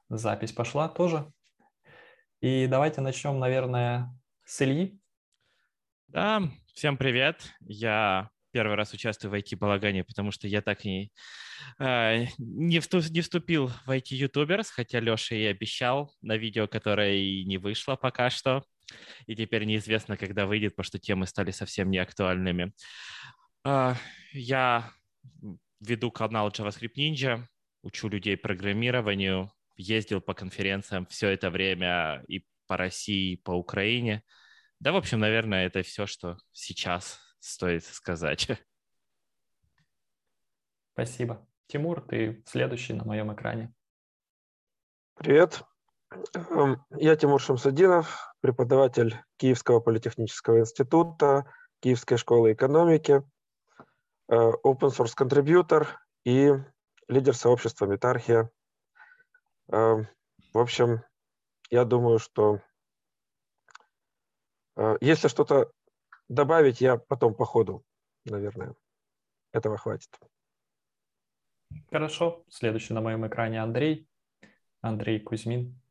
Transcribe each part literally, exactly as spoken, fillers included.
Запись пошла тоже. И давайте начнем, наверное, с Ильи. Да, всем привет. Я первый раз участвую в ай ти-балагане, потому что я так и э, не, вступ, не вступил в ай ти-ютуберс, хотя Леша и обещал на видео, которое и не вышло пока что. И теперь неизвестно, когда выйдет, потому что темы стали совсем неактуальными. Э, я веду канал JavaScript Ninja, учу людей программированию, ездил по конференциям все это время и по России, и по Украине. Да, в общем, наверное, это все, что сейчас стоит сказать. Спасибо. Тимур, ты следующий на моем экране. Привет. Я Тимур Шамсудинов, преподаватель Киевского политехнического института, Киевской школы экономики, open source контрибьютор и лидер сообщества Метархия. В общем, я думаю, что если что-то добавить, я потом по ходу, наверное. Этого хватит. Хорошо. Следующий на моем экране Андрей. Андрей Кузьмин.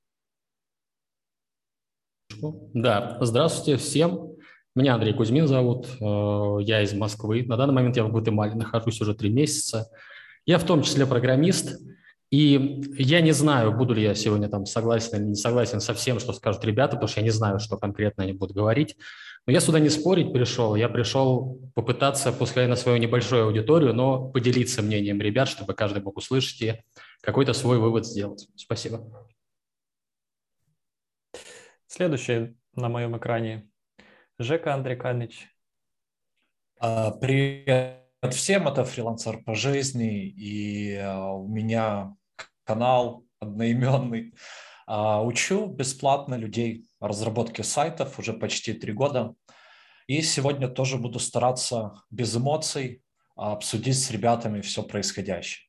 Да, здравствуйте всем. Меня Андрей Кузьмин зовут. Я из Москвы. На данный момент я в Гватемале нахожусь уже три месяца. Я в том числе программист. И я не знаю, буду ли я сегодня там согласен или не согласен со всем, что скажут ребята, потому что я не знаю, что конкретно они будут говорить. Но я сюда не спорить пришел, я пришел попытаться, пускай на свою небольшую аудиторию, но поделиться мнением ребят, чтобы каждый мог услышать и какой-то свой вывод сделать. Спасибо. Следующий на моем экране Жека Андреканович. Привет всем, это фрилансер по жизни, и у меня канал одноименный. Учу бесплатно людей разработке сайтов уже почти три года. И сегодня тоже буду стараться без эмоций обсудить с ребятами все происходящее.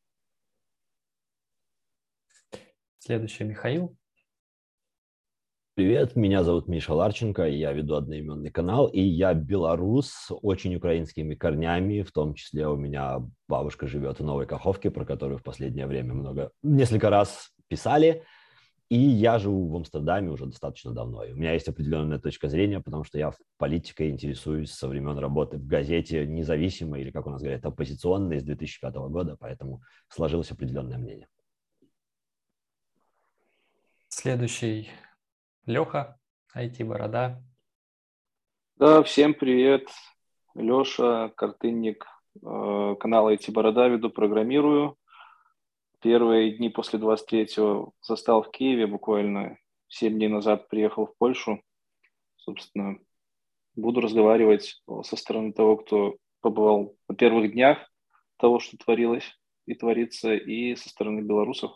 Следующий Михаил. Привет, меня зовут Миша Ларченко, я веду одноименный канал, и я белорус с очень украинскими корнями, в том числе у меня бабушка живет в Новой Каховке, про которую в последнее время много, несколько раз писали, и я живу в Амстердаме уже достаточно давно. И у меня есть определенная точка зрения, потому что я политикой интересуюсь со времен работы в газете независимой, или, как у нас говорят, оппозиционной, с две тысячи пятого года, поэтому сложилось определенное мнение. Следующий Леха, ай ти-борода. Да, всем привет. Леша, картынник, канал ай ти-борода, веду, программирую. Первые дни после двадцать третьего застал в Киеве, буквально семь дней назад приехал в Польшу. Собственно, буду разговаривать со стороны того, кто побывал на первых днях того, что творилось и творится, и со стороны белорусов.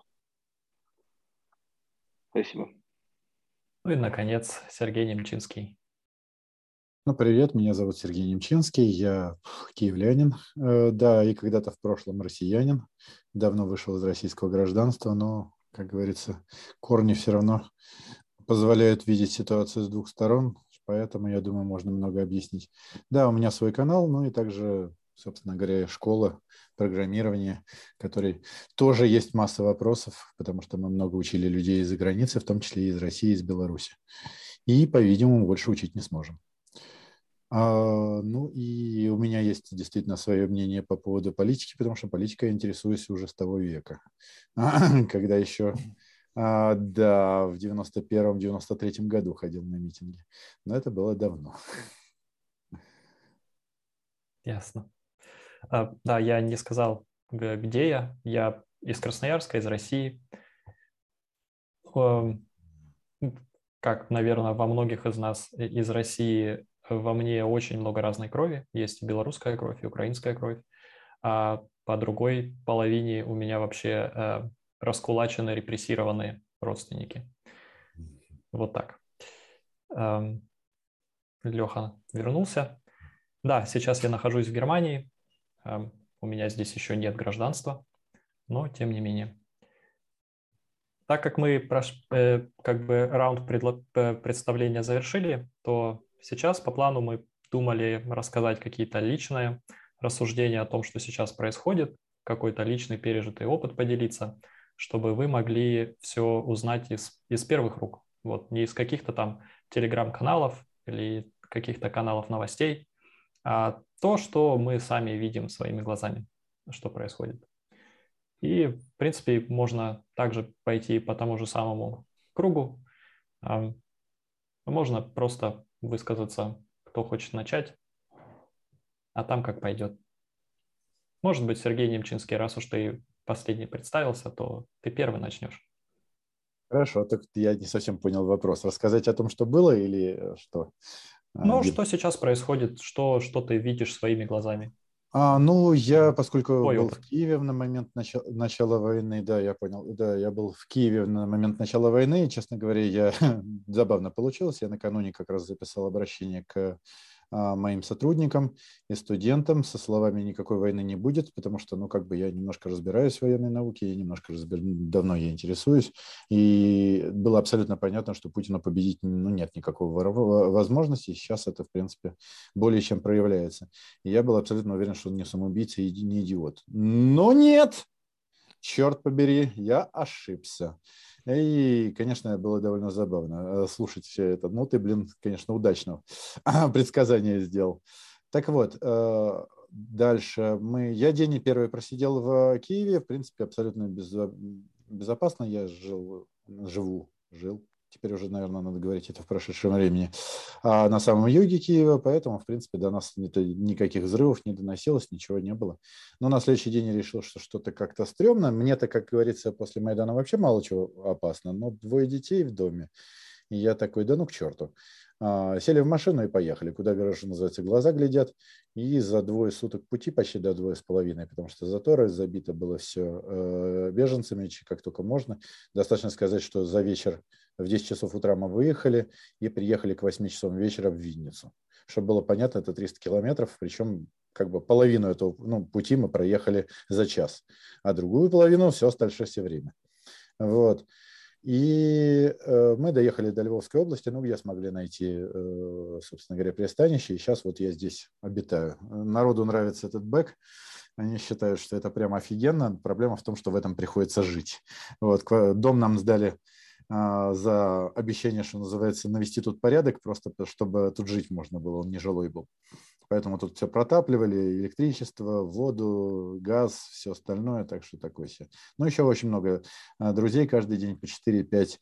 Спасибо. Ну и, наконец, Сергей Немчинский. Ну, привет, меня зовут Сергей Немчинский, я киевлянин, э, да, и когда-то в прошлом россиянин, давно вышел из российского гражданства, но, как говорится, корни все равно позволяют видеть ситуацию с двух сторон, поэтому, я думаю, можно много объяснить. Да, у меня свой канал, ну и также, собственно говоря, школа программирования, в которой тоже есть масса вопросов, потому что мы много учили людей из-за границы, в том числе и из России, и из Беларуси. И, по-видимому, больше учить не сможем. А, ну и у меня есть действительно свое мнение по поводу политики, потому что политикой я интересуюсь уже с того века, когда еще, а, да, в девяносто первом — девяносто третьем году ходил на митинги, но это было давно. Ясно. А, да, я не сказал, где я. Я из Красноярска, из России. Как, наверное, во многих из нас из России, во мне очень много разной крови. Есть и белорусская кровь, и украинская кровь. А по другой половине у меня вообще э, раскулаченные, репрессированные родственники. Вот так. Эм, Леха вернулся. Да, сейчас я нахожусь в Германии. Эм, у меня здесь еще нет гражданства, но тем не менее. Так как мы э, как бы раунд представления завершили, то сейчас по плану мы думали рассказать какие-то личные рассуждения о том, что сейчас происходит, какой-то личный пережитый опыт поделиться. чтобы вы могли все узнать из, из первых рук. Вот не из каких-то там телеграм-каналов или каких-то каналов новостей, а то, что мы сами видим своими глазами, что происходит. И, в принципе, можно также пойти по тому же самому кругу. Можно просто высказаться, кто хочет начать, а там как пойдет. Может быть, Сергей Немчинский, раз уж ты последний представился, то ты первый начнешь. Хорошо, так я не совсем понял вопрос. Рассказать о том, что было, или что? Ну, А, что сейчас происходит, что, что ты видишь своими глазами? А, ну, я, поскольку Твой был опыт. в Киеве на момент начала, начала войны, да, я понял, да, я был в Киеве на момент начала войны, и, честно говоря, я забавно получилось. Я накануне как раз записал обращение к а, моим сотрудникам и студентам со словами «никакой войны не будет», потому что, ну, как бы я немножко разбираюсь в военной науке, я немножко разбир... давно я интересуюсь, и было абсолютно понятно, что Путина победить, ну, нет никакой возможности, и сейчас это, в принципе, более чем проявляется. И я был абсолютно уверен, что он не самоубийца и не идиот. Но нет! Черт побери, я ошибся. И, конечно, было довольно забавно слушать все это. Ну, ты, блин, конечно, удачного предсказания сделал. Так вот, дальше мы... Я день первый просидел в Киеве, в принципе, абсолютно без... безопасно. Я жил, живу, жил. Теперь уже, наверное, надо говорить это в прошедшем времени, а на самом юге Киева, поэтому, в принципе, до нас никаких взрывов не доносилось, ничего не было. Но на следующий день я решил, что что-то как-то стрёмно. Мне-то, как говорится, после Майдана вообще мало чего опасно, но двое детей в доме. И я такой, да ну к черту. Сели в машину и поехали, куда, что называется, глаза глядят. И за двое суток пути, почти до двое с половиной, потому что заторы, забито было все беженцами, как только можно. Достаточно сказать, что за вечер в десять часов утра мы выехали и приехали к восьми часам вечера в Винницу. Чтобы было понятно, это триста километров, причем как бы половину этого, ну, пути мы проехали за час, а другую половину все оставшееся время. Вот. И э, мы доехали до Львовской области, ну, где смогли найти, э, собственно говоря, пристанище. И сейчас вот я здесь обитаю. Народу нравится этот бэк. Они считают, что это прямо офигенно. Проблема в том, что в этом приходится жить. Вот. Дом нам сдали э, за обещание, что называется, навести тут порядок, просто чтобы тут жить можно было, он не жилой был. Поэтому тут все протапливали, электричество, воду, газ, все остальное, так что такое все. Ну, еще очень много друзей, каждый день по четыре-пять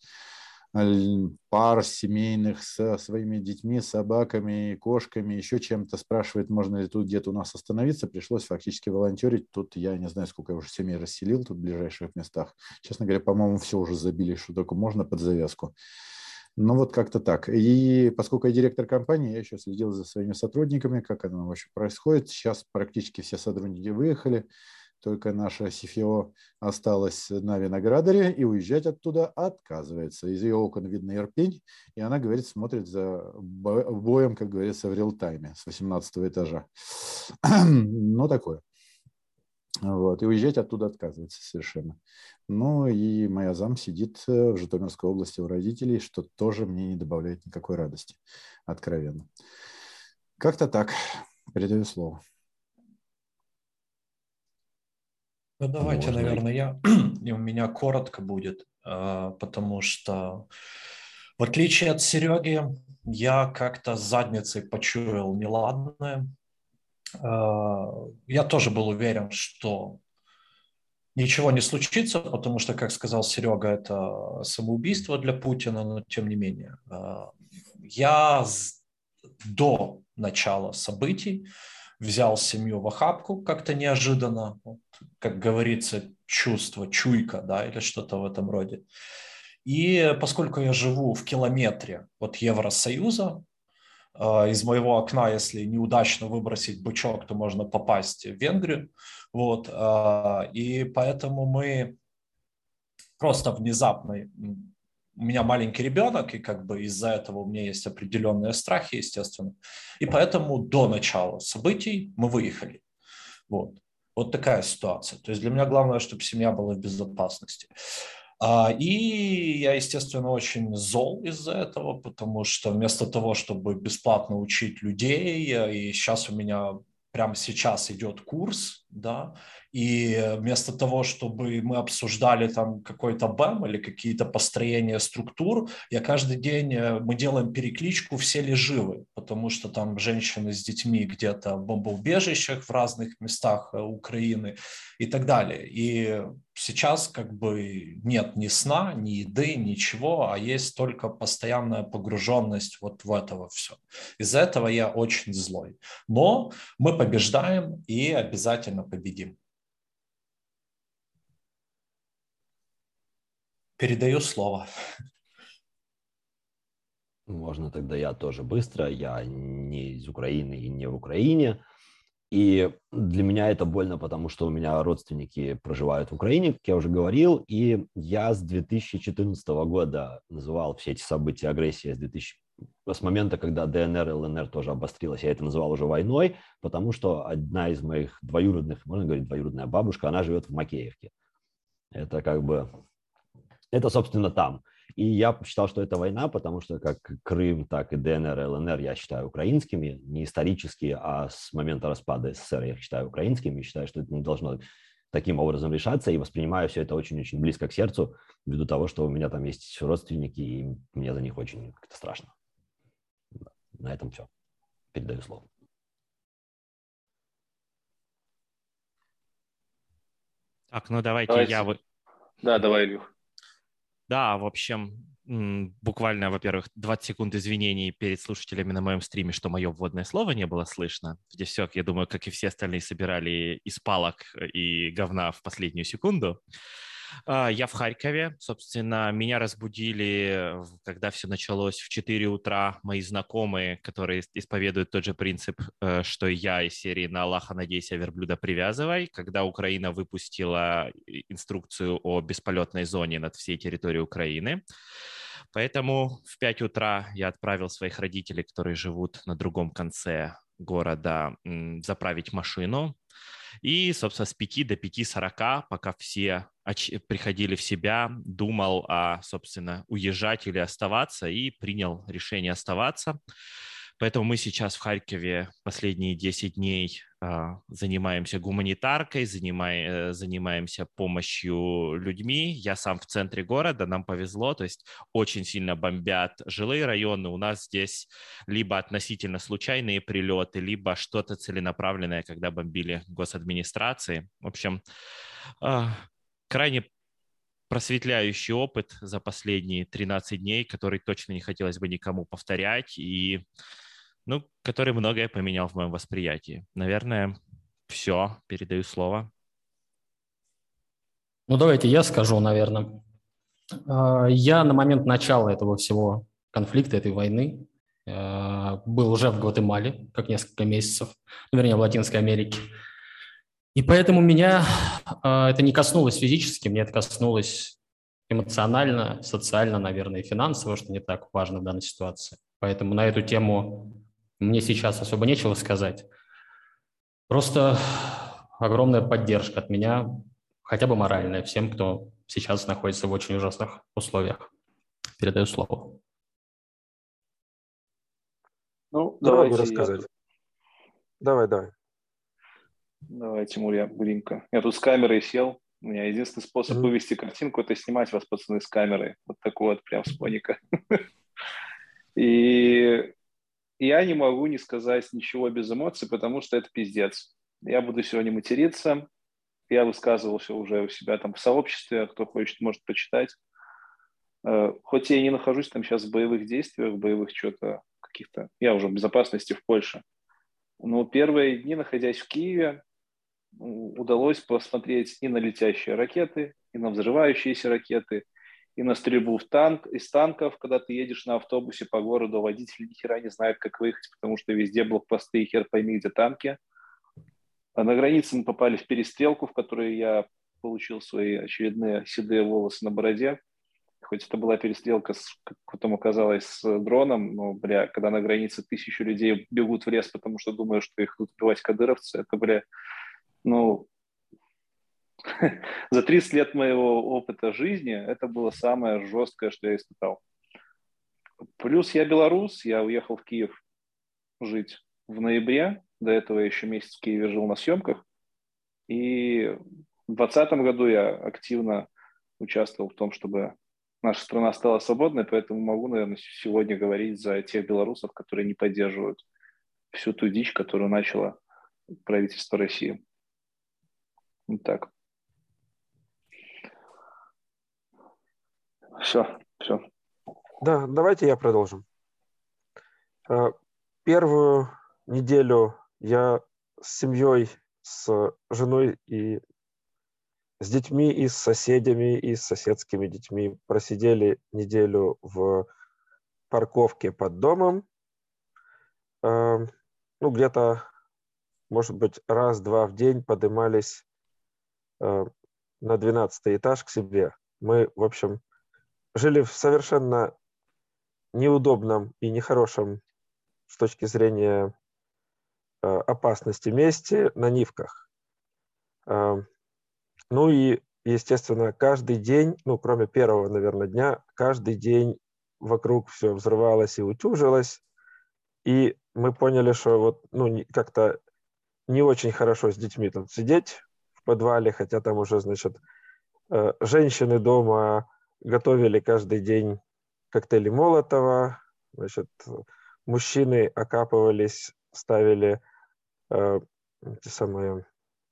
пар семейных со своими детьми, собаками, кошками, еще чем-то спрашивает, можно ли тут где-то у нас остановиться. Пришлось фактически волонтерить. Тут я не знаю, сколько я уже семей расселил тут в ближайших местах. Честно говоря, по-моему, все уже забили, что только можно под завязку. Ну, вот как-то так. И поскольку я директор компании, я еще следил за своими сотрудниками, как оно вообще происходит. Сейчас практически все сотрудники выехали, только наша си эф о осталась на Виноградаре и уезжать оттуда отказывается. Из ее окон видно Ирпень, и она, говорит, смотрит за боем, как говорится, в реал-тайме с восемнадцатого этажа. Ну, такое. Вот, и уезжать оттуда отказывается совершенно. Ну и моя зам сидит в Житомирской области у родителей, что тоже мне не добавляет никакой радости, откровенно. Как-то так. Передаю слово. Ну, давайте, Можно. наверное, я. И у меня коротко будет, потому что, в отличие от Сереги, я как-то с задницей почуял неладное. Я тоже был уверен, что ничего не случится, потому что, как сказал Серега, это самоубийство для Путина, но тем не менее. Я до начала событий взял семью в охапку как-то неожиданно, как говорится, чувство, чуйка, да, или что-то в этом роде. И поскольку я живу в километре от Евросоюза, из моего окна, если неудачно выбросить бычок, то можно попасть в Венгрию. Вот. И поэтому мы просто внезапно... У меня маленький ребенок, и как бы из-за этого у меня есть определенные страхи, естественно. И поэтому до начала событий мы выехали. Вот. Вот такая ситуация. То есть для меня главное, чтобы семья была в безопасности. И я, естественно, очень зол из-за этого, потому что вместо того, чтобы бесплатно учить людей, и сейчас у меня прямо сейчас идет курс да, и вместо того, чтобы мы обсуждали там какой-то БЭМ или какие-то построения структур, я каждый день, мы делаем перекличку, все ли живы, потому что там женщины с детьми где-то в бомбоубежищах в разных местах Украины и так далее. И сейчас как бы нет ни сна, ни еды, ничего, а есть только постоянная погруженность вот в это все. Из-за этого я очень злой. Но мы побеждаем и обязательно победим. Передаю слово. Можно тогда я тоже быстро. Я не из Украины и не в Украине. И для меня это больно, потому что у меня родственники проживают в Украине, как я уже говорил, и я с две тысячи четырнадцатого года называл все эти события агрессии с, две тысячи... с момента, когда ДНР и ЛНР тоже обострилась, я это называл уже войной, потому что одна из моих двоюродных, можно говорить, двоюродная бабушка, она живет в Макеевке. Это как бы, это, собственно, там. И я считал, что это война, потому что как Крым, так и ДНР и ЛНР я считаю украинскими, не исторически, а с момента распада СССР я их считаю украинскими, и считаю, что это не должно таким образом решаться, и воспринимаю все это очень-очень близко к сердцу, ввиду того, что у меня там есть родственники, и мне за них очень как-то страшно. На этом все. Передаю слово. Так, ну давайте, давайте. я... Да, давай, Илюх. Да, в общем, буквально, во-первых, двадцать секунд извинений перед слушателями на моем стриме, что мое вводное слово не было слышно. Здесь все, я думаю, как и все остальные, собирали из палок и говна в последнюю секунду. Я в Харькове. Собственно, меня разбудили, когда все началось в четыре утра. Мои знакомые, которые исповедуют тот же принцип, что и я, из серии «На Аллаха надейся, верблюда привязывай», когда Украина выпустила инструкцию о бесполетной зоне над всей территорией Украины. Поэтому в пять утра я отправил своих родителей, которые живут на другом конце города, заправить машину. И, собственно, с пяти до пяти сорока, пока все приходили в себя, думал, а, собственно, уезжать или оставаться, и принял решение оставаться. Поэтому мы сейчас в Харькове последние десять дней а, занимаемся гуманитаркой, занимай, занимаемся помощью людьми. Я сам в центре города, нам повезло, то есть очень сильно бомбят жилые районы. У нас здесь либо относительно случайные прилеты, либо что-то целенаправленное, когда бомбили госадминистрации. В общем, а, крайне просветляющий опыт за последние тринадцать дней, который точно не хотелось бы никому повторять, и ну, который многое поменял в моем восприятии. Наверное, все. Передаю слово. Ну, давайте я скажу, наверное. Я на момент начала этого всего конфликта, этой войны, был уже в Гватемале, как несколько месяцев, ну, вернее, в Латинской Америке. И поэтому меня это не коснулось физически, мне это коснулось эмоционально, социально, наверное, и финансово, что не так важно в данной ситуации. Поэтому на эту тему мне сейчас особо нечего сказать. Просто огромная поддержка от меня, хотя бы моральная, всем, кто сейчас находится в очень ужасных условиях. Передаю слово. Ну, давайте давайте рассказать. Я... Давай, давай. Давай, Тимур, я Гринко. Я тут с камерой сел. У меня единственный способ mm-hmm. вывести картинку – это снимать вас, пацаны, с камерой. Вот такой вот, прям с фоника. И я не могу не сказать ничего без эмоций, потому что это пиздец. Я буду сегодня материться. Я высказывался уже у себя там в сообществе. Кто хочет, может почитать. Хоть я и не нахожусь там сейчас в боевых действиях, в боевых что-то каких-то... Я уже в безопасности в Польше. Но первые дни, находясь в Киеве, удалось посмотреть и на летящие ракеты, и на взрывающиеся ракеты, и на стрельбу в танк, из танков, когда ты едешь на автобусе по городу, водитель ни хера не знает, как выехать, потому что везде блокпосты, и хер пойми, где танки. А на границе мы попали в перестрелку, в которой я получил свои очередные седые волосы на бороде. Хоть это была перестрелка, с, как потом оказалось, с дроном, но, бля, когда на границе тысячи людей бегут в лес, потому что думают, что их будут убивать кадыровцы, это, бля, ну... За тридцать лет моего опыта жизни это было самое жесткое, что я испытал. Плюс я белорус, я уехал в Киев жить в ноябре. До этого я еще месяц в Киеве жил на съемках. И в двадцатом году я активно участвовал в том, чтобы наша страна стала свободной, поэтому могу, наверное, сегодня говорить за тех белорусов, которые не поддерживают всю ту дичь, которую начало правительство России. Вот так. Все, все. Да, давайте я продолжу. Первую неделю я с семьей, с женой и с детьми, и с соседями, и с соседскими детьми просидели неделю в парковке под домом. Ну, где-то, может быть, раз-два в день поднимались на двенадцатый этаж к себе. Мы, в общем, жили в совершенно неудобном и нехорошем с точки зрения опасности месте на Нивках. Ну и, естественно, каждый день, ну, кроме первого, наверное, дня, каждый день вокруг все взрывалось и утюжилось. И мы поняли, что вот, ну, как-то не очень хорошо с детьми там сидеть в подвале, хотя там уже, значит, женщины дома готовили каждый день коктейли Молотова, значит, мужчины окапывались, ставили э, те самые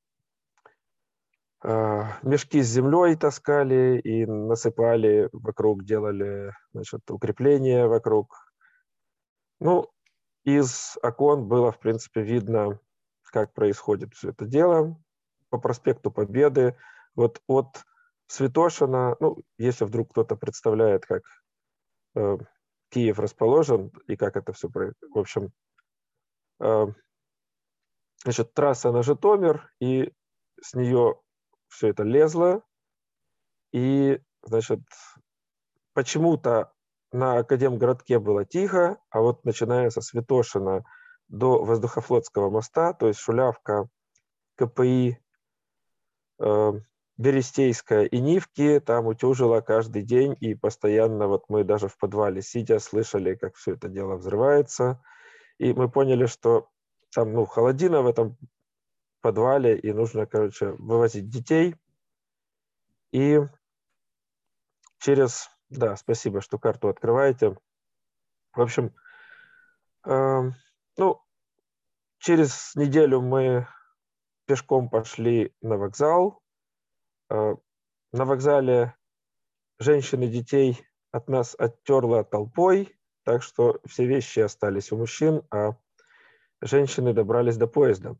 э, мешки с землей, таскали и насыпали вокруг, делали, значит, укрепления вокруг. Ну, из окон было, в принципе, видно, как происходит все это дело. По проспекту Победы, вот от Святошина, ну, если вдруг кто-то представляет, как э, Киев расположен и как это все происходит, в общем, э, значит, трасса на Житомир, и с нее все это лезло, и, значит, почему-то на Академгородке было тихо, а вот начиная со Святошина до Воздухофлотского моста, то есть Шулявка, КПИ, э, Берестейская и Нивки, там утюжило каждый день, и постоянно вот мы даже в подвале сидя слышали, как все это дело взрывается, и мы поняли, что там, ну, холодина в этом подвале, и нужно, короче, вывозить детей. И через... Да, спасибо, что карту открываете. В общем, э, ну, через неделю мы пешком пошли на вокзал. Э, на вокзале женщин и детей от нас оттерло толпой, так что все вещи остались у мужчин, а женщины добрались до поезда.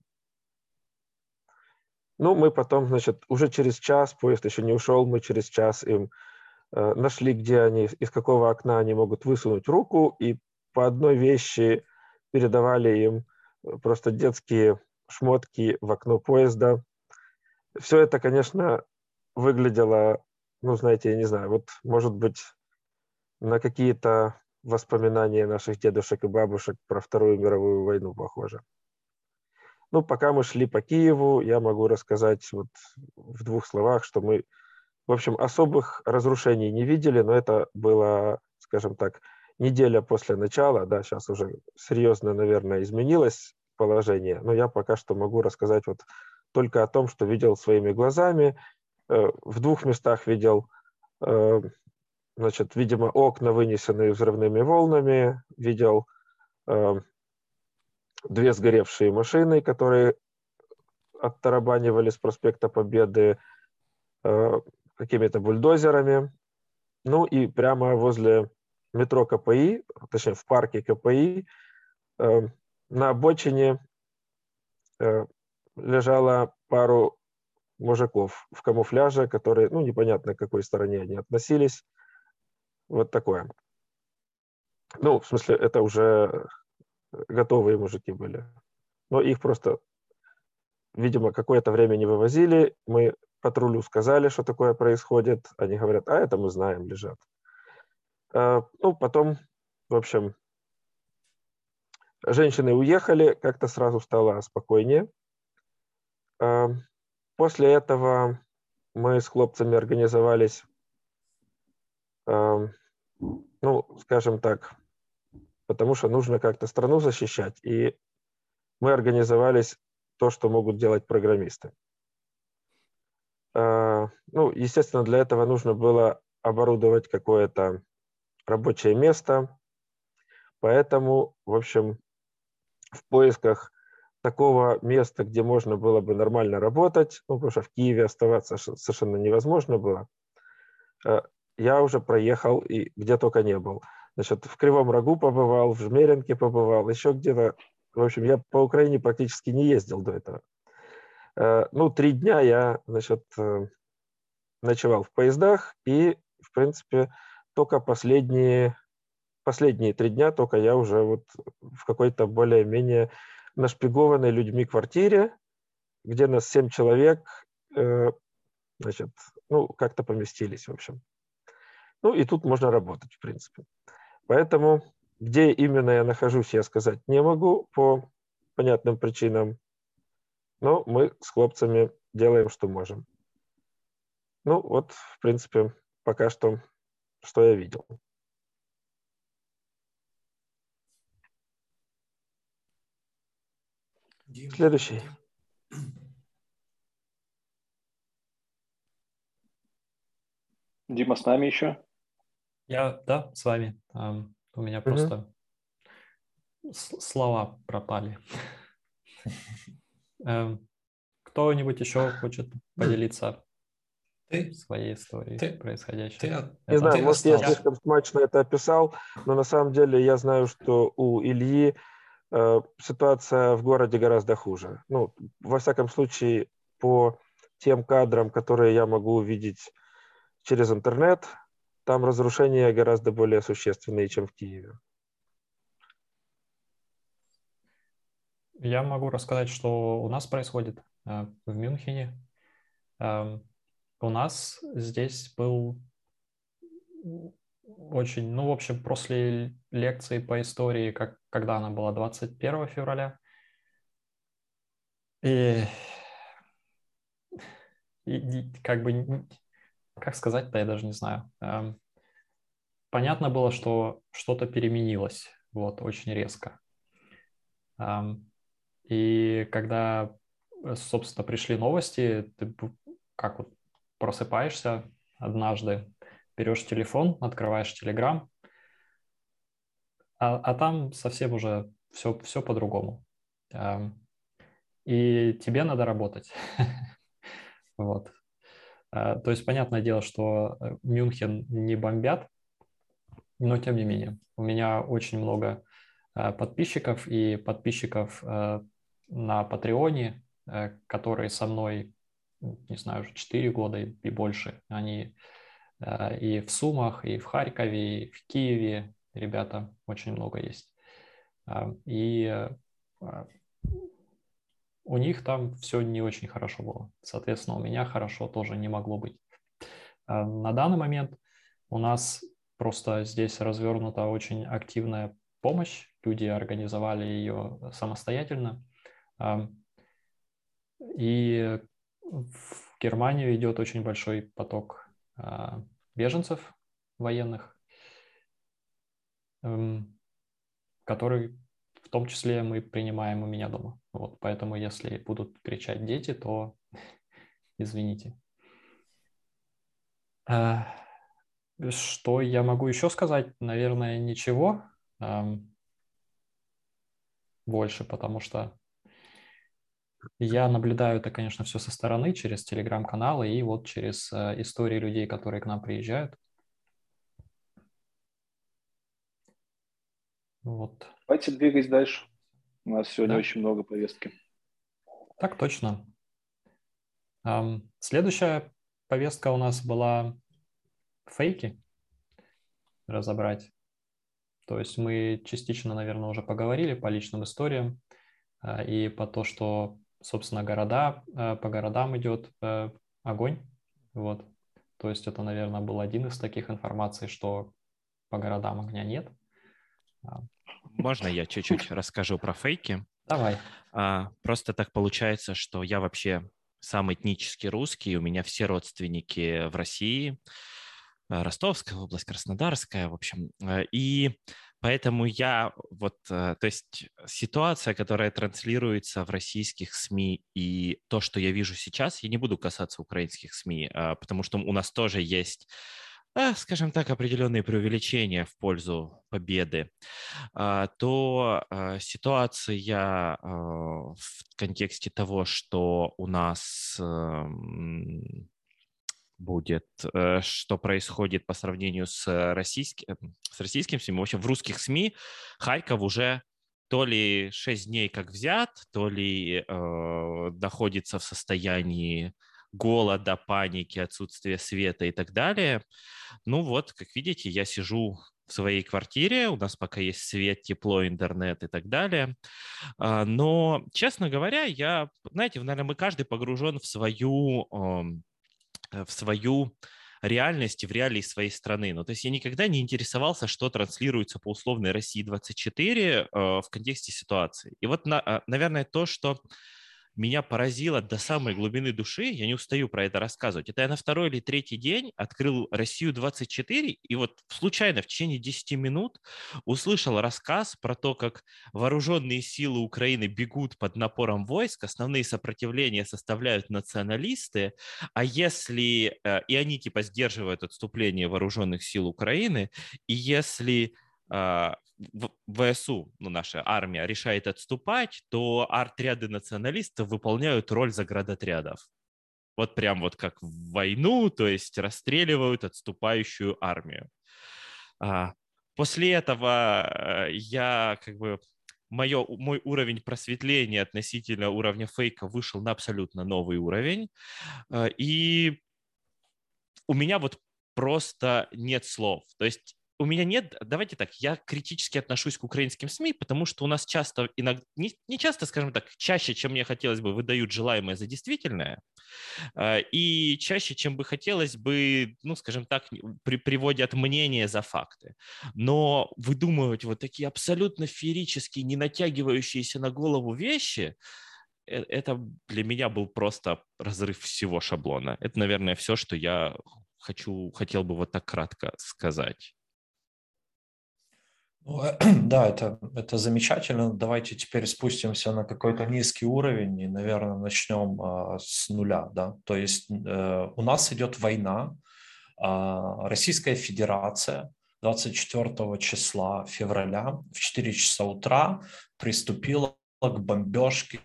Ну, мы потом, значит, уже через час, поезд еще не ушел, мы через час им э, нашли, где они, из какого окна они могут высунуть руку, и по одной вещи передавали им просто детские шмотки в окно поезда. Все это, конечно, выглядело, ну, знаете, я не знаю, вот, может быть, на какие-то воспоминания наших дедушек и бабушек про Вторую мировую войну похоже. Ну, пока мы шли по Киеву, я могу рассказать вот в двух словах, что мы, в общем, особых разрушений не видели, но это было, скажем так, неделя после начала, да, сейчас уже серьезно, наверное, изменилось положение, но я пока что могу рассказать вот только о том, что видел своими глазами. В двух местах видел, значит, видимо, окна, вынесенные взрывными волнами, видел две сгоревшие машины, которые оттарабанивали с проспекта Победы э, какими-то бульдозерами. Ну и прямо возле метро КПИ, точнее в парке КПИ, э, на обочине э, лежало пару мужиков в камуфляже, которые, ну, непонятно, к какой стороне они относились. Вот такое. Ну, в смысле, это уже готовые мужики были. Но их просто, видимо, какое-то время не вывозили. Мы патрулю сказали, что такое происходит. Они говорят, а это мы знаем, лежат. А, ну, потом, в общем, женщины уехали, как-то сразу стало спокойнее. А, после этого мы с хлопцами организовались, а, ну, скажем так, потому что нужно как-то страну защищать. И мы организовались то, что могут делать программисты. Ну, естественно, для этого нужно было оборудовать какое-то рабочее место. Поэтому, в общем, в поисках такого места, где можно было бы нормально работать, ну, потому что в Киеве оставаться совершенно невозможно было, я уже проехал и где только не был. Значит, в Кривом Рогу побывал, в Жмеринке побывал, еще где-то. В общем, я по Украине практически не ездил до этого. Ну, три дня я, значит, ночевал в поездах, и, в принципе, только последние, последние три дня только я уже вот в какой-то более-менее нашпигованной людьми квартире, где нас семь человек, значит, ну, как-то поместились, в общем. Ну, и тут можно работать, в принципе. Поэтому, где именно я нахожусь, я сказать не могу по понятным причинам, но мы с хлопцами делаем, что можем. Ну, вот, в принципе, пока что, что я видел. Дим, Следующий. Дима с нами еще? Я, да, с вами. Um, у меня просто угу. слова пропали. um, кто-нибудь еще хочет поделиться ты, своей историей ты, происходящей? Ты, не знаю, ты может, остался. я слишком смачно это описал, но на самом деле я знаю, что у Ильи э, ситуация в городе гораздо хуже. Ну, во всяком случае, по тем кадрам, которые я могу увидеть через интернет, там разрушения гораздо более существенные, чем в Киеве. Я могу рассказать, что у нас происходит э, в Мюнхене. Э, у нас здесь был очень, ну, в общем, после лекции по истории, как, когда она была, двадцать первого февраля, и, и, и как бы, как сказать-то, я даже не знаю. Э, понятно было, что что-то переменилось, вот, очень резко. Э, и когда, собственно, пришли новости, ты как вот просыпаешься однажды, берешь телефон, открываешь Telegram, а, а там совсем уже все, все по-другому. И тебе надо работать. Вот. То есть, понятное дело, что Мюнхен не бомбят, но тем не менее. У меня очень много подписчиков и подписчиков на Патреоне, которые со мной, не знаю, уже четыре года и больше. Они и в Сумах, и в Харькове, и в Киеве. Ребята очень много есть. И у них там все не очень хорошо было. Соответственно, у меня хорошо тоже не могло быть. На данный момент у нас просто здесь развернута очень активная помощь. Люди организовали ее самостоятельно. И в Германию идет очень большой поток беженцев военных, который в том числе мы принимаем у меня дома. Вот, поэтому если будут кричать дети, то извините. Что я могу еще сказать? Наверное, ничего больше, потому что я наблюдаю это, конечно, все со стороны, через телеграм-каналы и вот через истории людей, которые к нам приезжают. Вот. Давайте двигать дальше. У нас сегодня Да. очень много повестки. Так точно. Следующая повестка у нас была фейки разобрать. То есть мы частично, наверное, уже поговорили по личным историям и по то, что, собственно, города, по городам идет огонь. Вот. То есть это, наверное, был один из таких информаций, что по городам огня нет. Можно я чуть-чуть расскажу про фейки? Давай. А, просто так получается, что я вообще сам этнически русский, у меня все родственники в России. Ростовская область, Краснодарская, в общем. И поэтому я вот, то есть ситуация, которая транслируется в российских СМИ, и то, что я вижу сейчас, я не буду касаться украинских СМИ, потому что у нас тоже есть, скажем так, определенные преувеличения в пользу победы, то ситуация в контексте того, что у нас будет, что происходит по сравнению с российским, с российским СМИ. В общем, в русских СМИ Харьков уже то ли шесть дней как взят, то ли э, находится в состоянии голода, паники, отсутствия света и так далее. Ну вот, как видите, я сижу в своей квартире, у нас пока есть свет, тепло, интернет и так далее. Но, честно говоря, я, знаете, наверное, мы каждый погружен в свою... в свою реальность и в реалии своей страны. Ну, то есть я никогда не интересовался, что транслируется по условной России двадцать четыре э, в контексте ситуации. И вот, на, наверное, то, что меня поразило до самой глубины души, я не устаю про это рассказывать. Это я на второй или третий день открыл Россию двадцать четыре, и вот случайно в течение десяти минут услышал рассказ про то, как вооруженные силы Украины бегут под напором войск, основные сопротивления составляют националисты, а если... И они типа сдерживают отступление вооруженных сил Украины, и если... ВСУ, ну, наша армия, решает отступать, то арт-ряды националистов выполняют роль заградотрядов. Вот прям вот как в войну, то есть расстреливают отступающую армию. После этого я как бы... Мое, мой уровень просветления относительно уровня фейка вышел на абсолютно новый уровень. И у меня вот просто нет слов. То есть у меня нет, давайте так, я критически отношусь к украинским СМИ, потому что у нас часто, иногда, не, не часто, скажем так, чаще, чем мне хотелось бы, выдают желаемое за действительное, и чаще, чем бы хотелось бы, ну, скажем так, при, приводят мнение за факты. Но выдумывать вот такие абсолютно феерические, не натягивающиеся на голову вещи, это для меня был просто разрыв всего шаблона. Это, наверное, все, что я хочу, хотел бы вот так кратко сказать. Да, это, это замечательно. Давайте теперь спустимся на какой-то низкий уровень и, наверное, начнем а, с нуля. Да? То есть э, у нас идет война. А, Российская Федерация двадцать четвёртого числа февраля в четыре часа утра приступила к бомбежке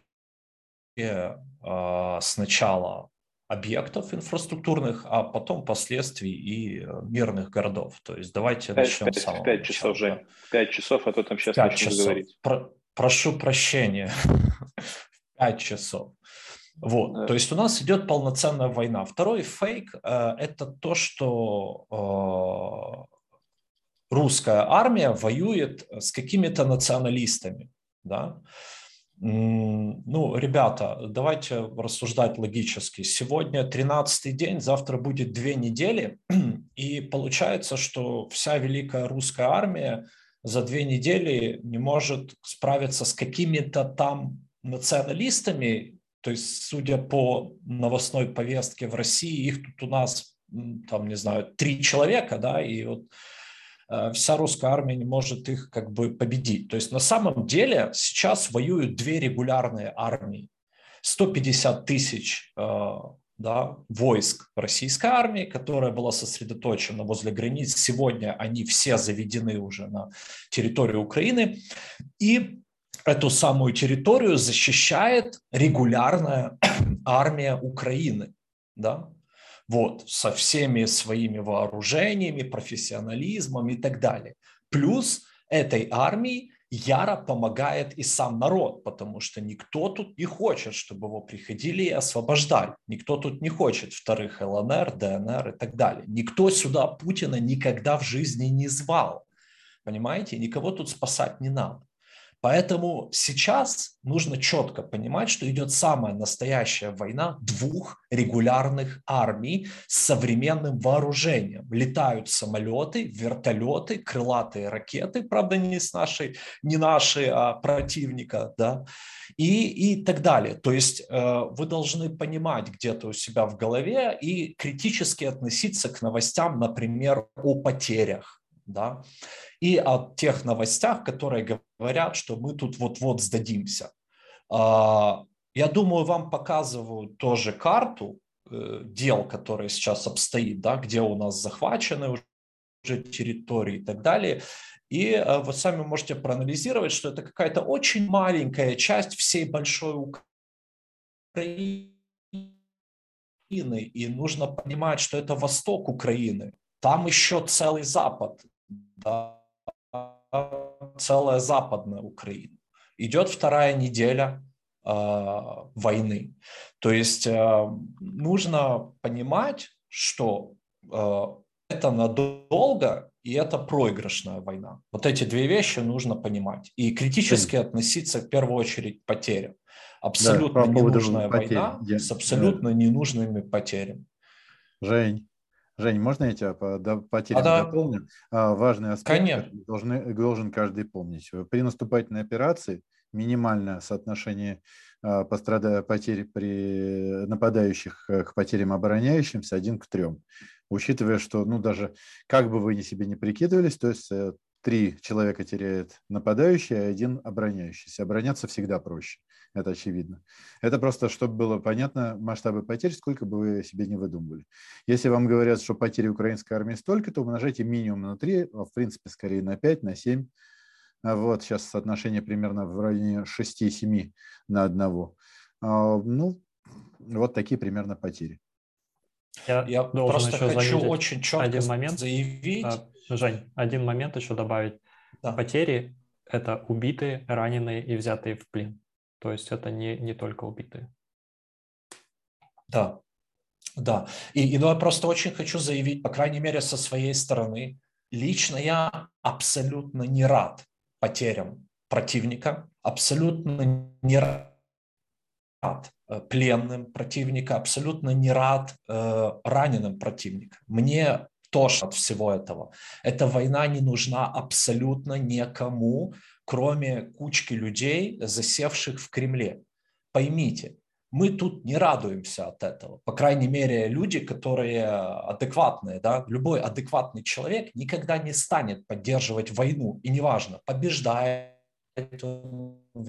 а, сначала объектов инфраструктурных, а потом впоследствии и мирных городов. То есть давайте пять, начнем пять, с самого пять начала. часов, Жень. пять часов, а то там сейчас пять начнут часов. говорить. Про, прошу прощения. пять часов. Вот. Да. То есть у нас идет полноценная война. Второй фейк э, – это то, что э, русская армия воюет с какими-то националистами. Да? Ну, ребята, давайте рассуждать логически. Сегодня тринадцатый день, завтра будет две недели, и получается, что вся великая русская армия за две недели не может справиться с какими-то там националистами. То есть, судя по новостной повестке в России, их тут у нас, там, не знаю, три человека, да, и вот вся русская армия не может их как бы победить. То есть на самом деле сейчас воюют две регулярные армии. сто пятьдесят тысяч э, да, войск российской армии, которая была сосредоточена возле границ. Сегодня они все заведены уже на территорию Украины. И эту самую территорию защищает регулярная армия Украины. Да? Вот, со всеми своими вооружениями, профессионализмом и так далее. Плюс этой армии яро помогает и сам народ, потому что никто тут не хочет, чтобы его приходили и освобождали. Никто тут не хочет вторых ЛНР, ДНР и так далее. Никто сюда Путина никогда в жизни не звал. Понимаете? Никого тут спасать не надо. Поэтому сейчас нужно четко понимать, что идет самая настоящая война двух регулярных армий с современным вооружением. Летают самолеты, вертолеты, крылатые ракеты, правда, не с нашей, не наши, а противника, да, и, и так далее. То есть э, вы должны понимать где-то у себя в голове и критически относиться к новостям, например, о потерях. Да, и о тех новостях, которые говорят, что мы тут вот-вот сдадимся. Я думаю, вам показывают тоже карту дел, которые сейчас обстоит, да, где у нас захвачены уже территории и так далее. И вы сами можете проанализировать, что это какая-то очень маленькая часть всей большой Украины. И нужно понимать, что это восток Украины. Там еще целый Запад. Да, целая западная Украина. Идет вторая неделя э, войны. То есть э, нужно понимать, что э, это надолго и это проигрышная война. Вот эти две вещи нужно понимать. И критически относиться в первую очередь к потерям. Абсолютно да, ненужная потерь. война Я, с абсолютно да. ненужными потерями. Жень. Жень, можно я тебя по до, потерям а, да. дополню? А, важный аспект, Конечно. должны, должен каждый помнить. При наступательной операции минимальное соотношение а, пострада... потерь при нападающих к потерям обороняющимся один к трем. Учитывая, что ну, даже как бы вы ни себе не прикидывались, то есть три человека теряет нападающий, а один обороняющийся. Обороняться всегда проще. Это очевидно. Это просто, чтобы было понятно масштабы потерь, сколько бы вы себе не выдумывали. Если вам говорят, что потери украинской армии столько, то умножайте минимум на три, а в принципе скорее на пять, на семь. Вот сейчас соотношение примерно в районе шести-семи на одного. Ну, вот такие примерно потери. Я, Я должен просто еще хочу заметить очень четко один момент. заявить. А, Жень, один момент еще добавить. Да. Потери – это убитые, раненые и взятые в плен. То есть это не, не только убитые. Да, да. И, и ну, я просто очень хочу заявить, по крайней мере, со своей стороны, лично я абсолютно не рад потерям противника, абсолютно не рад пленным противника, абсолютно не рад э, раненым противника. Мне тошно от всего этого. Эта война не нужна абсолютно никому, кроме кучки людей, засевших в Кремле. Поймите, мы тут не радуемся от этого. По крайней мере, люди, которые адекватные, да, любой адекватный человек никогда не станет поддерживать войну. И неважно, побеждает он в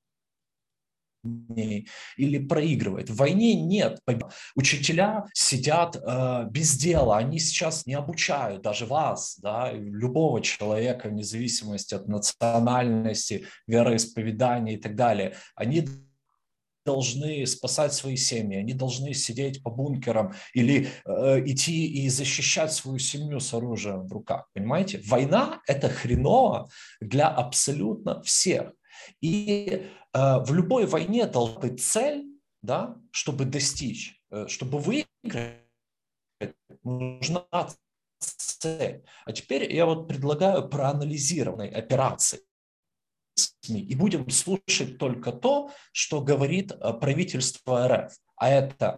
ней или проигрывает. В войне нет. Учителя сидят э, без дела, они сейчас не обучают даже вас, да, любого человека, вне зависимости от национальности, вероисповедания и так далее. Они должны спасать свои семьи, они должны сидеть по бункерам или э, идти и защищать свою семью с оружием в руках, понимаете? Война – это хреново для абсолютно всех. И э, в любой войне должна быть цель, да, чтобы достичь, э, чтобы выиграть, нужна цель. А теперь я вот предлагаю проанализированной операции. И будем слушать только то, что говорит правительство эр эф. А это,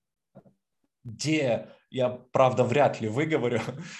де, я правда вряд ли выговорю,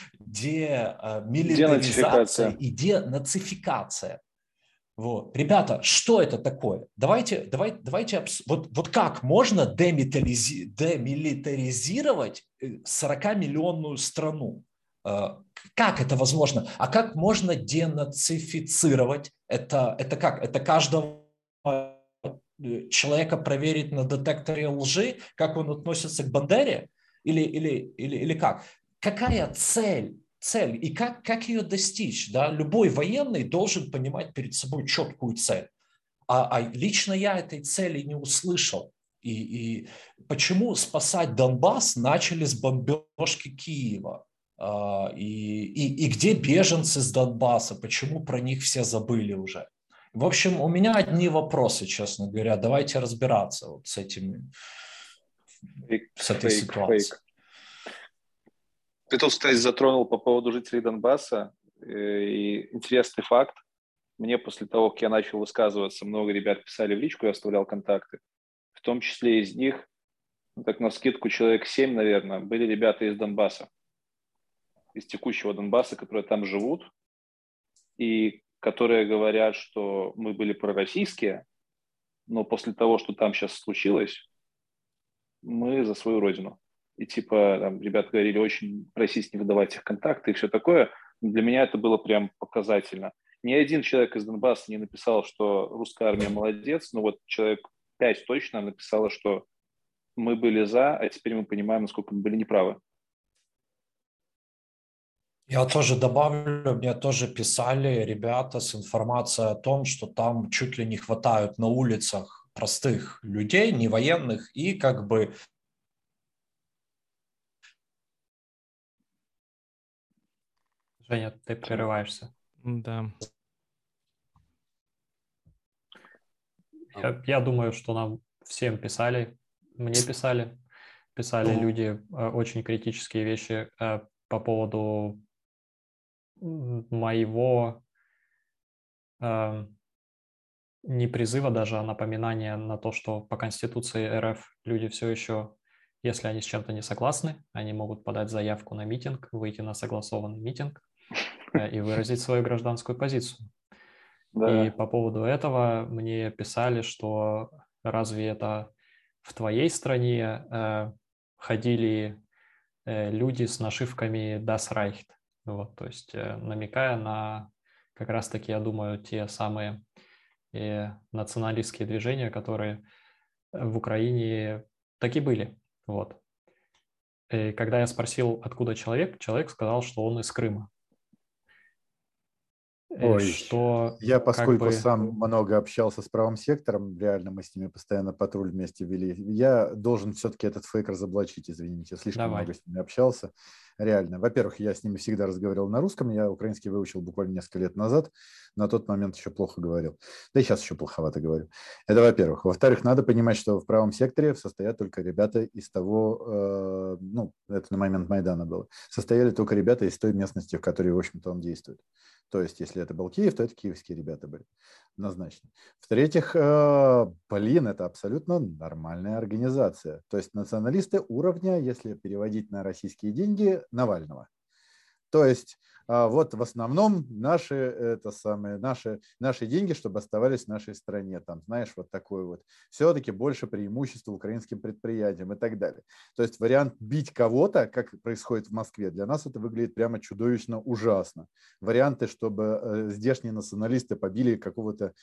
демилитаризация и денацификация. Вот. Ребята, что это такое? Давайте, давайте, давайте вот, вот как можно демилитаризи, демилитаризировать сорокамиллионную страну? Как это возможно? А как можно денацифицировать? Это, это как? Это каждого человека проверить на детекторе лжи, как он относится к Бандере? Или, или, или, или как? Какая цель? Цель и как, как ее достичь? Да? Любой военный должен понимать перед собой четкую цель. А, а лично я этой цели не услышал. И, и почему спасать Донбасс начали с бомбежки Киева? И, и, и где беженцы с Донбасса? Почему про них все забыли уже? В общем, у меня одни вопросы, честно говоря. Давайте разбираться вот с этими, фейк, с этой фейк, ситуацией. Фейк. Ты тут, кстати, затронул по поводу жителей Донбасса. И интересный факт. мне после того, как я начал высказываться, много ребят писали в личку, я оставлял контакты. В том числе из них, ну, так навскидку человек семь, наверное, были ребята из Донбасса, из текущего Донбасса, которые там живут, и которые говорят, что мы были пророссийские, но после того, что там сейчас случилось, мы за свою родину. И типа там, ребята говорили, очень просить не выдавать их контакты и все такое. Но для меня это было прям показательно. Ни один человек из Донбасса не написал, что русская армия молодец, но вот человек пять точно написало, что мы были за, а теперь мы понимаем, насколько мы были неправы. Я тоже добавлю, мне тоже писали ребята с информацией о том, что там чуть ли не хватают на улицах простых людей, не военных, и как бы... Женя, ты прерываешься. Да. Я, я думаю, что нам всем писали, мне писали, писали люди э, очень критические вещи э, по поводу моего э, не призыва даже, а напоминания на то, что по Конституции эр эф люди все еще, если они с чем-то не согласны, они могут подать заявку на митинг, выйти на согласованный митинг э, и выразить свою гражданскую позицию. Да. И по поводу этого мне писали, что разве это в твоей стране э, ходили э, люди с нашивками Das Reicht, вот, то есть э, намекая на как раз-таки, я думаю, те самые э, националистские движения, которые в Украине таки были. Вот. И когда я спросил, откуда человек, человек сказал, что он из Крыма. Ой, что я, поскольку как бы... сам много общался с правым сектором, реально мы с ними постоянно патруль вместе вели, я должен все-таки этот фейк разоблачить, извините, слишком Давай. много с ними общался. Реально. Во-первых, я с ними всегда разговаривал на русском, я украинский выучил буквально несколько лет назад, на тот момент еще плохо говорил. Да и сейчас еще плоховато говорю. Это во-первых. Во-вторых, надо понимать, что в правом секторе состоят только ребята из того, э, ну, это на момент Майдана было, состояли только ребята из той местности, в которой, в общем-то, он действует. То есть, если это был Киев, то это киевские ребята были. Однозначно. В-третьих, э, блин, это абсолютно нормальная организация. То есть, националисты уровня, если переводить на российские деньги, Навального. То есть, э, вот в основном наши, это самые, наши, наши деньги, чтобы оставались в нашей стране. Там, знаешь, вот такой вот. Все-таки больше преимущества украинским предприятиям и так далее. То есть, вариант бить кого-то, как происходит в Москве, для нас это выглядит прямо чудовищно ужасно. Варианты, чтобы э, здешние националисты побили какого-то,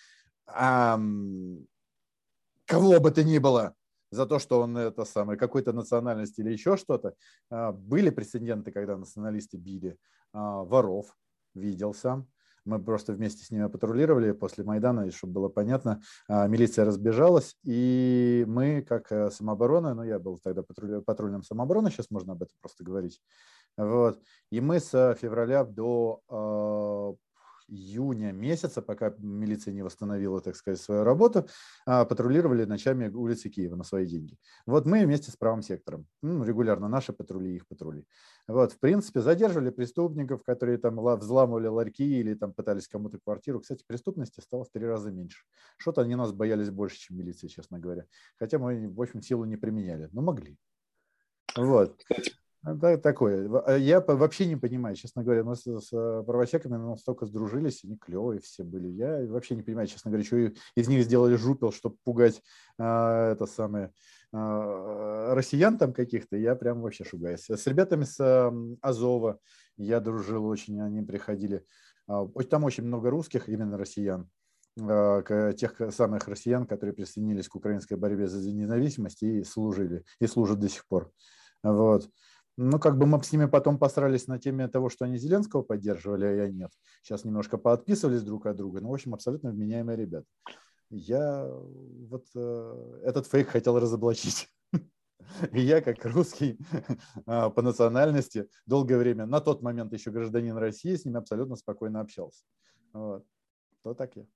эм, кого бы то ни было, за то, что он это самое, какой-то национальности или еще что-то. Были прецеденты, когда националисты били воров, видел сам. Мы просто вместе с ними патрулировали после Майдана, и чтобы было понятно, милиция разбежалась, и мы, как самооборона, ну, я был тогда патруль, патрульным самообороны, сейчас можно об этом просто говорить, вот, и мы с февраля до э, июня месяца, пока милиция не восстановила, так сказать, свою работу, патрулировали ночами улицы Киева на свои деньги. Вот мы вместе с правым сектором, ну, регулярно наши патрули, их патрули. Вот, в принципе, задерживали преступников, которые там взламывали ларьки или там пытались кому-то квартиру. Кстати, преступности стало в три раза меньше. Что-то они нас боялись больше, чем милиция, честно говоря. Хотя мы, в общем, силу не применяли, но могли. Вот. Да, такое. Я вообще не понимаю, честно говоря, мы с, с правосеками настолько сдружились, они клевые все были. Я вообще не понимаю, честно говоря, что из них сделали жупел, чтобы пугать а, это самое, а, россиян там каких-то. Я прям вообще шугаюсь. С ребятами с а, Азова я дружил очень, они приходили. А, там очень много русских, именно россиян. Тех самых россиян, которые присоединились к украинской борьбе за независимость и служили, и служат до сих пор. Вот. Ну, как бы мы с ними потом посрались на теме того, что они Зеленского поддерживали, а я нет. Сейчас немножко поотписывались друг от друга, но, в общем, абсолютно вменяемые ребята. Я вот э, этот фейк хотел разоблачить. И я, как русский по национальности, долгое время, на тот момент еще гражданин России, с ними абсолютно спокойно общался. Вот. То так я.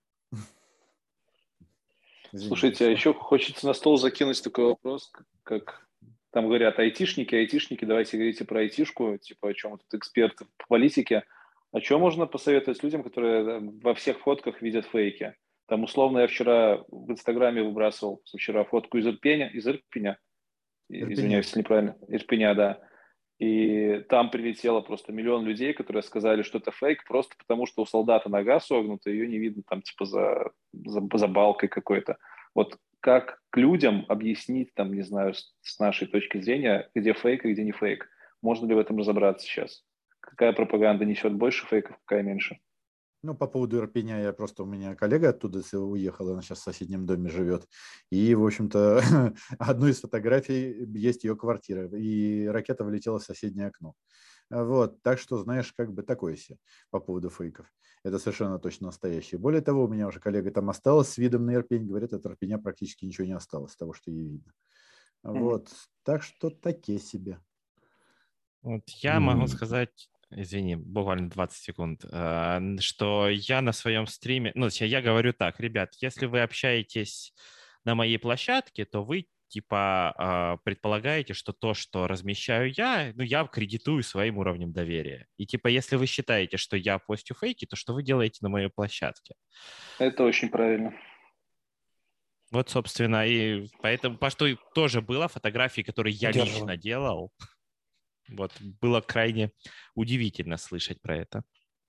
Извините. Слушайте, а еще хочется на стол закинуть такой вопрос, как... Там говорят айтишники, айтишники, давайте говорите про айтишку, типа о чем тут эксперты по политике. А что можно посоветовать людям, которые во всех фотках видят фейки? Там, условно, я вчера в Инстаграме выбрасывал вчера фотку из Ирпеня, из Ирпеня, Ирпеня. извиняюсь, если неправильно, Ирпеня, да. И там прилетело просто миллион людей, которые сказали, что это фейк, просто потому что у солдата нога согнута, ее не видно там типа за, за, за балкой какой-то. Вот как к людям объяснить, там, не знаю, с, с нашей точки зрения, где фейк и где не фейк? Можно ли в этом разобраться сейчас? Какая пропаганда несет больше фейков, какая меньше? Ну, по поводу Ирпеня, я просто, у меня коллега оттуда уехал, она сейчас в соседнем доме живет. И, в общем-то, одну из фотографий есть ее квартира, и ракета влетела в соседнее окно. Вот, так что, знаешь, как бы такое себе по поводу фейков. Это совершенно точно настоящее. Более того, у меня уже коллега там осталась с видом на Ирпень, говорят, от Ирпеня практически ничего не осталось, того, что ей видно. Вот, mm-hmm. Так что такие себе. Вот я mm-hmm. могу сказать... Извини, буквально двадцать секунд, что я на своем стриме, ну, я говорю так, ребят, если вы общаетесь на моей площадке, то вы типа предполагаете, что то, что размещаю я, ну, я кредитую своим уровнем доверия. И типа, если вы считаете, что я постю фейки, то что вы делаете на моей площадке? Это очень правильно. Вот, собственно, и поэтому, по что тоже было фотографии, которые я Удерживаю. лично делал. Вот, было крайне удивительно слышать про это.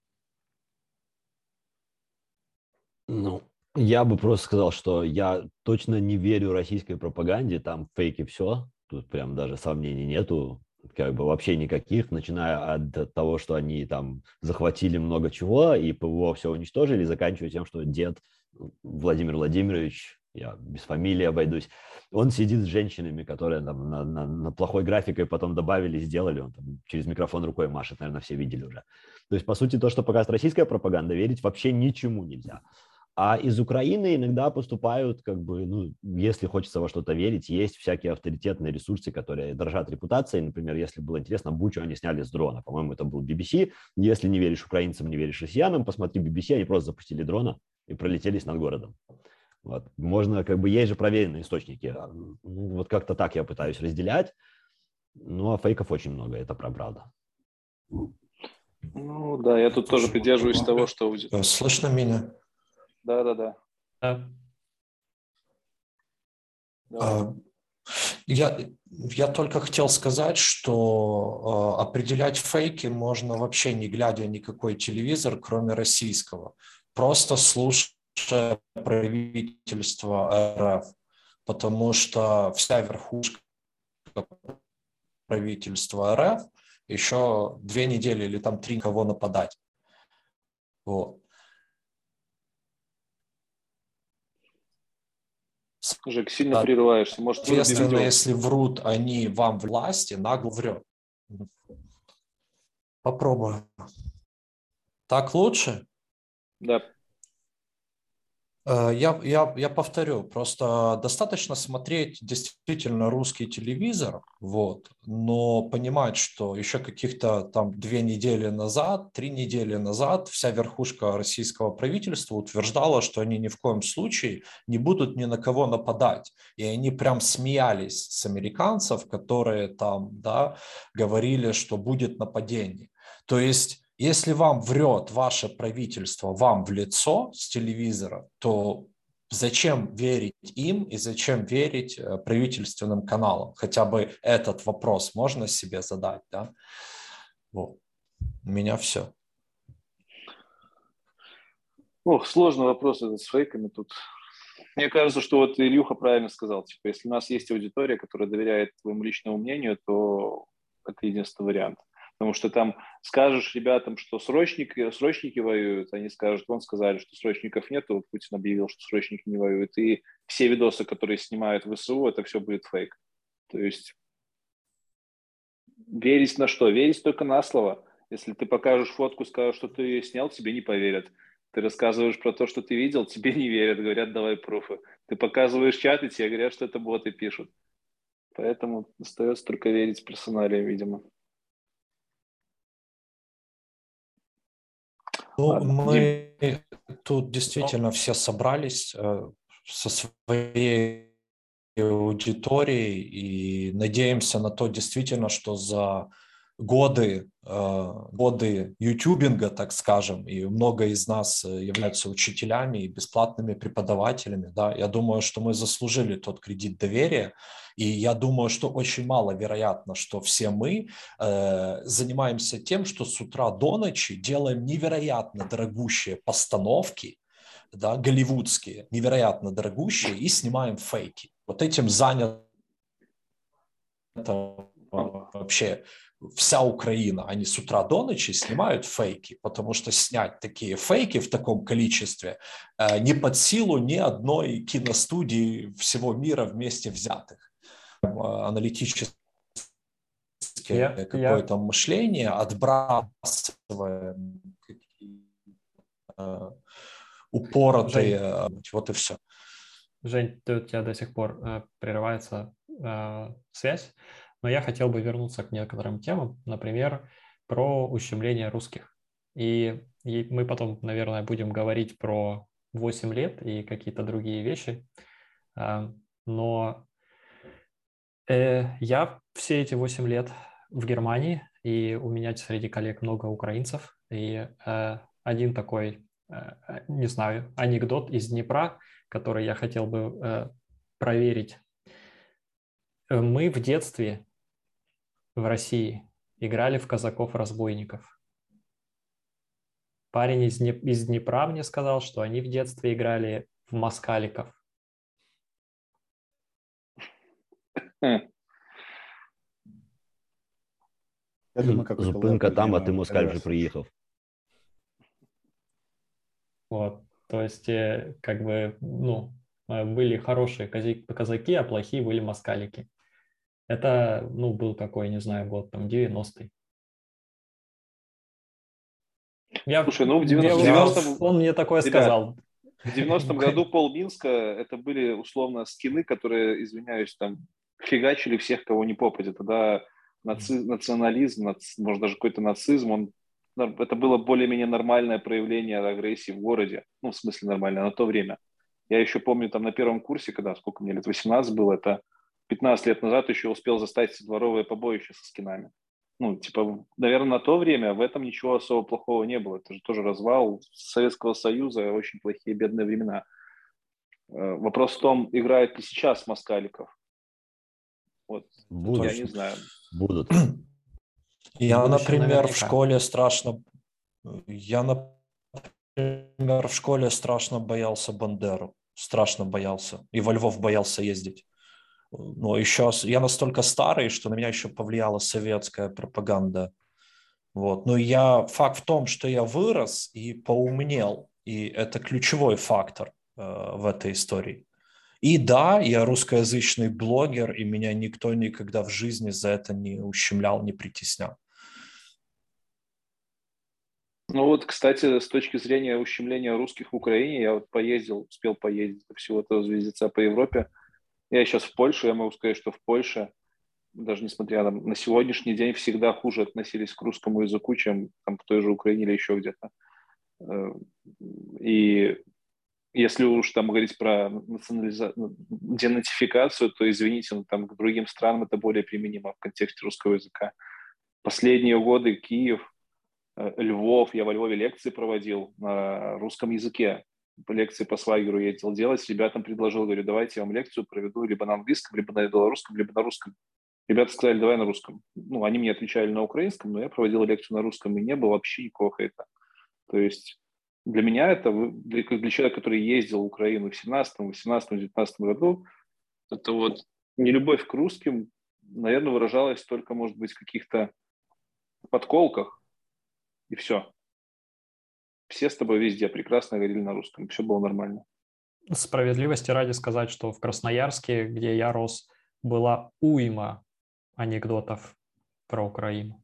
Ну, я бы просто сказал, что я точно не верю российской пропаганде, там фейки все, тут прям даже сомнений нету, как бы вообще никаких, начиная от того, что они там захватили много чего и ПВО все уничтожили, заканчивая тем, что дед Владимир Владимирович, я без фамилии обойдусь, он сидит с женщинами, которые там на, на, на плохой графикой потом добавили, сделали, он там через микрофон рукой машет, наверное, все видели уже. То есть, по сути, то, что показывает российская пропаганда, верить вообще ничему нельзя. А из Украины иногда поступают, как бы, ну, если хочется во что-то верить, есть всякие авторитетные ресурсы, которые дорожат репутацией. Например, если было интересно, Бучу они сняли с дрона. По-моему, это был би би си. Если не веришь украинцам, не веришь россиянам, посмотри би би си, они просто запустили дрона и пролетелись над городом. Вот. Можно, как бы, есть же проверенные источники. Ну, вот как-то так я пытаюсь разделять. Ну, а фейков очень много, это правда. Ну, да, я тут тоже придерживаюсь того, что... Слышно меня? Да-да-да. Да. Да. Я, я только хотел сказать, что э, определять фейки можно вообще не глядя никакой телевизор, кроме российского. Просто слушая правительство эр эф, потому что вся верхушка правительства эр эф еще две недели или там три кого нападать. Вот. Жек, сильно прерываешься. Может, соответственно, если врут они вам в власти, нагло врет. Попробую. Так лучше? Да. Я, я, я повторю, просто достаточно смотреть действительно русский телевизор, вот, но понимать, что еще каких-то там две недели назад, три недели назад вся верхушка российского правительства утверждала, что они ни в коем случае не будут ни на кого нападать. И они прям смеялись с американцев, которые там, да, говорили, что будет нападение. То есть если вам врет ваше правительство вам в лицо с телевизора, то зачем верить им и зачем верить правительственным каналам? Хотя бы этот вопрос можно себе задать, да? Вот. У меня все. Ох, сложный вопрос этот с фейками тут. Мне кажется, что вот Ильюха правильно сказал. Типа, если у нас есть аудитория, которая доверяет твоему личному мнению, то это единственный вариант. Потому что там скажешь ребятам, что срочники, срочники воюют, они скажут, вон сказали, что срочников нету, вот Путин объявил, что срочники не воюют. И все видосы, которые снимают ВСУ, это все будет фейк. То есть верить на что? Верить только на слово. Если ты покажешь фотку, скажешь, что ты ее снял, тебе не поверят. Ты рассказываешь про то, что ты видел, тебе не верят, говорят, давай пруфы. Ты показываешь чат, и тебе говорят, что это боты пишут. Поэтому остается только верить персоналиям, видимо. Ну, Ладно. Мы тут действительно все собрались э, со своей аудиторией и надеемся на то действительно, что за годы, годы ютубинга, так скажем, и много из нас являются учителями и бесплатными преподавателями, да, я думаю, что мы заслужили тот кредит доверия, и я думаю, что очень маловероятно, что все мы э, занимаемся тем, что с утра до ночи делаем невероятно дорогущие постановки, да, голливудские, невероятно дорогущие, и снимаем фейки. Вот этим занят вообще вся Украина. Они с утра до ночи снимают фейки, потому что снять такие фейки в таком количестве э, не под силу ни одной киностудии всего мира вместе взятых. Э, аналитическое Я, какое-то я, мышление, отбрасывая э, упоротые, Жень, вот и все. Жень, ты, у тебя до сих пор э, прерывается э, связь, но я хотел бы вернуться к некоторым темам, например, про ущемление русских. И, и мы потом, наверное, будем говорить про восемь лет и какие-то другие вещи, э, но э, я все эти восемь лет в Германии, и у меня среди коллег много украинцев, и э, один такой, э, не знаю, анекдот из Днепра, который я хотел бы э, проверить. Мы в детстве в России играли в казаков-разбойников. Парень из, Днеп- из Днепра мне сказал, что они в детстве играли в москаликов. Я думаю, какой-то Зупинка лопаль там, а ти Діма москаль вже раз. приїхав. Вот. То есть, э, как бы, ну, э, были хорошие казаки, казаки, а плохие были москалики. Это, ну, был какой, не знаю, год, там, девяностый. Я, Слушай, ну в я, девяностом... он мне такое Ребят, сказал. в девяностом году Пол Минска это были условно скины, которые, извиняюсь, там фигачили всех, кого не попадет. Тогда наци... национализм, нац... может даже какой-то нацизм, он... это было более-менее нормальное проявление агрессии в городе. Ну, в смысле нормальное, на то время. Я еще помню там на первом курсе, когда, сколько мне лет, восемнадцать было, это пятнадцать лет назад еще успел застать дворовое побоище со скинами. Ну, типа, наверное, на то время в этом ничего особо плохого не было. Это же тоже развал Советского Союза, очень плохие бедные времена. Вопрос в том, играют ли сейчас москаликов. Вот, Будут. я не знаю. Будут. Я, например, наверняка. в школе страшно... Я, например, в школе страшно боялся Бандеру. Страшно боялся. И во Львов боялся ездить. Но еще я настолько старый, что на меня еще повлияла советская пропаганда. Вот. Но я, факт в том, что я вырос и поумнел. И это ключевой фактор э, в этой истории. И да, я русскоязычный блогер, и меня никто никогда в жизни за это не ущемлял, не притеснял. Ну вот, кстати, с точки зрения ущемления русских в Украине, я вот поездил, успел поездить до всего этого звездеца по Европе. Я сейчас в Польше, я могу сказать, что в Польше, даже несмотря там, на сегодняшний день, всегда хуже относились к русскому языку, чем там, в той же Украине или еще где-то. И если уж там говорить про национализа... денацификацию, то, извините, но там к другим странам это более применимо в контексте русского языка. Последние годы Киев, Львов, я во Львове лекции проводил на русском языке. Лекции по Свагеру ездил делать, ребятам предложил, говорю, давайте я вам лекцию проведу либо на английском, либо на белорусском, либо на русском. Ребята сказали, давай на русском. Ну, они мне отвечали на украинском, но я проводил лекцию на русском, и не было вообще никакого хейта. То есть для меня это, для, для человека, который ездил в Украину в семнадцатом, восемнадцатом, девятнадцатом году, это вот нелюбовь к русским, наверное, выражалась только, может быть, в каких-то подколках, и все. Все с тобой везде прекрасно говорили на русском, все было нормально. Справедливости ради сказать, что в Красноярске, где я рос, была уйма анекдотов про Украину.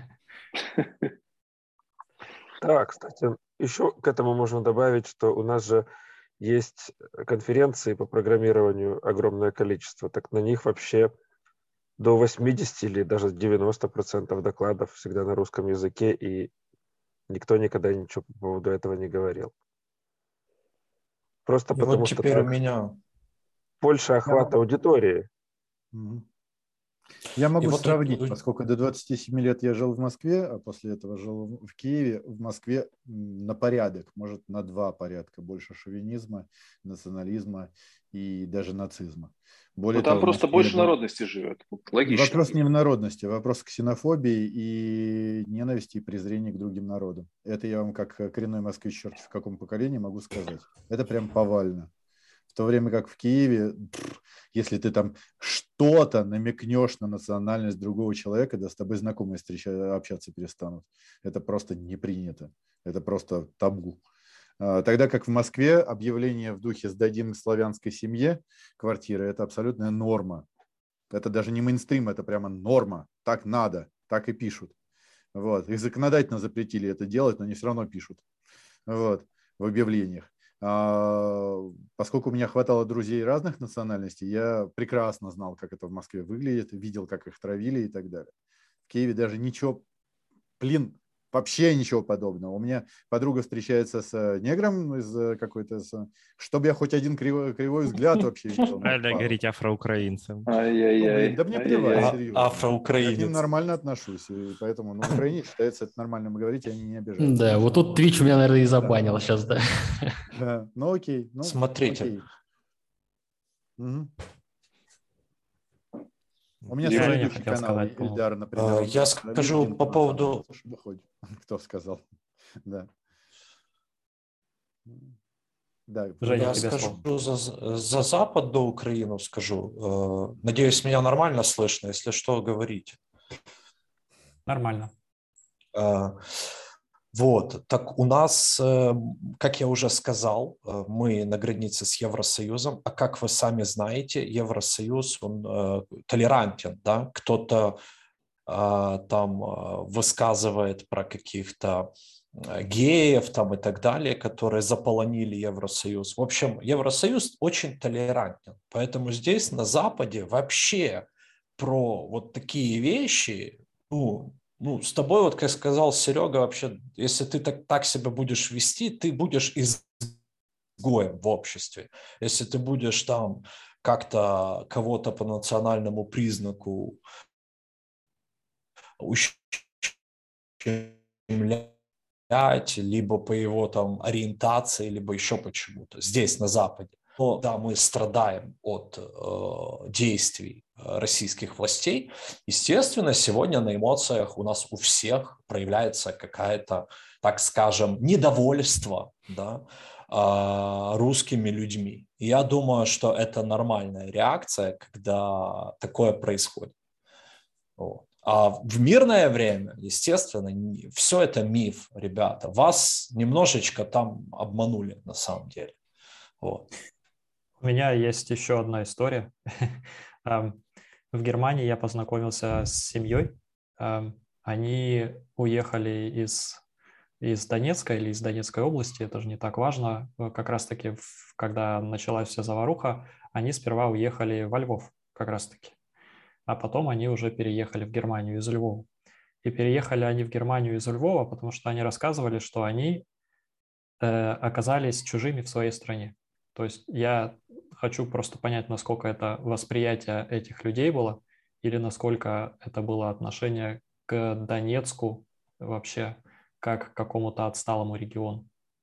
Да, кстати, еще к этому можно добавить, что у нас же есть конференции по программированию огромное количество, так на них вообще до восьмидесяти или даже девяноста процентов докладов всегда на русском языке, и никто никогда ничего по поводу этого не говорил. Просто И потому вот что теперь так у меня... больше охват Я... аудитории. Угу. Я могу вот сравнить, тут... поскольку до двадцати семи лет я жил в Москве, а после этого жил в Киеве. В Москве на порядок, может, на два порядка больше шовинизма, национализма и даже нацизма. Более Ну, там того, в просто Москве больше был... народности живет. Логично. Вопрос не в народности, вопрос ксенофобии и ненависти и презрения к другим народам. Это я вам как коренной москвич, черт в каком поколении, могу сказать. Это прям повально. В то время как в Киеве, если ты там что-то намекнешь на национальность другого человека, да с тобой знакомые встреча, общаться перестанут. Это просто не принято. Это просто табу. Тогда как в Москве объявление в духе «сдадим славянской семье» квартиры – это абсолютная норма. Это даже не мейнстрим, это прямо норма. Так надо, так и пишут. Вот. Их законодательно запретили это делать, но они все равно пишут вот, в объявлениях. А, поскольку у меня хватало друзей разных национальностей, я прекрасно знал, как это в Москве выглядит, видел, как их травили и так далее. В Киеве даже ничего, блин, вообще ничего подобного. У меня подруга встречается с негром из какой-то, чтобы я хоть один кривой, кривой взгляд вообще видел. Правильно говорить афроукраинцам. Ай-яй-яй. Да мне плевать, А- серьезно. афроукраинец. Я к ним нормально отношусь, и поэтому ну, в Украине считается это нормальным говорить, и они не обижаются. Да, вот тут Twitch меня, наверное, и забанил сейчас, да. Да, ну окей. Ну, Смотрите. окей. Угу. У меня Я свой Женя ведущий хотел канал, сказать, по-моему. Ильдар, например. А, я скажу LinkedIn, по на самом поводу- деле, тоже выходит. Кто сказал? Да. Да, Женя, Я тебе скажу слово. за, за Западную Украину, скажу. Э, Надеюсь, меня нормально слышно, если что, говорите. Нормально. Э, Вот, так у нас, э, как я уже сказал, э, мы на границе с Евросоюзом, а как вы сами знаете, Евросоюз, он э, толерантен, да, кто-то э, там э, высказывает про каких-то э, геев там и так далее, которые заполонили Евросоюз. В общем, Евросоюз очень толерантен, поэтому здесь на Западе вообще про вот такие вещи, ну, Ну, с тобой, вот как сказал Серега, вообще, если ты так, так себя будешь вести, ты будешь изгоем в обществе. Если ты будешь там как-то кого-то по национальному признаку ущемлять, либо по его там ориентации, либо еще почему-то, здесь, на Западе. Но да, мы страдаем от э, действий российских властей. Естественно, сегодня на эмоциях у нас у всех проявляется какая-то, так скажем, недовольство, да, э, русскими людьми. И я думаю, что это нормальная реакция, когда такое происходит. Вот. А в мирное время, естественно, все это миф, ребята. Вас немножечко там обманули на самом деле. Вот. У меня есть еще одна история. В Германии я познакомился с семьей. Они уехали из, из Донецка или из Донецкой области, это же не так важно. Как раз-таки, когда началась вся заваруха, они сперва уехали во Львов, как раз-таки. А потом они уже переехали в Германию из Львова. И переехали они в Германию из Львова, потому что они рассказывали, что они э, оказались чужими в своей стране. То есть я хочу просто понять, насколько это восприятие этих людей было, или насколько это было отношение к Донецку вообще, как к какому-то отсталому региону.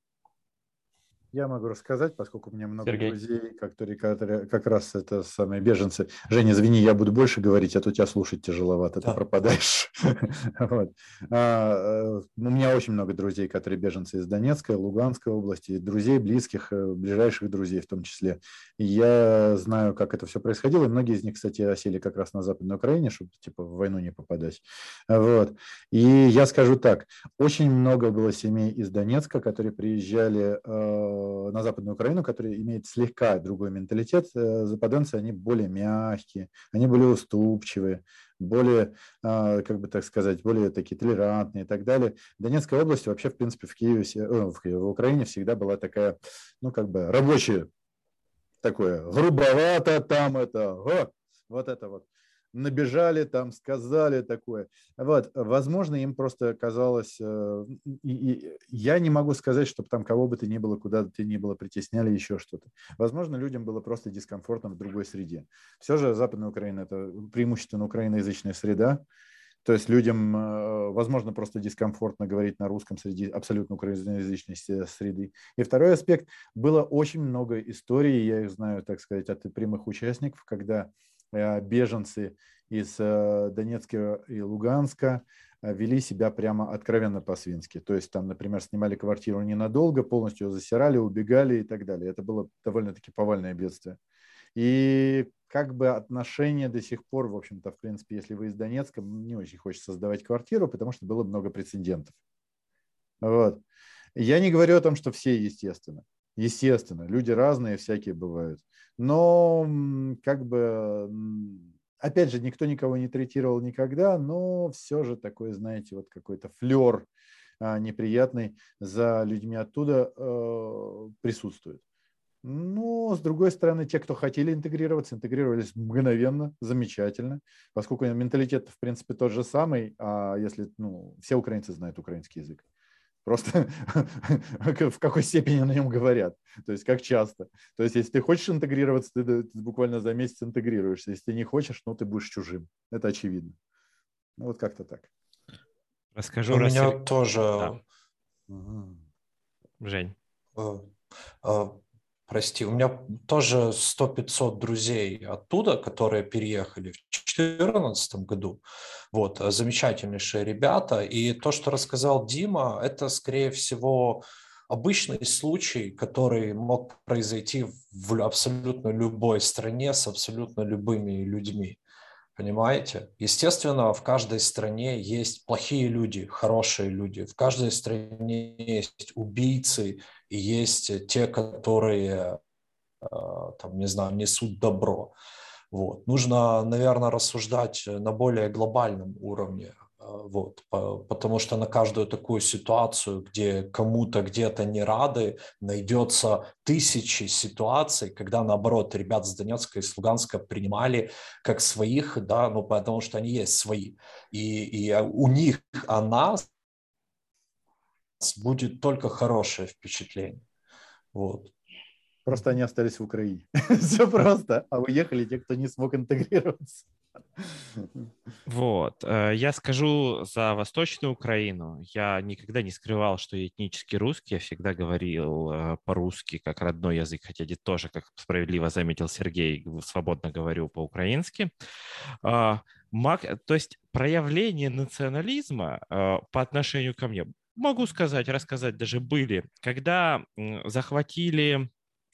Я могу рассказать, поскольку у меня много Сергей. друзей, которые, которые как раз это самые беженцы. Женя, извини, я буду больше говорить, а то тебя слушать тяжеловато, Да. ты пропадаешь. Вот. А, у меня очень много друзей, которые беженцы из Донецкой, Луганской области, друзей, близких, ближайших друзей в том числе. И я знаю, как это все происходило, и многие из них, кстати, осели как раз на Западной Украине, чтобы типа в войну не попадать. Вот. И я скажу так, очень много было семей из Донецка, которые приезжали на Западную Украину, которые имеют слегка другой менталитет. Западенцы, они более мягкие, они более уступчивые, более, как бы так сказать, более такие толерантные и так далее. Донецкая область вообще, в принципе, в Киеве, в Украине всегда была такая, ну, как бы рабочая, такое, грубовато там это, о, вот это вот. набежали там, сказали такое. Вот, возможно, им просто казалось, э, и, и, я не могу сказать, чтобы там кого бы то ни было, куда бы то ни было притесняли, еще что-то. Возможно, людям было просто дискомфортно в другой среде. Все же Западная Украина – это преимущественно украиноязычная среда. То есть людям, возможно, просто дискомфортно говорить на русском среди абсолютно украиноязычной среды. И второй аспект. Было очень много историй, я их знаю, так сказать, от прямых участников, когда беженцы из Донецка и Луганска вели себя прямо откровенно по-свински. То есть там, например, снимали квартиру ненадолго, полностью засирали, убегали и так далее. Это было довольно-таки повальное бедствие. И как бы отношения до сих пор, в общем-то, в принципе, если вы из Донецка, не очень хочется сдавать квартиру, потому что было много прецедентов. Вот. Я не говорю о том, что все, естественно. Естественно, люди разные, всякие бывают. Но как бы, опять же, никто никого не третировал никогда, но все же такой, знаете, вот какой-то флер а, неприятный за людьми оттуда э, присутствует. Но, с другой стороны, те, кто хотели интегрироваться, интегрировались мгновенно, замечательно, поскольку менталитет, в принципе, тот же самый, а если, ну, все украинцы знают украинский язык. Просто в какой степени на нем говорят, то есть как часто. То есть если ты хочешь интегрироваться, ты, ты буквально за месяц интегрируешься. Если ты не хочешь, ну, ты будешь чужим. Это очевидно. Ну, вот как-то так. Расскажу. У раз... меня тоже... Да. Угу. Жень. Прости, у меня тоже сто-пятьсот друзей оттуда, которые переехали в две тысячи четырнадцатом году. Вот, замечательнейшие ребята. И то, что рассказал Дима, это, скорее всего, обычный случай, который мог произойти в абсолютно любой стране с абсолютно любыми людьми. Понимаете? Естественно, в каждой стране есть плохие люди, хорошие люди. В каждой стране есть убийцы и есть те, которые, там, не знаю, несут добро. Вот. Нужно, наверное, рассуждать на более глобальном уровне. Вот, потому что на каждую такую ситуацию, где кому-то где-то не рады, найдется тысячи ситуаций, когда, наоборот, ребят с Донецка и с Луганска принимали как своих, да, ну, потому что они есть свои. И, и у них о нас будет только хорошее впечатление. Вот. Просто они остались в Украине. Все просто. А уехали те, кто не смог интегрироваться. Вот. Я скажу за Восточную Украину. Я никогда не скрывал, что я этнически русский. Я всегда говорил по-русски как родной язык, хотя я тоже, как справедливо заметил Сергей, свободно говорю по-украински. То есть проявление национализма по отношению ко мне, могу сказать, рассказать, даже были, когда захватили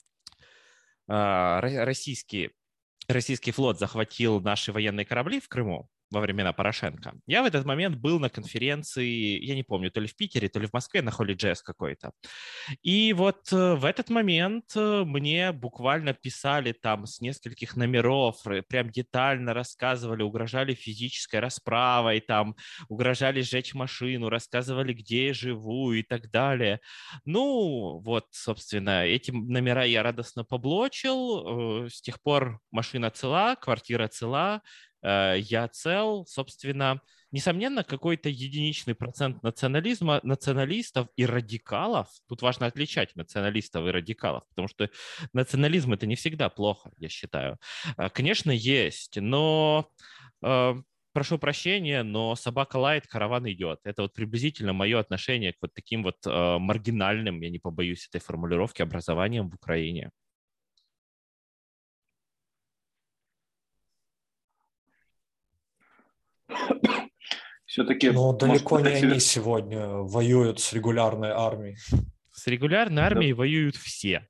российские Российский флот захватил наши военные корабли в Крыму во времена Порошенко. Я в этот момент был на конференции, я не помню, то ли в Питере, то ли в Москве, на Holy Jazz какой-то. И вот в этот момент мне буквально писали там с нескольких номеров, прям детально рассказывали, угрожали физической расправой, там, угрожали сжечь машину, рассказывали, где я живу и так далее. Ну, вот, собственно, эти номера я радостно поблочил. С тех пор машина цела, квартира цела, я цел, собственно, несомненно, какой-то единичный процент национализма, националистов и радикалов. Тут важно отличать националистов и радикалов, потому что национализм – это не всегда плохо, я считаю. Конечно, есть, но, прошу прощения, но собака лает, караван идет. Это вот приблизительно мое отношение к вот таким вот маргинальным, я не побоюсь этой формулировки, образованиям в Украине. Все-таки... Но далеко может, не они сегодня воюют с регулярной армией. С регулярной армией да. воюют все.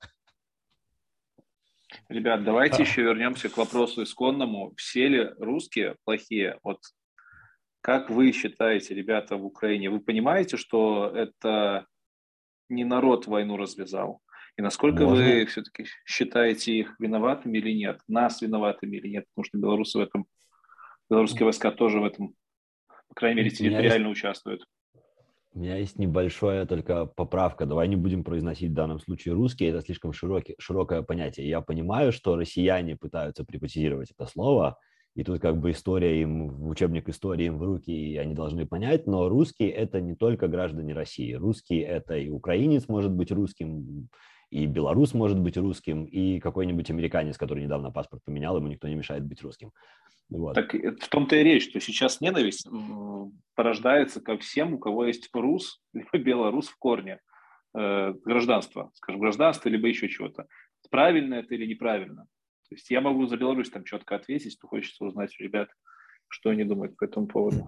Ребят, давайте а. еще вернемся к вопросу исконному. Все ли русские плохие? Вот как вы считаете, ребята в Украине, вы понимаете, что это не народ войну развязал? И насколько Можно? Вы все-таки считаете их виноватыми или нет? Нас виноватыми или нет? Потому что белорусы в этом, белорусские войска тоже в этом, по крайней мере, территориально есть, участвуют. У меня есть небольшая только поправка. Давай не будем произносить в данном случае русский. Это слишком широкий, широкое понятие. Я понимаю, что россияне пытаются препатизировать это слово И тут как бы история им, учебник истории им в руки, и они должны понять, но русские – это не только граждане России. Русский – это и украинец может быть русским, и белорус может быть русским, и какой-нибудь американец, который недавно паспорт поменял, ему никто не мешает быть русским. Вот. Так в том-то и речь, что сейчас ненависть порождается ко всем, у кого есть рус, либо белорус в корне, э, гражданство, скажем, гражданство, либо еще чего-то. Правильно это или неправильно? То есть я могу за Беларусь там четко ответить, то хочется узнать у ребят, что они думают по этому поводу.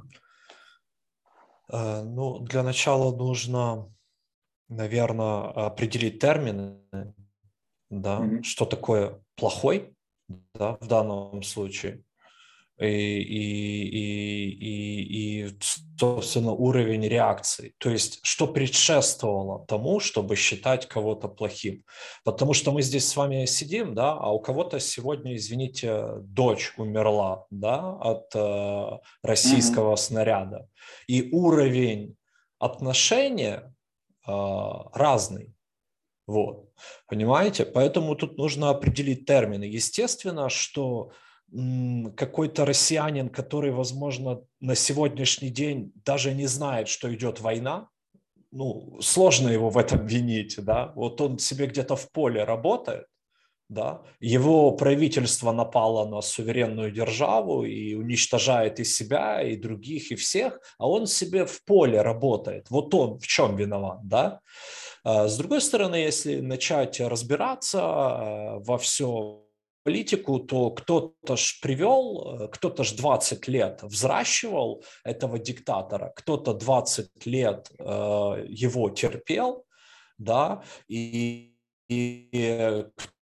Ну, для начала нужно, наверное, определить термины, да, mm-hmm. что такое плохой, да, в данном случае. И, и, и, и, и, собственно, уровень реакции. То есть, что предшествовало тому, чтобы считать кого-то плохим. Потому что мы здесь с вами сидим, да, а у кого-то сегодня, извините, дочь умерла, да, от э, российского mm-hmm. снаряда. И уровень отношения э, разный. Вот. Понимаете? Поэтому тут нужно определить термины. Естественно, что какой-то россиянин, который, возможно, на сегодняшний день даже не знает, что идет война, ну, сложно его в этом винить, да, вот он себе где-то в поле работает, да, его правительство напало на суверенную державу и уничтожает и себя, и других, и всех, а он себе в поле работает, вот он в чем виноват, да. С другой стороны, если начать разбираться во всем, политику, то кто-то ж привел, кто-то ж двадцать лет взращивал этого диктатора, кто-то двадцать лет э, его терпел, да, и, и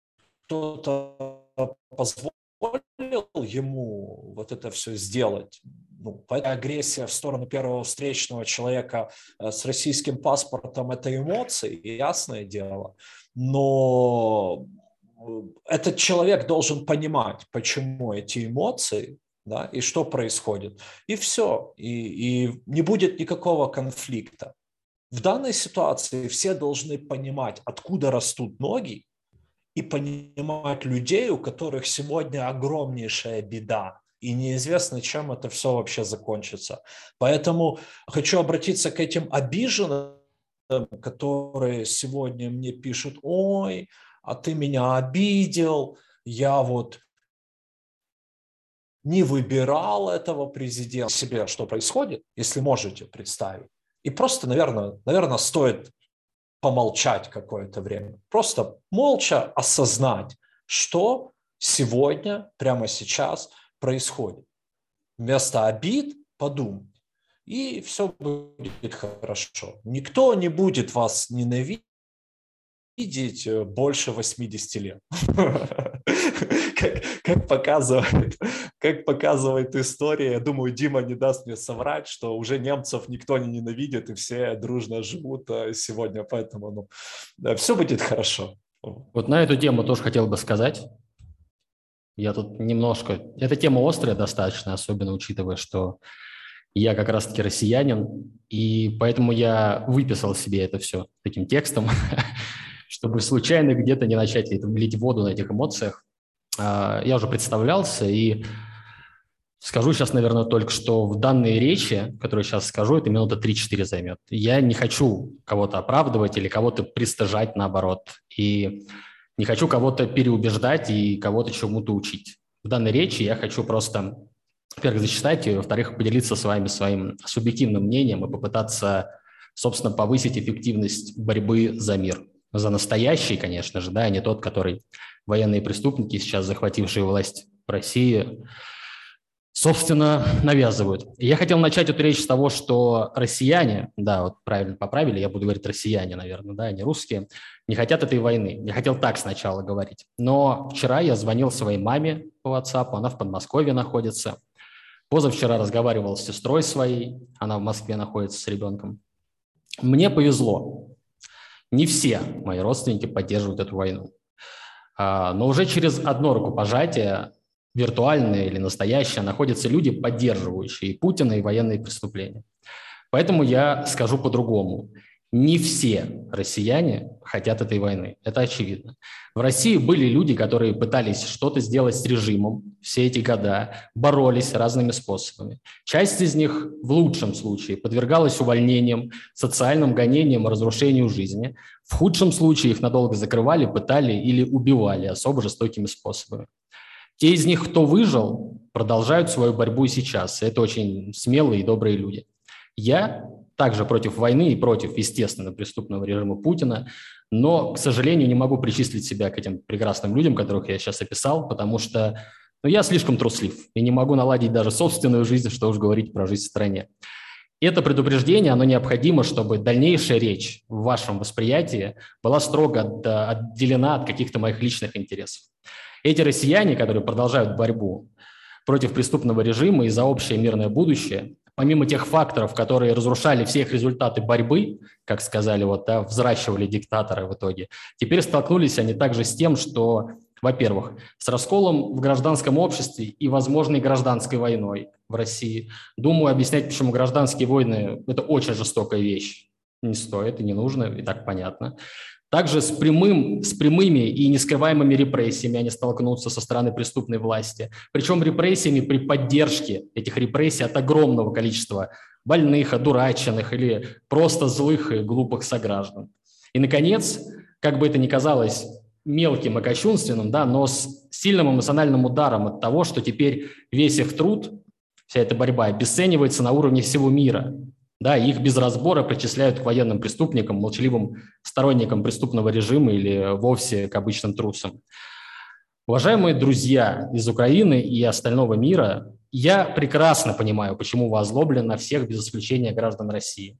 кто-то позволил ему вот это все сделать. Ну, агрессия в сторону первого встречного человека с российским паспортом – это эмоции, ясное дело, но этот человек должен понимать, почему эти эмоции, да, и что происходит. И все. И, и не будет никакого конфликта. В данной ситуации все должны понимать, откуда растут ноги, и понимать людей, у которых сегодня огромнейшая беда. И неизвестно, чем это все вообще закончится. Поэтому хочу обратиться к этим обиженным, которые сегодня мне пишут: ой, а ты меня обидел, я вот не выбирал этого президента. Себе что происходит, если можете представить. И просто, наверное, наверное, стоит помолчать какое-то время. Просто молча осознать, что сегодня, прямо сейчас происходит. Вместо обид подумать, и все будет хорошо. Никто не будет вас ненавидеть больше восьмидесяти лет. Как, как, показывает, как показывает история, я думаю, Дима не даст мне соврать, что уже немцев никто не ненавидит, и все дружно живут сегодня, поэтому ну, да, все будет хорошо. Вот на эту тему тоже хотел бы сказать. Я тут немножко... Эта тема острая достаточно, особенно учитывая, что я как раз-таки россиянин, и поэтому я выписал себе это все таким текстом, чтобы случайно где-то не начать лить воду на этих эмоциях. Я уже представлялся, и скажу сейчас, наверное, только что в данной речи, которую сейчас скажу, это минута три-четыре займет. Я не хочу кого-то оправдывать или кого-то пристыжать, наоборот, и не хочу кого-то переубеждать и кого-то чему-то учить. В данной речи я хочу просто, во-первых, зачитать, и, во-вторых, поделиться с вами своим субъективным мнением и попытаться, собственно, повысить эффективность борьбы за мир. За настоящий, конечно же, да, а не тот, который военные преступники, сейчас захватившие власть в России, собственно, навязывают. И я хотел начать эту речь с того, что россияне, да, вот правильно поправили, я буду говорить россияне, наверное, да, а не русские, не хотят этой войны. Я хотел так сначала говорить. Но вчера я звонил своей маме по WhatsApp, она в Подмосковье находится. Позавчера разговаривал с сестрой своей, она в Москве находится с ребенком. Мне повезло. Не все мои родственники поддерживают эту войну. Но уже через одно рукопожатие, виртуальное или настоящее, находятся люди, поддерживающие и Путина, и военные преступления. Поэтому я скажу по-другому. Не все россияне хотят этой войны, это очевидно. В России были люди, которые пытались что-то сделать с режимом все эти года, боролись разными способами. Часть из них в лучшем случае подвергалась увольнениям, социальным гонениям и разрушению жизни. В худшем случае их надолго закрывали, пытали или убивали особо жестокими способами. Те из них, кто выжил, продолжают свою борьбу и сейчас. Это очень смелые и добрые люди. Я также против войны и против, естественно, преступного режима Путина, но, к сожалению, не могу причислить себя к этим прекрасным людям, которых я сейчас описал, потому что ну, я слишком труслив и не могу наладить даже собственную жизнь, что уж говорить про жизнь в стране. Это предупреждение, оно необходимо, чтобы дальнейшая речь в вашем восприятии была строго отделена от каких-то моих личных интересов. Эти россияне, которые продолжают борьбу против преступного режима и за общее мирное будущее, помимо тех факторов, которые разрушали все их результаты борьбы, как сказали, вот, да, взращивали диктатора в итоге, теперь столкнулись они также с тем, что, во-первых, с расколом в гражданском обществе и возможной гражданской войной в России. Думаю, объяснять, почему гражданские войны – это очень жестокая вещь. Не стоит и не нужно, и так понятно. Также с, прямым, с прямыми и нескрываемыми репрессиями они столкнутся со стороны преступной власти. Причем репрессиями при поддержке этих репрессий от огромного количества больных, одураченных или просто злых и глупых сограждан. И, наконец, как бы это ни казалось мелким и кощунственным, да, но с сильным эмоциональным ударом от того, что теперь весь их труд, вся эта борьба обесценивается на уровне всего мира. Да, их без разбора причисляют к военным преступникам, молчаливым сторонникам преступного режима или вовсе к обычным трусам. Уважаемые друзья из Украины и остального мира, я прекрасно понимаю, почему вы озлоблены на всех без исключения граждан России.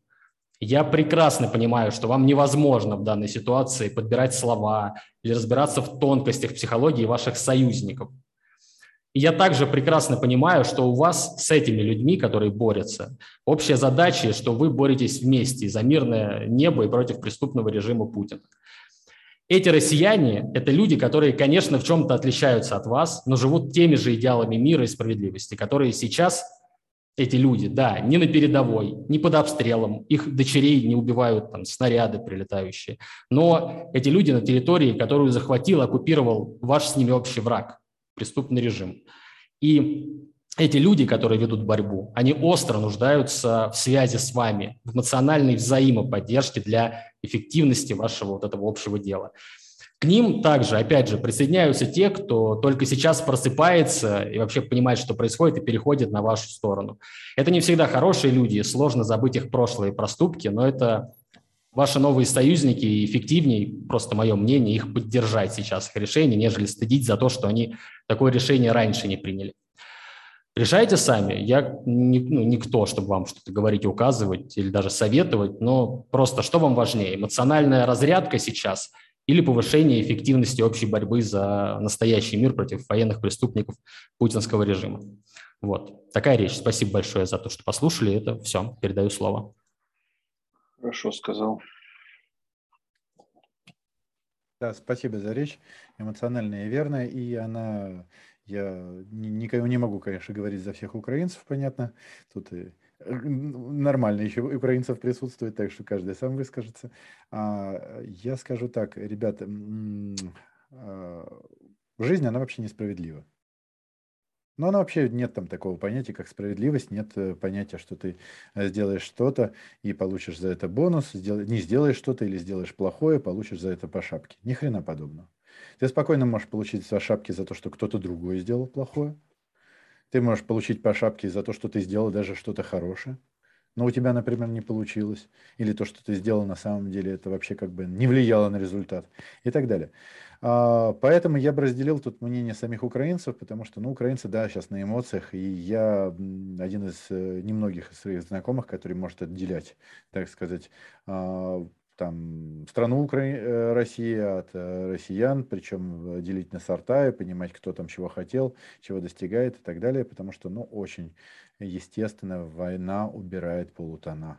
Я прекрасно понимаю, что вам невозможно в данной ситуации подбирать слова или разбираться в тонкостях психологии ваших союзников. И я также прекрасно понимаю, что у вас с этими людьми, которые борются, общая задача, что вы боретесь вместе за мирное небо и против преступного режима Путина. Эти россияне – это люди, которые, конечно, в чем-то отличаются от вас, но живут теми же идеалами мира и справедливости, которые сейчас, эти люди, да, не на передовой, не под обстрелом, их дочерей не убивают там снаряды прилетающие, но эти люди на территории, которую захватил, оккупировал ваш с ними общий враг. Преступный режим. И эти люди, которые ведут борьбу, они остро нуждаются в связи с вами, в эмоциональной взаимоподдержке для эффективности вашего вот этого общего дела. К ним также, опять же, присоединяются те, кто только сейчас просыпается и вообще понимает, что происходит, и переходит на вашу сторону. Это не всегда хорошие люди, сложно забыть их прошлые проступки, но это ваши новые союзники, и эффективнее, просто мое мнение, их поддержать сейчас, их решение, нежели стыдить за то, что они такое решение раньше не приняли. Решайте сами. Я не, ну, никто, чтобы вам что-то говорить, указывать или даже советовать, но просто что вам важнее, эмоциональная разрядка сейчас или повышение эффективности общей борьбы за настоящий мир против военных преступников путинского режима. Вот. Такая речь. Спасибо большое за то, что послушали. Это все. Передаю слово. Хорошо сказал. Да, спасибо за речь, эмоциональная и верная, и она, я никого не могу, конечно, говорить за всех украинцев, понятно, тут и нормально еще украинцев присутствует, так что каждый сам выскажется. А я скажу так, ребята, жизнь, она вообще несправедлива. Но она вообще нет там такого понятия, как справедливость, нет понятия, что ты сделаешь что-то и получишь за это бонус, не сделаешь что-то или сделаешь плохое, получишь за это по шапке. Ни хрена подобного. Ты спокойно можешь получить по шапке за то, что кто-то другой сделал плохое. Ты можешь получить по шапке за то, что ты сделал даже что-то хорошее. Но у тебя, например, не получилось. Или то, что ты сделал на самом деле, это вообще как бы не влияло на результат. И так далее. Поэтому я бы разделил тут мнение самих украинцев, потому что, ну, украинцы, да, сейчас на эмоциях, и я один из немногих из своих знакомых, который может отделять, так сказать, там, страну Укра... России от россиян, причем делить на сорта и понимать, кто там чего хотел, чего достигает и так далее, потому что, ну, очень естественно, война убирает полутона.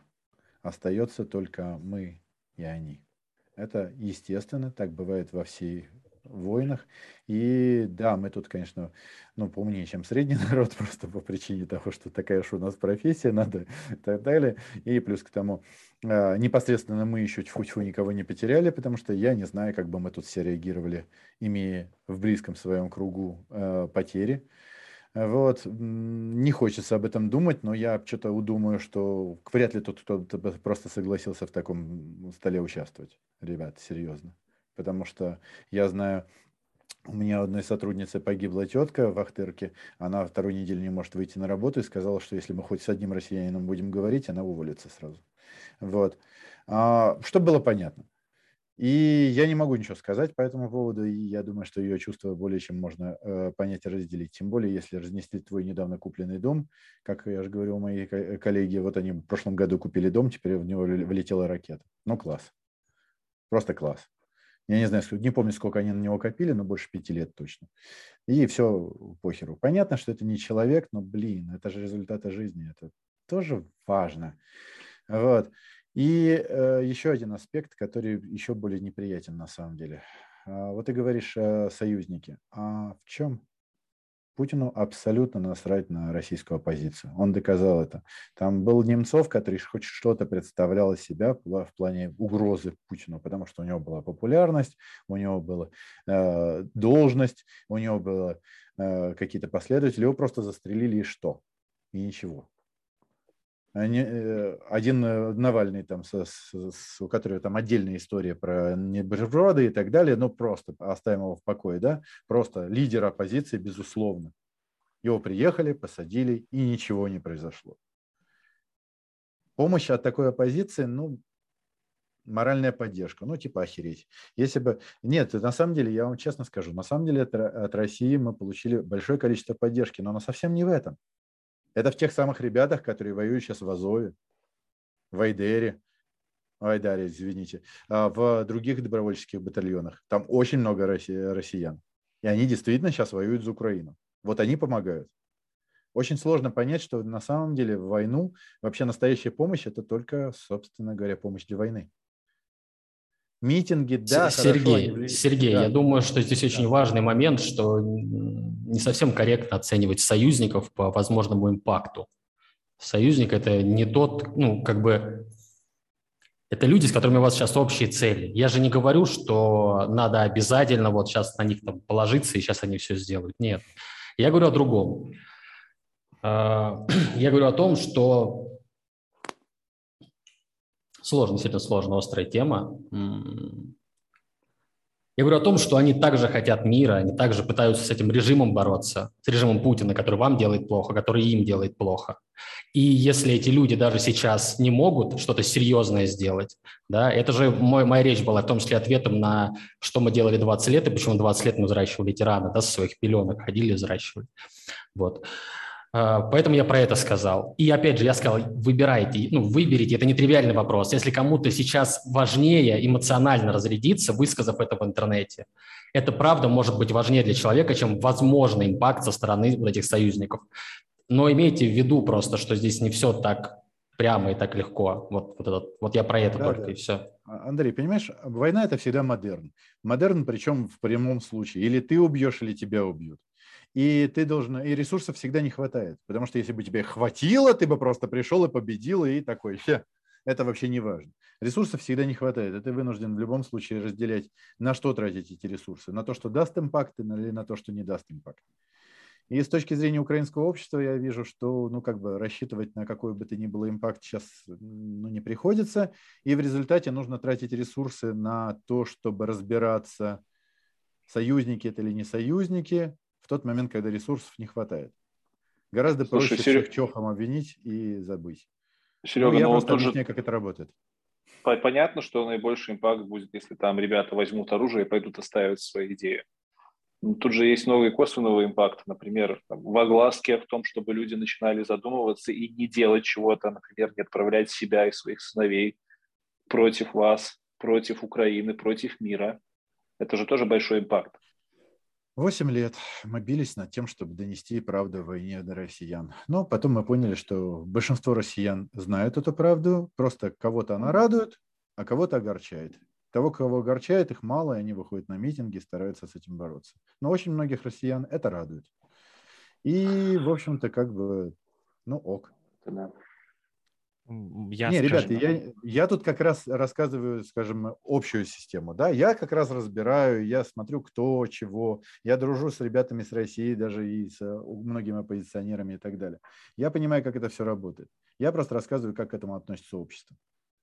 Остается только мы и они. Это естественно, так бывает во всей войнах. И да, мы тут, конечно, ну, поумнее, чем средний народ, просто по причине того, что такая же у нас профессия, надо и так далее. И плюс к тому, э, непосредственно мы еще тьфу-тьфу никого не потеряли, потому что я не знаю, как бы мы тут все реагировали, имея в близком своем кругу э, потери. Вот. Не хочется об этом думать, но я что-то думаю, что вряд ли тут кто-то просто согласился в таком столе участвовать. Ребят, серьезно. Потому что я знаю, у меня у одной сотрудницы погибла тетка в Ахтырке, она вторую неделю не может выйти на работу и сказала, что если мы хоть с одним россиянином будем говорить, она уволится сразу. Вот. А, чтобы было понятно. И я не могу ничего сказать по этому поводу, и я думаю, что ее чувства более чем можно э, понять и разделить. Тем более, если разнесли твой недавно купленный дом, как я же говорил, мои коллеги, вот они в прошлом году купили дом, теперь в него влетела ракета. Ну, класс. Просто класс. Я не знаю, не помню, сколько они на него копили, но больше пяти лет точно. И все похеру. Понятно, что это не человек, но, блин, это же результаты жизни, это тоже важно. Вот. И э, еще один аспект, который еще более неприятен на самом деле. А, вот ты говоришь э, союзники. А в чем? Путину абсолютно насрать на российскую оппозицию. Он доказал это. Там был Немцов, который хоть что-то представлял из себя в плане угрозы Путину, потому что у него была популярность, у него была э, должность, у него было э, какие-то последователи. Его просто застрелили, и что? И ничего. Они, один Навальный, там, со, с, у которого там отдельная история про бутерброды и так далее, но просто оставим его в покое, да, просто лидер оппозиции, безусловно. Его приехали, посадили, и ничего не произошло. Помощь от такой оппозиции, ну, моральная поддержка, ну, типа охереть. Если бы... Нет, на самом деле, я вам честно скажу, на самом деле от, от России мы получили большое количество поддержки, но она совсем не в этом. Это в тех самых ребятах, которые воюют сейчас в Азове, в Айдере, в Айдаре, извините, в других добровольческих батальонах. Там очень много россиян. И они действительно сейчас воюют за Украину. Вот они помогают. Очень сложно понять, что на самом деле в войну вообще настоящая помощь – это только, собственно говоря, помощь для войны. Митинги, да, Сергей, хорошо. Они... Сергей, да. я думаю, что здесь очень да. важный момент, что не совсем корректно оценивать союзников по возможному импакту. Союзник – это не тот, ну, как бы, это люди, с которыми у вас сейчас общие цели. Я же не говорю, что надо обязательно вот сейчас на них там положиться, и сейчас они все сделают. Нет. Я говорю о другом. Я говорю о том, что сложно, действительно сложная, острая тема. Я говорю о том, что они также хотят мира, они также пытаются с этим режимом бороться, с режимом Путина, который вам делает плохо, который им делает плохо. И если эти люди даже сейчас не могут что-то серьезное сделать, да, это же мой, моя речь была в том числе ответом на что мы делали двадцать лет, и почему двадцать лет мы взращивали тирана, да, со своих пеленок ходили и взращивали. Вот. Поэтому я про это сказал. И опять же, я сказал, выбирайте, ну, выберите, это не тривиальный вопрос. Если кому-то сейчас важнее эмоционально разрядиться, высказав это в интернете, это правда может быть важнее для человека, чем возможный импакт со стороны вот этих союзников. Но имейте в виду просто, что здесь не все так прямо и так легко. Вот, вот, этот, вот я про это да, только да. и все. Андрей, понимаешь, война – это всегда модерн. Модерн, причем в прямом случае. Или ты убьешь, или тебя убьют. И ты должен, и ресурсов всегда не хватает, потому что если бы тебе хватило, ты бы просто пришел и победил, и такой, все, это вообще не важно. Ресурсов всегда не хватает, и ты вынужден в любом случае разделять, на что тратить эти ресурсы, на то, что даст импакт, или на то, что не даст импакт. И с точки зрения украинского общества я вижу, что, ну, как бы рассчитывать на какой бы то ни было импакт сейчас, ну, не приходится, и в результате нужно тратить ресурсы на то, чтобы разбираться, союзники это или не союзники, в тот момент, когда ресурсов не хватает. Гораздо Слушай, проще Серег... всех чохом обвинить и забыть. Серега, ну, я ну, просто объясняю, же... как это работает. Понятно, что наибольший импакт будет, если там ребята возьмут оружие и пойдут отстаивать свои идеи. Но тут же есть новый косвенный импакт, например, там, в огласке, в том, чтобы люди начинали задумываться и не делать чего-то, например, не отправлять себя и своих сыновей против вас, против Украины, против мира. Это же тоже большой импакт. Восемь лет мы бились над тем, чтобы донести правду о войне до россиян. Но потом мы поняли, что большинство россиян знают эту правду, просто кого-то она радует, а кого-то огорчает. Того, кого огорчает, их мало, и они выходят на митинги и стараются с этим бороться. Но очень многих россиян это радует. И, в общем-то, как бы, ну, ок. Да. Я Не, скажу, ребята, я, я тут как раз рассказываю, скажем, общую систему, да, я как раз разбираю, я смотрю, кто, чего, я дружу с ребятами с России, даже и с многими оппозиционерами и так далее. Я понимаю, как это все работает. Я просто рассказываю, как к этому относится общество.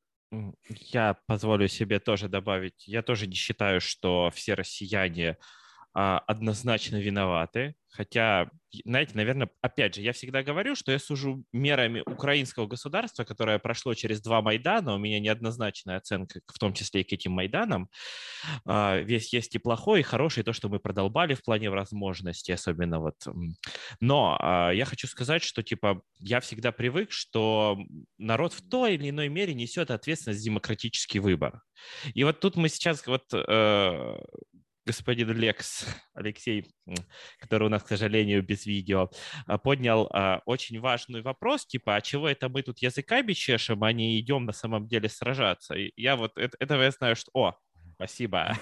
Я позволю себе тоже добавить, я тоже не считаю, что все россияне а, однозначно виноваты. Хотя, знаете, наверное, опять же, я всегда говорю, что я сужу мерами украинского государства, которое прошло через два Майдана. У меня неоднозначная оценка, в том числе и к этим Майданам. А, весь есть и плохой, и хороший, то, что мы продолбали в плане возможностей, особенно вот. Но а, я хочу сказать, что, типа, я всегда привык, что народ в той или иной мере несет ответственность за демократический выбор. И вот тут мы сейчас вот... Э, господин Лекс, Алексей, который у нас, к сожалению, без видео, поднял а, очень важный вопрос, типа, а чего это мы тут языками чешем, а не идем на самом деле сражаться? И я вот, это, этого я знаю, что... О, спасибо.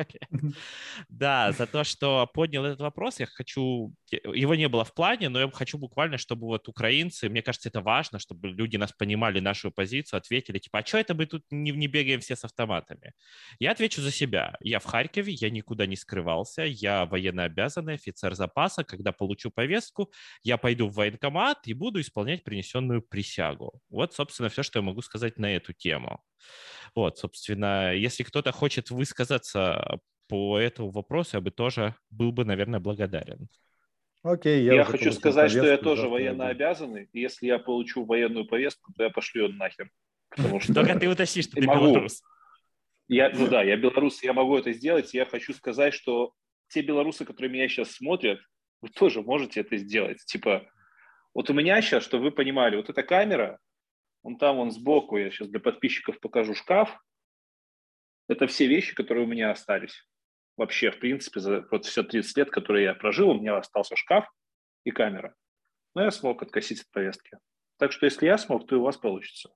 Да, за то, что поднял этот вопрос. Я хочу... Его не было в плане, но я хочу буквально, чтобы вот украинцы, мне кажется, это важно, чтобы люди нас понимали, нашу позицию, ответили, типа, а что это мы тут не, не бегаем все с автоматами? Я отвечу за себя. Я в Харькове, я никуда не скрывался, я военнообязанный офицер запаса. Когда получу повестку, я пойду в военкомат и буду исполнять принесенную присягу. Вот, собственно, все, что я могу сказать на эту тему. Вот, собственно, если кто-то хочет высказаться по этому вопросу, я бы тоже был бы, наверное, благодарен. Окей, я, я уже хочу сказать, что я тоже завтра военно иду. обязанный, и если я получу военную повестку, то я пошлю ее нахер. Потому что только ты уточни, что ты могу. белорус. Я, ну да, я белорус, я могу это сделать. Я хочу сказать, что те белорусы, которые меня сейчас смотрят, вы тоже можете это сделать. Типа, вот у меня сейчас, чтобы вы понимали, вот эта камера, вон там, вон сбоку, я сейчас для подписчиков покажу шкаф. Это все вещи, которые у меня остались. Вообще, в принципе, за вот все тридцать лет, которые я прожил, у меня остался шкаф и камера. Но я смог откосить от повестки. Так что, если я смог, то и у вас получится.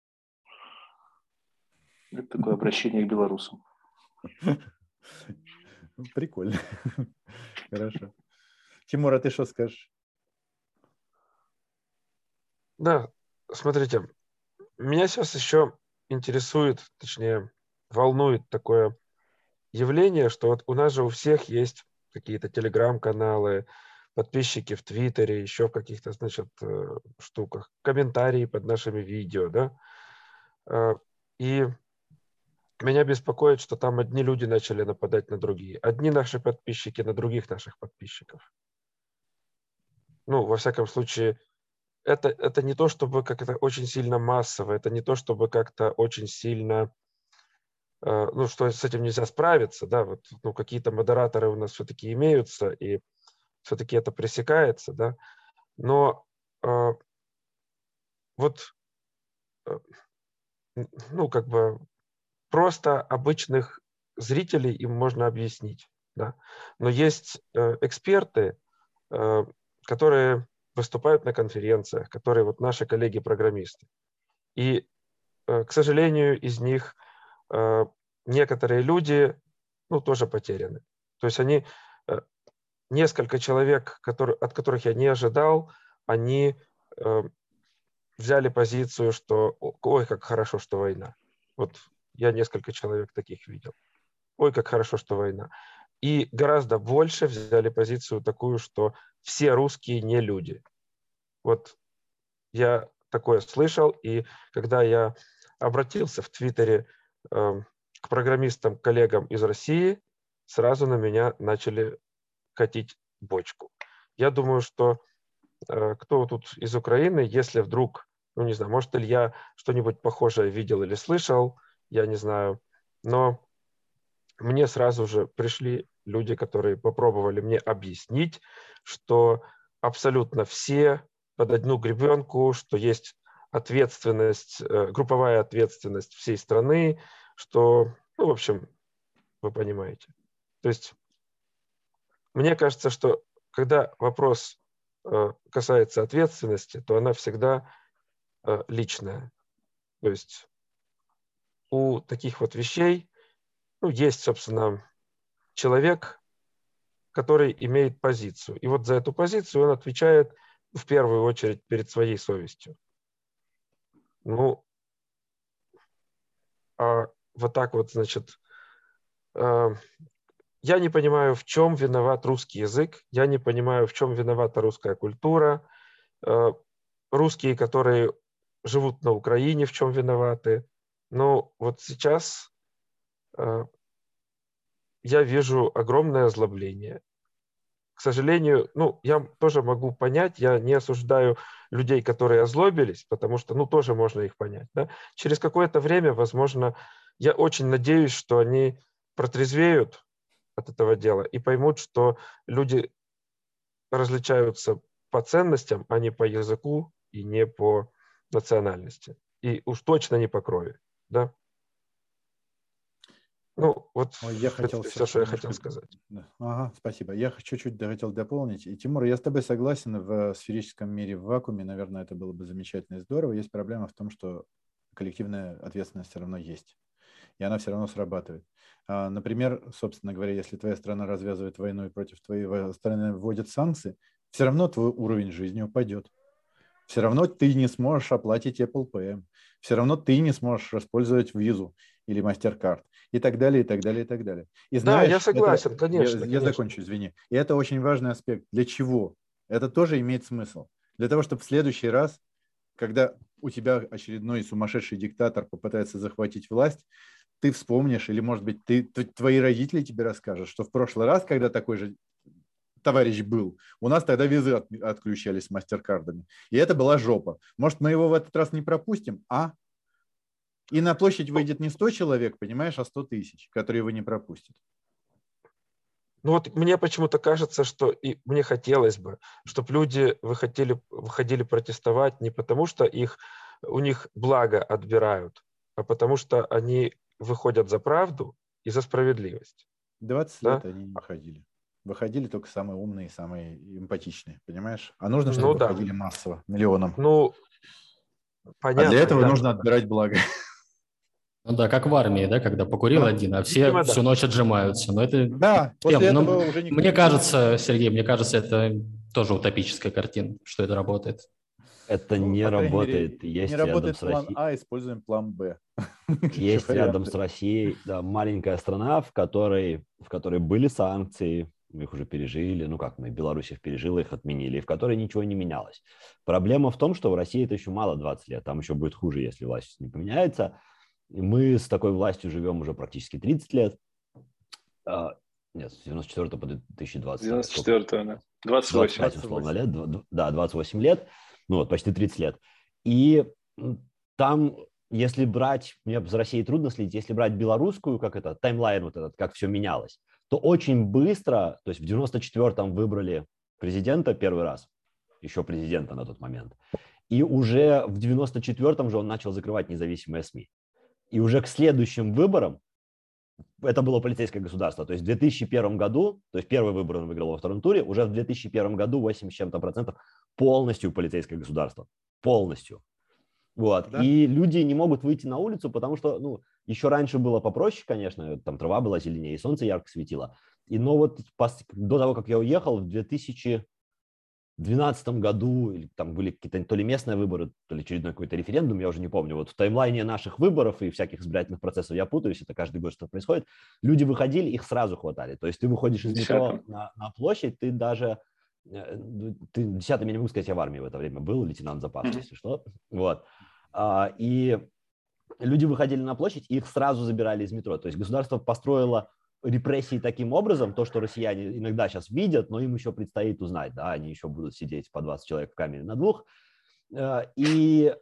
Это такое обращение к белорусам. Прикольно. Хорошо. Тимур, а ты что скажешь? Да, смотрите, меня сейчас еще интересует, точнее, волнует такое явление, что вот у нас же у всех есть какие-то телеграм-каналы, подписчики в Твиттере, еще в каких-то, значит, штуках, комментарии под нашими видео, да. И меня беспокоит, что там одни люди начали нападать на другие. Одни наши подписчики на других наших подписчиков. Ну, во всяком случае, это, это не то, чтобы как-то очень сильно массово, это не то, чтобы как-то очень сильно, э, ну, что с этим нельзя справиться, да, вот, ну, какие-то модераторы у нас все-таки имеются, и все-таки это пресекается, да, но э, вот, э, ну, как бы просто обычных зрителей им можно объяснить, да, но есть э, эксперты, э, которые выступают на конференциях, которые вот наши коллеги-программисты. И, к сожалению, из них некоторые люди, ну, тоже потеряны. То есть они, несколько человек, которые, от которых я не ожидал, они взяли позицию, что ой, как хорошо, что война. Вот я несколько человек таких видел. Ой, как хорошо, что война. И гораздо больше взяли позицию такую, что все русские не люди. Вот я такое слышал, и когда я обратился в Твиттере э, к программистам, коллегам из России, сразу на меня начали катить бочку. Я думаю, что э, кто тут из Украины, если вдруг, ну не знаю, может, Илья что-нибудь похожее видел или слышал, я не знаю, но мне сразу же пришли люди, которые попробовали мне объяснить, что абсолютно все под одну гребенку, что есть ответственность, групповая ответственность всей страны, что, ну, в общем, вы понимаете. То есть мне кажется, что когда вопрос касается ответственности, то она всегда личная. То есть у таких вот вещей ну, есть, собственно, человек, который имеет позицию. И вот за эту позицию он отвечает в первую очередь перед своей совестью. Ну, а вот так вот, значит, э, я не понимаю, в чем виноват русский язык, я не понимаю, в чем виновата русская культура, э, русские, которые живут на Украине, в чем виноваты. Но вот сейчас э, я вижу огромное озлобление. К сожалению, ну, я тоже могу понять, я не осуждаю людей, которые озлобились, потому что, ну, тоже можно их понять. Да? Через какое-то время, возможно, я очень надеюсь, что они протрезвеют от этого дела и поймут, что люди различаются по ценностям, а не по языку и не по национальности. И уж точно не по крови. Да? Ну, вот, Ой, я в хотел принципе, все, что я хотел немножко... сказать. Ага, спасибо. Я чуть-чуть хотел дополнить. И, Тимур, я с тобой согласен, в сферическом мире, в вакууме, наверное, это было бы замечательно и здорово. Есть проблема в том, что коллективная ответственность все равно есть, и она все равно срабатывает. А, например, собственно говоря, если твоя страна развязывает войну и против твоей страны вводят санкции, все равно твой уровень жизни упадет. Все равно ты не сможешь оплатить Apple Pay, все равно ты не сможешь использовать визу или MasterCard и так далее, и так далее, и так далее. И знаешь, да, я согласен, это, конечно. Я, конечно. я закончу, извини. И это очень важный аспект. Для чего? Это тоже имеет смысл. Для того, чтобы в следующий раз, когда у тебя очередной сумасшедший диктатор попытается захватить власть, ты вспомнишь, или, может быть, ты, твои родители тебе расскажут, что в прошлый раз, когда такой же товарищ был, у нас тогда визы от, отключались с мастеркардами. И это была жопа. Может, мы его в этот раз не пропустим, а? И на площадь выйдет не сто человек, понимаешь, а сто тысяч, которые его не пропустят. Ну вот мне почему-то кажется, что и мне хотелось бы, чтобы люди выходили, выходили протестовать не потому, что их, у них благо отбирают, а потому что они выходят за правду и за справедливость. двадцать да? лет они не выходили. Выходили только самые умные, самые эмпатичные, понимаешь? А нужно, чтобы ну, выходили да. массово, миллионом. Ну, понятно. А для этого да. нужно отбирать благо. Ну да, как в армии, да, когда покурил Да. один, а все Видимо, всю да. ночь отжимаются. Но это... Да, после Тем, этого ну, уже никто мне не кажется, Сергей, мне кажется, это тоже утопическая картина, что это работает. Это Ну, не по крайней мере, работает. Есть не рядом работает с план Россией. А, используем план Б. Есть рядом с Россией да, маленькая страна, в которой, в которой были санкции, мы их уже пережили, ну как мы, Беларусь их пережила, их отменили, в которой ничего не менялось. Проблема в том, что в России это еще мало двадцать лет, там еще будет хуже, если власть не поменяется. Мы с такой властью живем уже практически тридцать лет. Нет, с девяносто четвёртого по две тысячи двадцать. девяносто четвёртого, да. двадцать восемь. двадцать пять, условно, лет. Да, двадцать восемь лет. Ну вот, почти тридцать лет. И там, если брать, мне с Россией трудно следить, если брать белорусскую, как это, таймлайн вот этот, как все менялось, то очень быстро, то есть в девяносто четвёртом выбрали президента первый раз, еще президента на тот момент, и уже в девяносто четвёртом же он начал закрывать независимые СМИ. И уже к следующим выборам, это было полицейское государство, то есть в две тысячи первом году, то есть первый выбор он выиграл во втором туре, уже в две тысячи первом году восемьдесят с чем-то процентов полностью полицейское государство, полностью. Вот. Да. И люди не могут выйти на улицу, потому что, ну, еще раньше было попроще, конечно, там трава была зеленее, и солнце ярко светило. И, но вот до того, как я уехал, в две тысячи двенадцатом году, там были какие-то то ли местные выборы, то ли очередной какой-то референдум, я уже не помню, вот в таймлайне наших выборов и всяких избирательных процессов я путаюсь, это каждый год что-то происходит, люди выходили, их сразу хватали. То есть ты выходишь из метро на, на площадь, ты даже... Ты десятым, я не могу сказать, я в армии в это время был, лейтенант запаса, mm-hmm. если что. Вот. А, и люди выходили на площадь, и их сразу забирали из метро. То есть государство построило репрессии таким образом, то, что россияне иногда сейчас видят, но им еще предстоит узнать, да, они еще будут сидеть по двадцать человек в камере на двух. И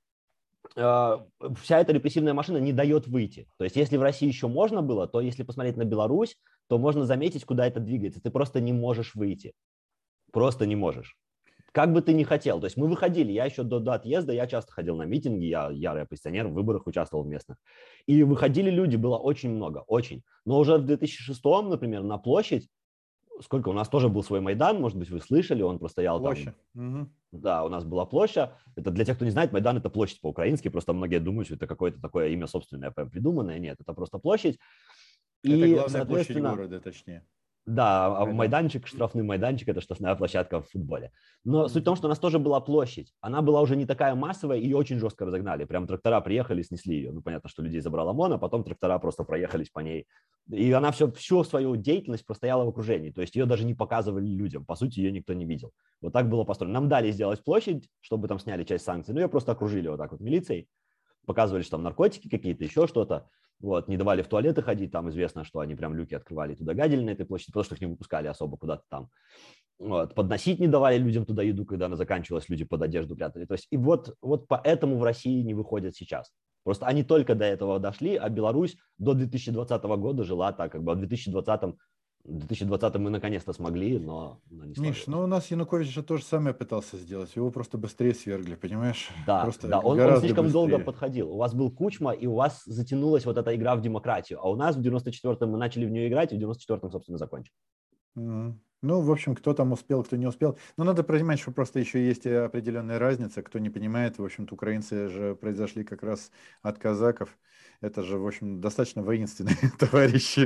вся эта репрессивная машина не дает выйти. То есть если в России еще можно было, то если посмотреть на Беларусь, то можно заметить, куда это двигается. Ты просто не можешь выйти. Просто не можешь. Как бы ты ни хотел. То есть мы выходили, я еще до, до отъезда, я часто ходил на митинги, я ярый оппозиционер, в выборах участвовал в местных. И выходили люди, было очень много, очень. Но уже в две тысячи шестом, например, на площадь, сколько у нас тоже был свой Майдан, может быть, вы слышали, он простоял Площадь. там. Угу. Да, у нас была площадь. Это для тех, кто не знает, Майдан – это площадь по-украински, просто многие думают, что это какое-то такое имя собственное, прям придуманное. Нет, это просто площадь. Это И, главная площадь соответственно, города, точнее. да, а Майдан. майданчик, штрафный майданчик – это штрафная площадка в футболе. Но суть в том, Мгм. что у нас тоже была площадь. Она была уже не такая массовая, ее очень жестко разогнали. Прям трактора приехали, снесли ее. Ну, понятно, что людей забрал ОМОН, а потом трактора просто проехались по ней. И она все, всю свою деятельность простояла в окружении. То есть ее даже не показывали людям. По сути, ее никто не видел. Вот так было построено. Нам дали сделать площадь, чтобы там сняли часть санкций. Но ее просто окружили вот так вот милицией. Показывали, что там наркотики какие-то, еще что-то. Вот, не давали в туалеты ходить, там известно, что они прям люки открывали и туда гадили на этой площади, потому что их не выпускали особо куда-то там. Вот, подносить не давали людям туда еду, когда она заканчивалась, люди под одежду прятали. То есть, и вот, вот поэтому в России не выходят сейчас. Просто они только до этого дошли, а Беларусь до две тысячи двадцатого года жила так, как бы, а в две тысячи двадцатом в две тысячи двадцатом мы наконец-то смогли, но, но не сложилось. Миш, ну у нас Янукович же то же самое пытался сделать. Его просто быстрее свергли, понимаешь? Да, Просто да, он, он гораздо слишком быстрее. долго подходил. У вас был Кучма, и у вас затянулась вот эта игра в демократию. А у нас в девяносто четвёртом мы начали в нее играть, и в девяносто четвёртом, собственно, закончили. Мгм. Ну, в общем, кто там успел, кто не успел. Но надо понимать, что просто еще есть и определенная разница. Кто не понимает, в общем-то, украинцы же произошли как раз от казаков. Это же, в общем, достаточно воинственные товарищи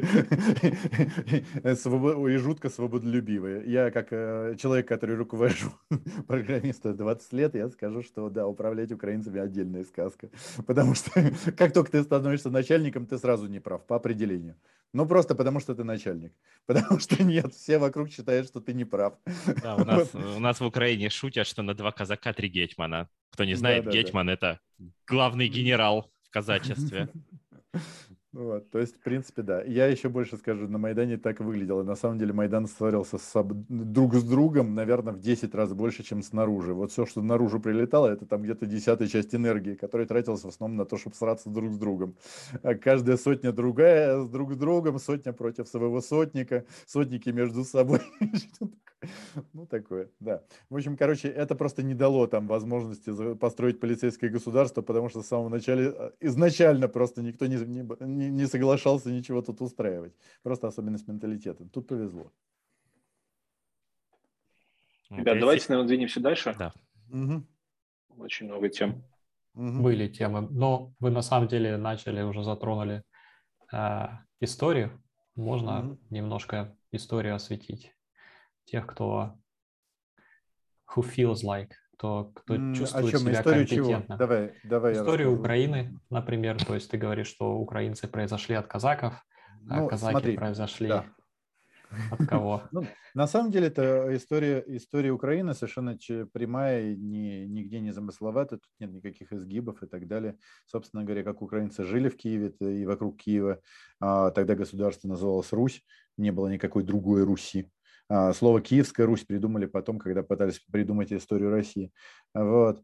Свобо- и жутко свободолюбивые. Я, как э, человек, который руковожу программиста двадцать лет, я скажу, что да, управлять украинцами отдельная сказка. Потому что как только ты становишься начальником, ты сразу не прав по определению. Ну, просто потому что ты начальник. Потому что нет, все вокруг считают, что ты не прав. Да, у нас, у нас в Украине шутят, что на два казака три гетьмана. Кто не знает, Да-да-да. гетьман – это главный генерал в казачестве. Вот, то есть, в принципе, да. Я еще больше скажу, на Майдане так выглядело. На самом деле Майдан ссорился с, об- друг с другом, наверное, в десять раз больше, чем снаружи. Вот все, что наружу прилетало, это там где-то десятая часть энергии, которая тратилась в основном на то, чтобы сраться друг с другом. А каждая сотня другая с друг с другом, сотня против своего сотника, сотники между собой. Ну, такое, да. В общем, короче, это просто не дало там возможности за- построить полицейское государство, потому что с самого начала, э, изначально просто никто не, не, не соглашался ничего тут устраивать. Просто особенность менталитета. Тут повезло. Вот, Ребят, если- давайте, наверное, двинемся дальше. Да. Мгм. Очень много тем. Мгм. Были темы, но вы на самом деле начали, уже затронули э, историю. Можно Мгм. немножко историю осветить тех, кто who feels like, кто, кто М, О чувствует чем? себя Историю чего? компетентно. Давай, давай я Историю расскажу. Украины, например, то есть ты говоришь, что украинцы произошли от казаков, а Ну, казаки смотри, произошли да. от кого? Ну, на самом деле, это история, история Украины совершенно че- прямая, и ни, нигде не замысловатая, тут нет никаких изгибов и так далее. Собственно говоря, как украинцы жили в Киеве т- и вокруг Киева, а, тогда государство называлось Русь, не было никакой другой Руси. А, слово «Киевская Русь» придумали потом, когда пытались придумать историю России. Вот.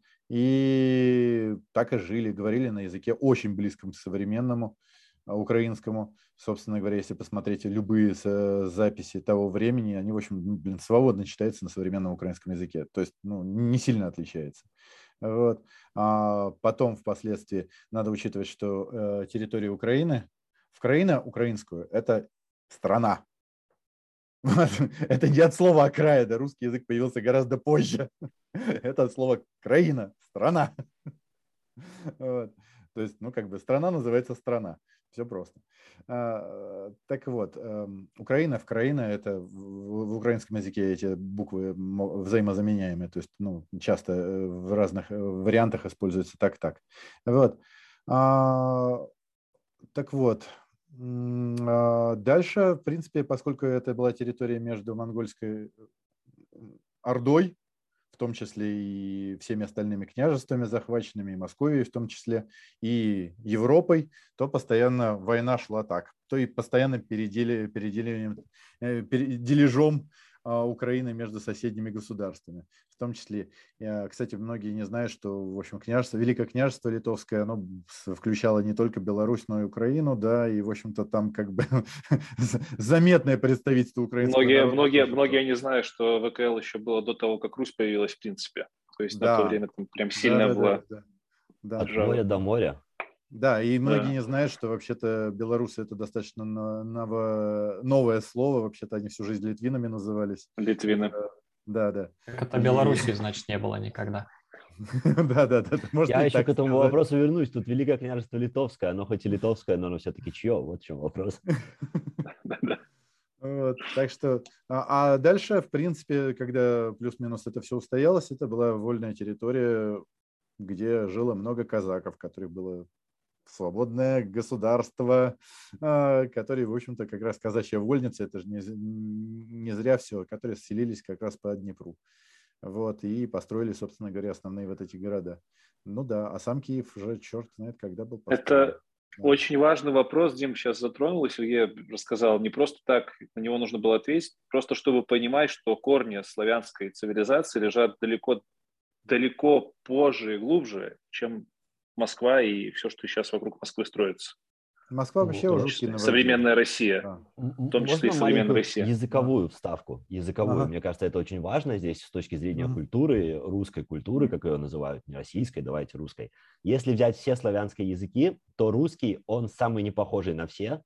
И так и жили, говорили на языке очень близком к современному а, украинскому. Собственно говоря, если посмотреть любые с- записи того времени, они, в общем, ну, блин, свободно читаются на современном украинском языке. То есть, ну, не сильно отличается. Вот. А потом, впоследствии, надо учитывать, что э, территория Украины, Украина украинскую, это страна. Вот. Это не от слова окраина, русский язык появился гораздо позже. Это от слова краина, страна. Вот. То есть, ну, как бы страна называется страна. Все просто. А, так вот, эм, Украина, вкраина, это в, в украинском языке эти буквы мо- взаимозаменяемые, то есть, ну, часто э, в разных э, вариантах используются так-так. Вот. А, так вот, м, а, дальше, в принципе, поскольку это была территория между монгольской э, Ордой, в том числе и всеми остальными княжествами захваченными, и Московией в том числе, и Европой, то постоянно война шла так, то и постоянно передели, переделением, э, пере- дележом а, Украины между соседними государствами. В том числе, э, кстати, многие не знают, что, в общем, княжество, Великое княжество Литовское, оно с- включало не только Беларусь, но и Украину, да, и, в общем-то, там как бы заметное представительство украинского Многие, народа многие, тоже многие было. не знают, что ВКЛ еще было до того, как Русь появилась, в принципе. То есть на то Да, время там прям да, сильная да, была да, да, да. От моря держава. до моря. Да, и многие Да. не знают, что вообще-то белорусы это достаточно но- ново- новое слово, вообще-то они всю жизнь литвинами назывались. Литвины. Да, да. Как это И Белоруссии, значит, не было никогда. Да, да, да. Я еще к этому вопросу вернусь. Тут Великое княжество Литовское, оно хоть и литовское, но оно все-таки чье? Вот в чем вопрос. Вот, так что, а, а дальше, в принципе, когда плюс-минус это все устоялось, это была вольная территория, где жило много казаков, которых было свободное государство, а, которые, в общем-то, как раз казачья вольница, это же не, не зря все, которые селились как раз по Днепру. Вот, и построили, собственно говоря, основные вот эти города. Ну да, а сам Киев уже черт знает, когда был построен. Это очень важный вопрос, Дим сейчас затронул, и Сергей рассказал. Не просто так на него нужно было ответить, просто чтобы понимать, что корни славянской цивилизации лежат далеко, далеко позже и глубже, чем Москва и все, что сейчас вокруг Москвы строится. Москва вообще в том жуткий числе современная Россия, да. в том числе и современная Россия. Языковую вставку, языковую. Ага. Мне кажется, это очень важно здесь с точки зрения Ага. культуры, русской культуры, как ее называют, не российской, давайте русской. Если взять все славянские языки, то русский, он самый непохожий на все.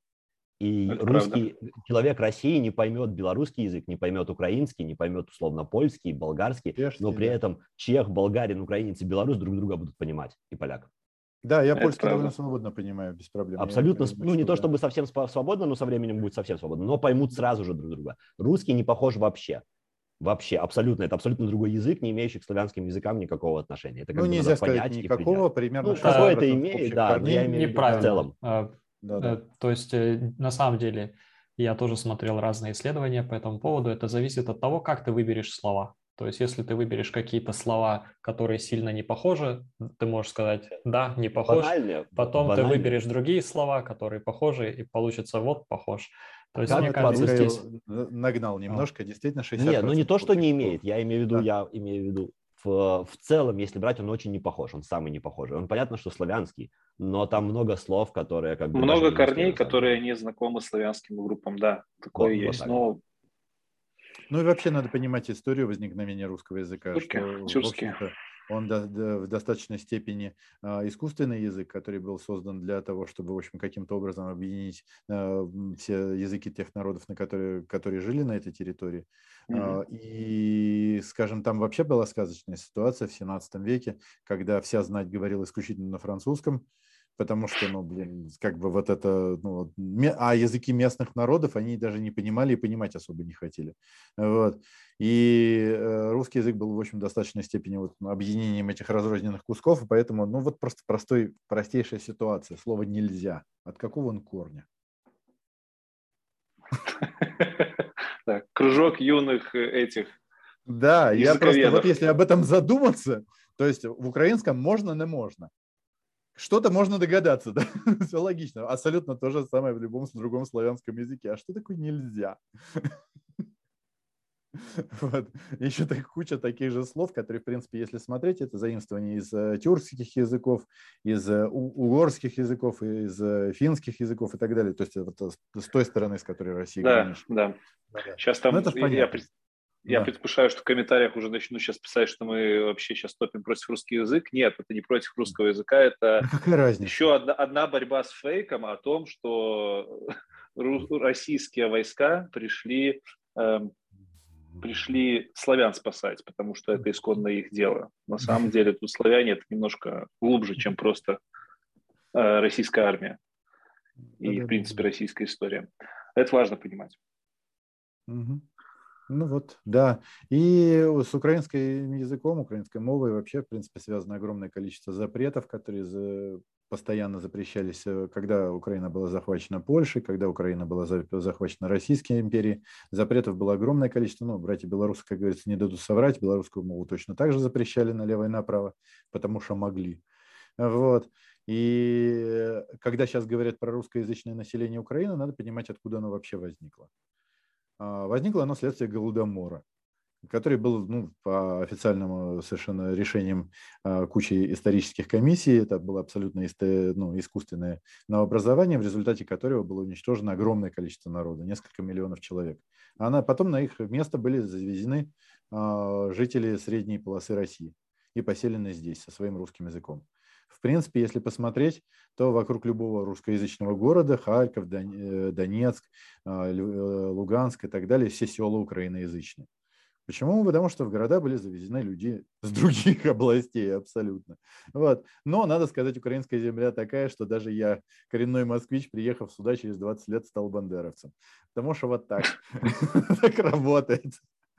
И Это русский правда. человек России не поймет белорусский язык, не поймет украинский, не поймет условно польский, болгарский, Чешский, но при да. этом чех, болгарин, украинец и белорус друг друга будут понимать, и поляк. Да, я Это польский правда. довольно свободно понимаю, без проблем. Абсолютно, Я, ну не что, то да. чтобы совсем спа- свободно, но со временем будет совсем свободно, но поймут сразу же друг друга. Русский не похож вообще. Вообще, абсолютно. Это абсолютно другой язык, не имеющий к славянским языкам никакого отношения. Это как Ну, бы нельзя надо сказать понять и никакого, принять. примерно Ну, шестьдесят какое-то процентов имеет, общих да, но корней. я имею в виду в Неправильно. целом. А, Да, да. э, То есть, э, на самом деле, я тоже смотрел разные исследования по этому поводу. Это зависит от того, как ты выберешь слова. То есть, если ты выберешь какие-то слова, которые сильно не похожи, ты можешь сказать «да, не похож». Банально. Потом ты банально. выберешь другие слова, которые похожи, и получится вот похож. То есть, Как мне Ну, это кажется, по-русски? здесь... Михаил нагнал немножко, действительно шестьдесят Нет, ну не то, что общих не слов. имеет. Я имею в виду, Да. я имею в виду в, в целом, если брать, он очень не похож, он самый не похожий. Он понятно, что славянский, но там много слов, которые как бы даже Много не русские, корней, на самом которые деле. не знакомы славянским группам, да, такое Вот, вот есть. так. Но Ну и вообще надо понимать историю возникновения русского языка, Тюрки, что, в тюркски. общем-то, он до- до- в достаточной степени а, искусственный язык, который был создан для того, чтобы, в общем, каким-то образом объединить а, м, все языки тех народов, на которые, которые жили на этой территории. А, Мгм. И, скажем, там вообще была сказочная ситуация в семнадцатом веке, когда вся знать говорила исключительно на французском, потому что, ну, блин, как бы вот это, ну, вот, ме- а языки местных народов они даже не понимали и понимать особо не хотели. Вот. И э, русский язык был, в общем, в достаточной степени вот, ну, объединением этих разрозненных кусков, и поэтому, ну, вот просто простой, простейшая ситуация. Слово «нельзя». От какого он корня? Так, кружок юных э, этих Да, я просто, языковедов. вот если об этом задуматься, то есть в украинском можно, не можно. Что-то можно догадаться, да? Все логично. Абсолютно то же самое в любом другом славянском языке. А что такое нельзя? Вот. Еще так, куча таких же слов, которые, в принципе, если смотреть, это заимствование из э, тюркских языков, из э, у- угорских языков, из э, финских языков и так далее. То есть вот, э, с, с той стороны, с которой Россия Да, граничит. да. Да, да. Сейчас Ну, там это ж я, понятно. пред- я Да. предвкушаю, что в комментариях уже начну сейчас писать, что мы вообще сейчас топим против русский язык. Нет, это не против русского языка, это А какая разница? еще одна, одна борьба с фейком о том, что ру- российские войска пришли, эм, пришли славян спасать, потому что это исконно их дело. На самом деле тут славяне это немножко глубже, чем просто э, российская армия и, в принципе, российская история. Это важно понимать. Мгм. Ну вот, да. И с украинским языком, украинской мовой вообще, в принципе, связано огромное количество запретов, которые за- постоянно запрещались, э, когда Украина была захвачена Польшей, когда Украина была за- захвачена Российской империей. Запретов было огромное количество. Ну, братья белорусы, как говорится, не дадут соврать. Белорусскую мову точно так же запрещали налево и направо, потому что могли. Вот. И э, когда сейчас говорят про русскоязычное население Украины, надо понимать, откуда оно вообще возникло. А, Возникло оно вследствие Голодомора, который был, ну, по официальному совершенно решением а, кучи исторических комиссий. Это было абсолютно исто- ну, искусственное новообразование, в результате которого было уничтожено огромное количество народа, несколько миллионов человек. А на- потом на их место были завезены а, жители средней полосы России и поселены здесь со своим русским языком. В принципе, если посмотреть, то вокруг любого русскоязычного города, Харьков, Дон- э, Донецк, а, Лю- э, Луганск и так далее, все села украиноязычные. Почему? Потому что в города были завезены люди с других областей абсолютно. Вот. Но, надо сказать, украинская земля такая, что даже я, коренной москвич, приехав сюда, через двадцать лет стал бандеровцем. Потому что вот так. Так работает.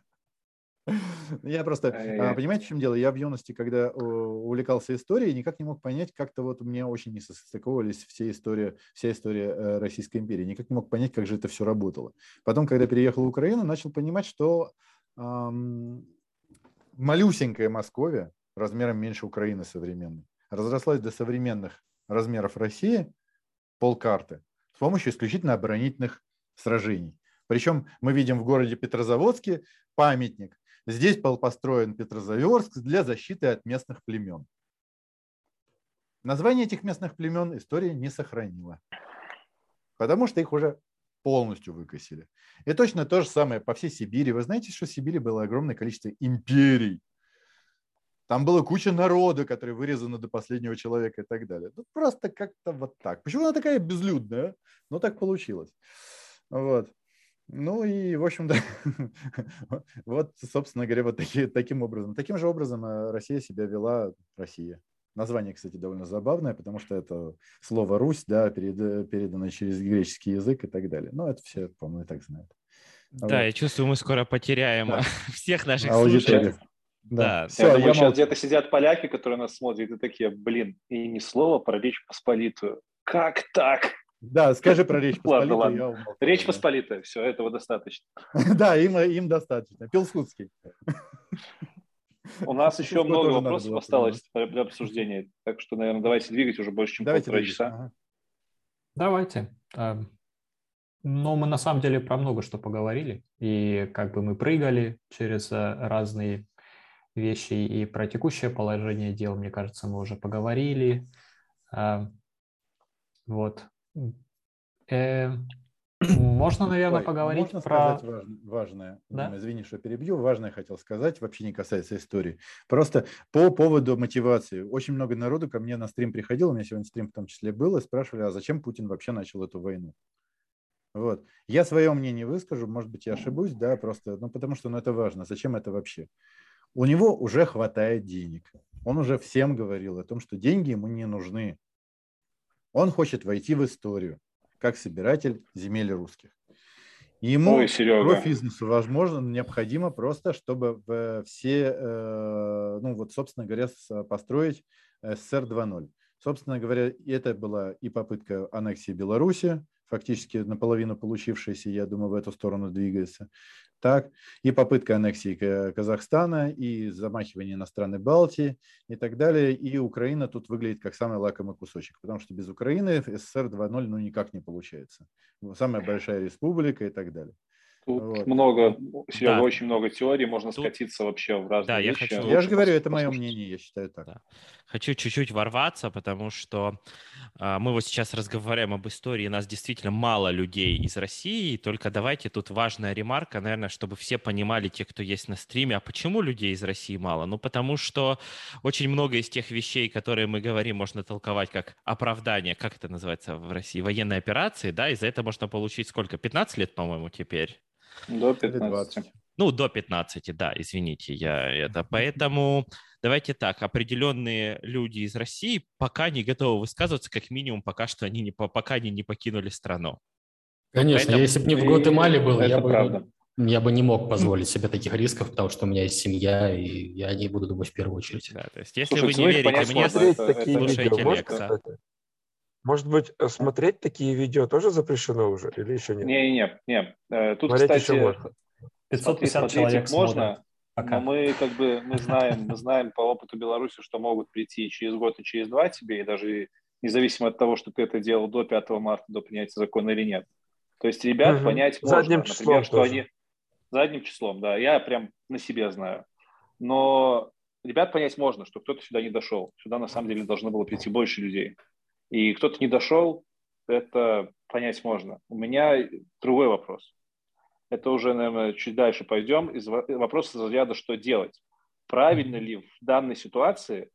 Я просто, понимаете, в чем дело? Я в юности, когда увлекался историей, никак не мог понять, как-то вот мне очень не состыковывались все истории, вся история Российской империи. Никак не мог понять, как же это все работало. Потом, когда переехал в Украину, начал понимать, что эм, малюсенькая Московия, размером меньше Украины современной, разрослась до современных размеров России, полкарты, с помощью исключительно оборонительных сражений. Причем мы видим в городе Петрозаводске памятник. Здесь был построен Петрозаводск для защиты от местных племен. Название этих местных племен история не сохранила, потому что их уже полностью выкосили. И точно то же самое по всей Сибири. Вы знаете, что в Сибири было огромное количество империй. Там была куча народа, которые вырезаны до последнего человека и так далее. Ну, просто как-то вот так. Почему она такая безлюдная? Ну, так получилось. Вот. Ну и, в общем-то, вот, собственно говоря, вот таки, таким образом. Таким же образом Россия себя вела, Россия. Название, кстати, довольно забавное, потому что это слово «Русь», да, перед, передано через греческий язык и так далее. Но это все, по-моему, и так знают. Да, вот. Я чувствую, мы скоро потеряем да. всех наших аудиторию. слушателей. Да. Да. Все, я думаю, я сейчас молчу. где-то сидят поляки, которые нас смотрят, и такие, блин, и ни слова про Речь Посполитую. Как так? Да, скажи про Речь Посполитую. Ладно, я ладно. Речь Посполитая, все, этого достаточно. Да, им, им достаточно. Пилсудский. У нас еще много вопросов осталось для обсуждения, так что, наверное, давайте двигать уже больше, чем полтора часа. Давайте. Но мы на самом деле про много что поговорили, и как бы мы прыгали через разные вещи, и про текущее положение дел, мне кажется, мы уже поговорили. Вот. Э, можно, наверное, Ой, поговорить можно про... сказать важ, важное? Да? Извини, что перебью. Важное хотел сказать, вообще не касается истории. Просто по поводу мотивации. Очень много народу ко мне на стрим приходило, у меня сегодня стрим в том числе был, и спрашивали, а зачем Путин вообще начал эту войну? Вот. Я свое мнение выскажу, может быть, я ошибусь, да, просто, ну, потому что ну, это важно. Зачем это вообще? У него уже хватает денег. Он уже всем говорил о том, что деньги ему не нужны. Он хочет войти в историю как собиратель земель русских. И ему Ой, Серега. кровь из носу, возможно, необходимо просто, чтобы все, ну вот, собственно говоря, построить СССР два ноль. Собственно говоря, это была и попытка аннексии Беларуси, фактически наполовину получившаяся, я думаю, в эту сторону двигается. Так, и попытка аннексии Казахстана, и замахивание на страны Балтии, и так далее. И Украина тут выглядит как самый лакомый кусочек, потому что без Украины СССР два ноль ну никак не получается. Самая большая республика и так далее. Тут вот. много, Серега, да. очень много теорий, можно Тут... скатиться вообще в разные да, вещи. Я, хочу... я же говорю, это мое мнение, я считаю так. Да. Хочу чуть-чуть ворваться, потому что э, мы вот сейчас разговариваем об истории, нас действительно мало людей из России, только давайте тут важная ремарка, наверное, чтобы все понимали, те, кто есть на стриме, а почему людей из России мало? Ну, потому что очень много из тех вещей, которые мы говорим, можно толковать как оправдание, как это называется в России, военной операции, да, и за это можно получить сколько, пятнадцать лет, по-моему, теперь? До пятнадцати. Ну, до пятнадцати, да, извините, я это. Поэтому давайте так, определенные люди из России пока не готовы высказываться, как минимум, пока что они не, пока они не покинули страну. Конечно, Поэтому... если бы не в Гватемале был, я правда. бы, я бы не мог позволить себе таких рисков, потому что у меня есть семья, и я о ней буду думать в первую очередь. Да, то есть, если Слушайте, вы не верите мне, это, такие слушайте видео Лекса. можно, Может быть, смотреть такие видео тоже запрещено уже или еще нет? Не-не-не. не. Тут, Смотреть кстати, пятьсот пятьдесят человек можно, пока. но мы как бы мы знаем, мы знаем по опыту Беларуси, что могут прийти через год и через два тебе, и даже независимо от того, что ты это делал до пятого марта, до принятия закона или нет. То есть ребят угу. понять можно. Задним Например, числом что тоже. они... Задним числом, да. Я прям на себе знаю. Но ребят понять можно, что кто-то сюда не дошел. Сюда на самом деле должно было прийти больше людей. И кто-то не дошел, это понять можно. У меня другой вопрос. Это уже, наверное, чуть дальше пойдем. Из вопроса из ряда, что делать. Правильно ли в данной ситуации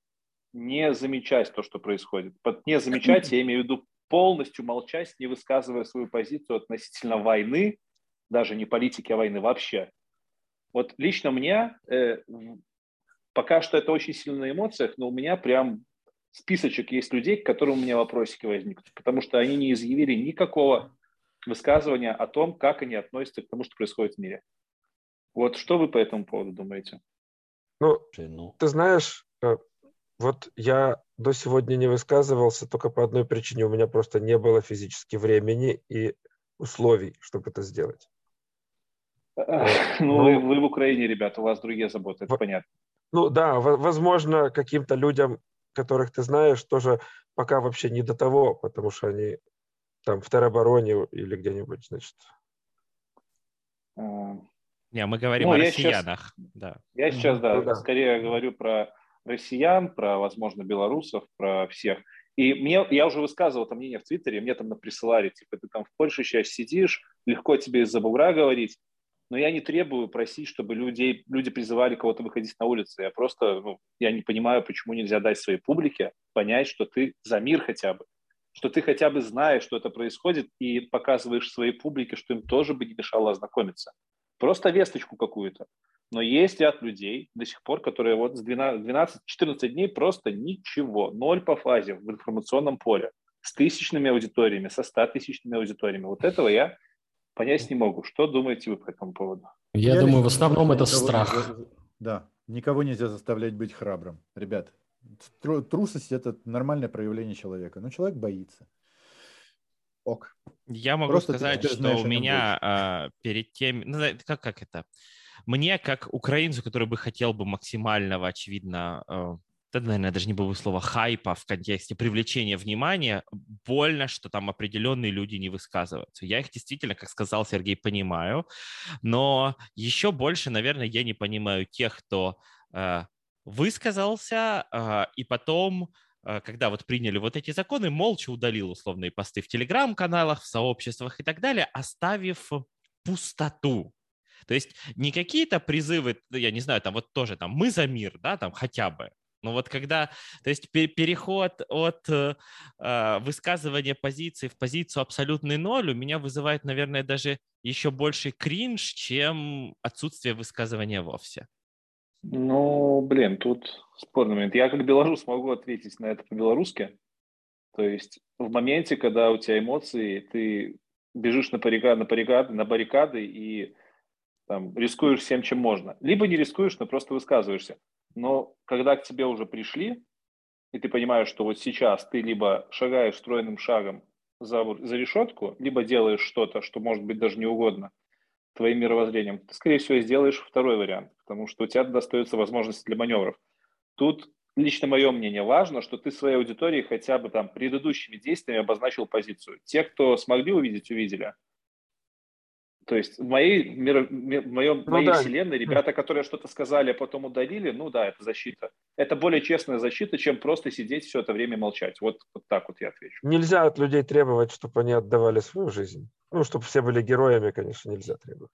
не замечать то, что происходит? Под не замечать я имею в виду полностью молчать, не высказывая свою позицию относительно войны, даже не политики, а войны вообще. Вот лично мне, э, пока что это очень сильно на эмоциях, но у меня прям списочек есть людей, к которым у меня вопросики возникнут, потому что они не изъявили никакого высказывания о том, как они относятся к тому, что происходит в мире. Вот что вы по этому поводу думаете? Ну, Ну, ты знаешь, э, вот я до сегодня не высказывался только по одной причине. У меня просто не было физически времени и условий, чтобы это сделать. Эх, Ну, Ну, вы, вы в Украине, ребята, у вас другие заботы, это в- понятно. Ну да, во- возможно, каким-то людям, которых ты знаешь, тоже пока вообще не до того, потому что они там в теробороне или где-нибудь, значит. А, Не, мы говорим Ну, о я сейчас, россиянах. Да. я сейчас, да, Ну да. скорее говорю про россиян, про, возможно, белорусов, про всех. И мне, я уже высказывал это мнение в Твиттере, мне там присылали, типа, ты там в Польше сейчас сидишь, легко тебе из-за бугра говорить, но я не требую просить, чтобы людей, люди призывали кого-то выходить на улицу. Я просто, ну, я не понимаю, почему нельзя дать своей публике понять, что ты за мир хотя бы, что ты хотя бы знаешь, что это происходит, и показываешь своей публике, что им тоже бы не мешало ознакомиться. Просто весточку какую-то. Но есть ряд людей до сих пор, которые вот с двенадцать-четырнадцать дней просто ничего, ноль по фазе в информационном поле, с тысячными аудиториями, со статысячными аудиториями. Вот этого я понять не могу. Что думаете вы по этому поводу? Я, Я думаю, лично в основном думаю, это что никого страх. нельзя- да, никого нельзя заставлять быть храбрым. Ребят, тру- трусость – это нормальное проявление человека. Но человек боится. Ок. Я могу Просто ты сказать, теперь что знаешь у о нем меня больше. а, перед тем, ну, знаете, как, как это? Мне, как украинцу, который бы хотел бы максимального, очевидно, э, да, наверное, даже не было слова хайпа в контексте привлечения внимания, больно, что там определенные люди не высказываются. Я их действительно, как сказал Сергей, понимаю, но еще больше, наверное, я не понимаю тех, кто э, высказался, э, и потом, э, когда вот приняли вот эти законы, молча удалил условные посты в телеграм-каналах, в сообществах и так далее, оставив пустоту. То есть не какие-то призывы, ну, я не знаю, там вот тоже там мы за мир, да, там хотя бы. Но вот когда, то есть переход от э, высказывания позиции в позицию абсолютный ноль у меня вызывает, наверное, даже еще больше кринж, чем отсутствие высказывания вовсе. Ну, блин, тут спорный момент. Я как белорус могу ответить на это по-белорусски. То есть в моменте, когда у тебя эмоции, ты бежишь на баррикады, на баррикады, на баррикады и там, рискуешь всем, чем можно. Либо не рискуешь, но просто высказываешься. Но когда к тебе уже пришли, и ты понимаешь, что вот сейчас ты либо шагаешь стройным шагом за, за решетку, либо делаешь что-то, что может быть даже не угодно твоим мировоззрением, ты, скорее всего, сделаешь второй вариант, потому что у тебя достается возможность для маневров. Тут лично мое мнение важно, что ты своей аудитории хотя бы там предыдущими действиями обозначил позицию. Те, кто смогли увидеть, увидели. То есть в моей, миро, в моем, Ну моей да. вселенной ребята, которые что-то сказали, а потом удалили, ну да, это защита. Это более честная защита, чем просто сидеть все это время и молчать. Вот, вот так вот я отвечу. Нельзя от людей требовать, чтобы они отдавали свою жизнь. Ну, чтобы все были героями, конечно, нельзя требовать.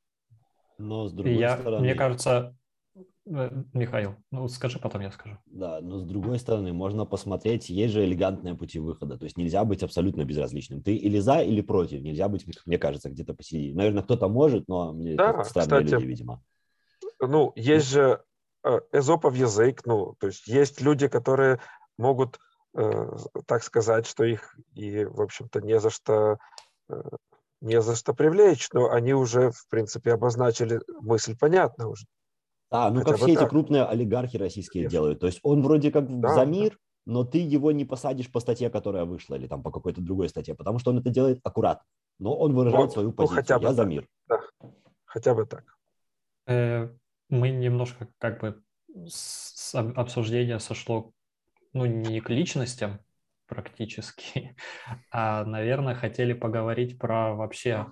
но с И другой я, стороны... мне кажется, э, Михаил, ну скажи, потом я скажу. Да, но с другой стороны, можно посмотреть, есть же элегантные пути выхода. То есть нельзя быть абсолютно безразличным. Ты или за, или против. Нельзя быть, как мне кажется, где-то посередине. Наверное, кто-то может, но мне Да, это странные кстати, люди, видимо. Ну, есть же э, эзопов язык, ну, то есть есть люди, которые могут, э, так сказать, что их и, в общем-то, не за что, э, не за что привлечь, но они уже, в принципе, обозначили мысль, понятно уже. А, ну Хотя как бы все эти так. крупные олигархи российские Конечно. делают. То есть он вроде как Да, за да. мир, но ты его не посадишь по статье, которая вышла, или там по какой-то другой статье, потому что он это делает аккуратно. Но он выражает Вот, свою ну, позицию. хотя бы Я за так. мир. Да, хотя бы так. Э, Мы немножко как бы с об- обсуждение сошло, ну, не к личностям практически, а, наверное, хотели поговорить про вообще,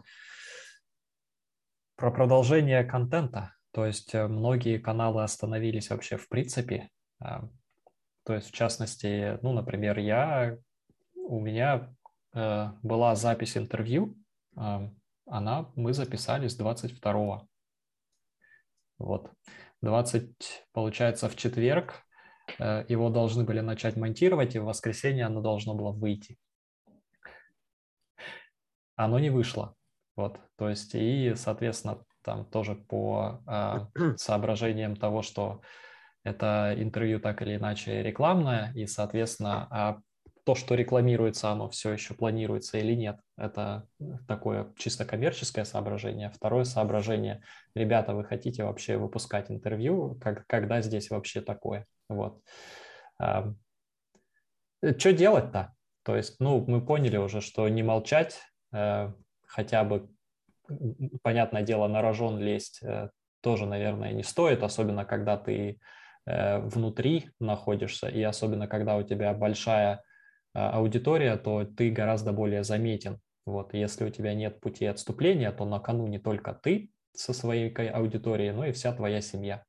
про продолжение контента. То есть э, многие каналы остановились вообще в принципе. А, То есть, в частности, ну, например, я, у меня э, была запись интервью, э, она, мы записали с двадцать второго. Вот. двадцать, получается, в четверг э, его должны были начать монтировать, и в воскресенье оно должно было выйти. Оно не вышло. Вот. То есть, и, соответственно, там тоже по э, соображениям того, что это интервью так или иначе рекламное, и, соответственно, а то, что рекламируется, оно все еще планируется или нет. Это такое чисто коммерческое соображение. Второе соображение. Ребята, вы хотите вообще выпускать интервью? Как, когда здесь вообще такое? Вот. А, что делать-то? То есть, ну, мы поняли уже, что не молчать, э, хотя бы, понятное дело, на рожон лезть э, тоже, наверное, не стоит, особенно когда ты э, внутри находишься, и особенно когда у тебя большая аудитория, то ты гораздо более заметен. Вот. Если у тебя нет пути отступления, то на кону не только ты со своей аудиторией, но и вся твоя семья.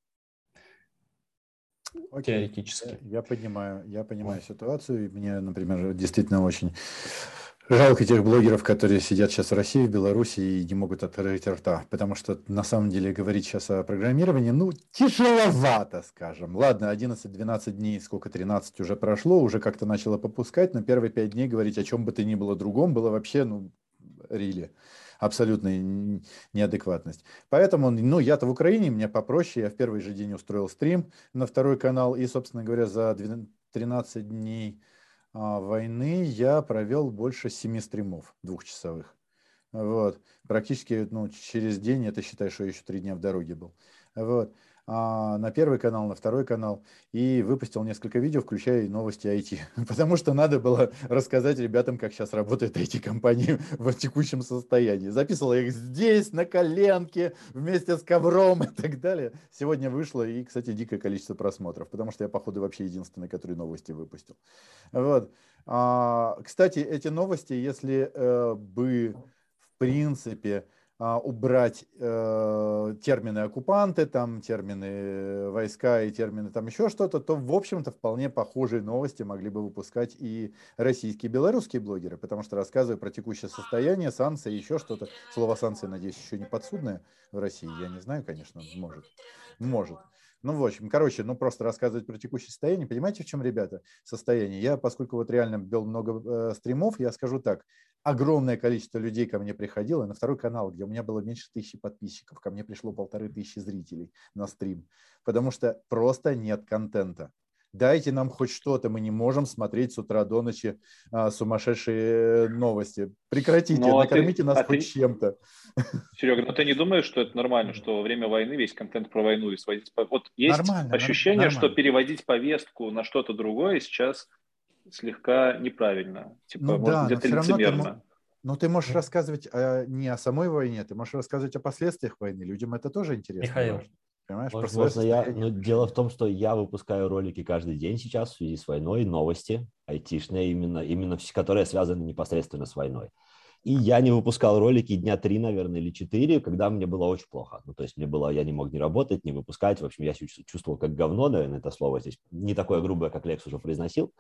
Окей. Теоретически. Я, я понимаю, я понимаю ситуацию, и мне, например, действительно очень жалко тех блогеров, которые сидят сейчас в России, в Беларуси и не могут открыть рта, потому что на самом деле говорить сейчас о программировании, ну, тяжеловато, скажем. Ладно, одиннадцать-двенадцать дней, сколько, тринадцать уже прошло, уже как-то начало попускать, но первые пять дней говорить о чем бы то ни было другом было вообще, ну, рили. Абсолютная неадекватность. Поэтому, ну, я-то в Украине, мне попроще, я в первый же день устроил стрим на второй канал, и, собственно говоря, за тринадцать дней а, войны я провел больше семи стримов двухчасовых. Вот. Практически, ну, через день, это считай, что я еще три дня в дороге был. Вот. А, на первый канал, на второй канал, и выпустил несколько видео, включая и новости ай ти, потому что надо было рассказать ребятам, как сейчас работает ай ти-компания в текущем состоянии. Записывал я их здесь, на коленке, вместе с ковром и так далее. Сегодня вышло, и, кстати, дикое количество просмотров, потому что я, походу, вообще единственный, который новости выпустил. Вот. А, кстати, эти новости, если э, бы, в принципе, убрать э, термины оккупанты, там термины войска и термины там еще что-то, то, в общем-то, вполне похожие новости могли бы выпускать и российские, и белорусские блогеры, потому что рассказывая про текущее состояние, санкции, еще что-то. Слово санкции, надеюсь, еще не подсудное в России, я не знаю, конечно, может. Может. Ну, в общем, короче, ну просто рассказывать про текущее состояние. Понимаете, в чем, ребята, состояние? Я, поскольку вот реально вел много э, стримов, я скажу так. Огромное количество людей ко мне приходило на второй канал, где у меня было меньше тысячи подписчиков. Ко мне пришло полторы тысячи зрителей на стрим. Потому что просто нет контента. Дайте нам хоть что-то, мы не можем смотреть с утра до ночи а, сумасшедшие новости. Прекратите, но накормите ты, нас а хоть ты... чем-то. Серега, но ты не думаешь, что это нормально, что во время войны весь контент про войну и сводить... Вот есть нормально, ощущение, нормально. Что переводить повестку на что-то другое сейчас слегка неправильно. Типа, ну, может, да, где-то но лицемерно. Ты, но ты можешь рассказывать о, не о самой войне, ты можешь рассказывать о последствиях войны. Людям это тоже интересно. Михаил, понимаешь, Может, можно я, но дело в том, что я выпускаю ролики каждый день сейчас в связи с войной, новости айтишные, именно, именно которые связаны непосредственно с войной. И я не выпускал ролики дня три, наверное, или четыре, когда мне было очень плохо. Ну, то есть мне было, я не мог ни работать, ни выпускать. В общем, я чувствовал как говно, наверное, это слово здесь не такое грубое, как Лекс уже произносил.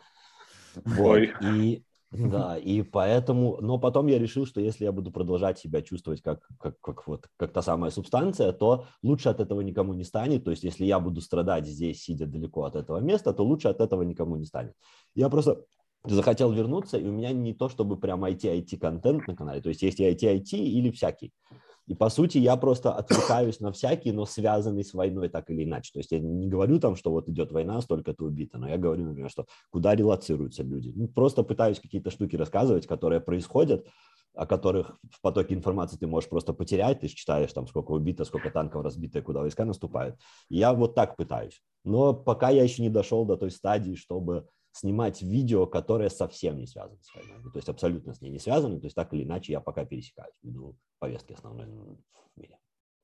Вот. И да, и поэтому, но потом я решил, что если я буду продолжать себя чувствовать как, как, как, вот, как та самая субстанция, то лучше от этого никому не станет. То есть если я буду страдать здесь, сидя далеко от этого места, то лучше от этого никому не станет. Я просто захотел вернуться, и у меня не то, чтобы прям ай ти-ай ти-контент на канале, то есть есть и ай ти-ай ти или всякий. И, по сути, я просто отвлекаюсь на всякий, но связанный с войной так или иначе. То есть я не говорю там, что вот идет война, столько-то убито, но я говорю, например, что куда релоцируются люди. Ну, просто пытаюсь какие-то штуки рассказывать, которые происходят, о которых в потоке информации ты можешь просто потерять. Ты же читаешь там, сколько убито, сколько танков разбито, куда войска наступают. И я вот так пытаюсь. Но пока я еще не дошел до той стадии, чтобы снимать видео, которые совсем не связаны с войной. То есть абсолютно с ней не связаны. То есть так или иначе я пока пересекаюсь. Веду повестки основной в мире.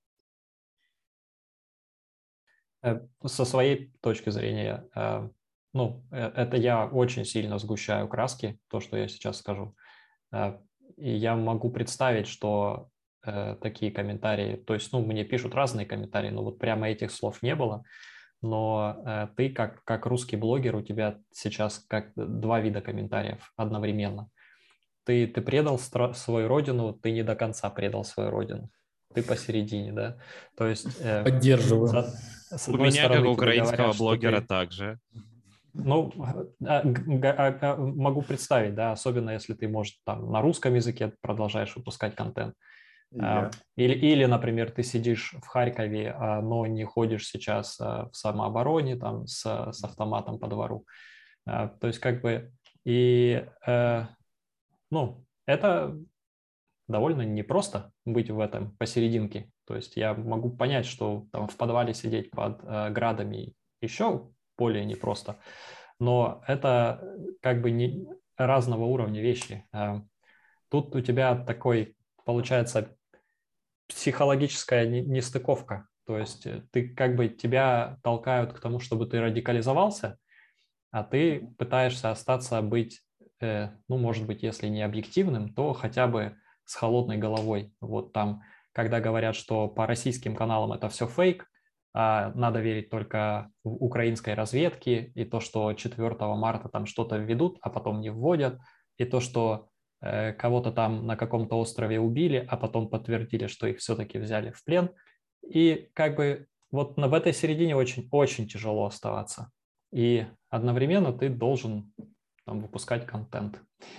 Со своей точки зрения, ну, это я очень сильно сгущаю краски, то, что я сейчас скажу. И я могу представить, что такие комментарии, то есть, ну, мне пишут разные комментарии, но вот прямо этих слов не было. Но э, ты, как, как русский блогер, у тебя сейчас как два вида комментариев одновременно. Ты, ты предал стро- свою родину, ты не до конца предал свою родину. Ты посередине, да? То есть... Э, Поддерживаю. За, с у меня, как у украинского говорят, блогера, ты, также. Ну, а, а, а, могу представить, да, особенно если ты, может, там на русском языке продолжаешь выпускать контент. Я. Или, или, например, ты сидишь в Харькове, но не ходишь сейчас в самообороне там, с, с автоматом по двору. То есть как бы и ну, это довольно непросто быть в этом посерединке. То есть я могу понять, что там в подвале сидеть под градами еще более непросто, но это как бы не разного уровня вещи. Тут у тебя такой, получается, психологическая нестыковка. То есть ты как бы тебя толкают к тому, чтобы ты радикализовался, а ты пытаешься остаться быть, э, ну, может быть, если не объективным, то хотя бы с холодной головой. Вот там, когда говорят, что по российским каналам это все фейк, а надо верить только в украинской разведке, и то, что четвёртого марта там что-то введут, а потом не вводят, и то, что кого-то там на каком-то острове убили, а потом подтвердили, что их все-таки взяли в плен. И как бы вот в этой середине очень-очень тяжело оставаться. И одновременно ты должен там выпускать контент.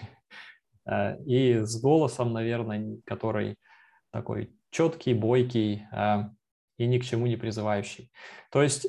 И с голосом, наверное, который такой четкий, бойкий и ни к чему не призывающий. То есть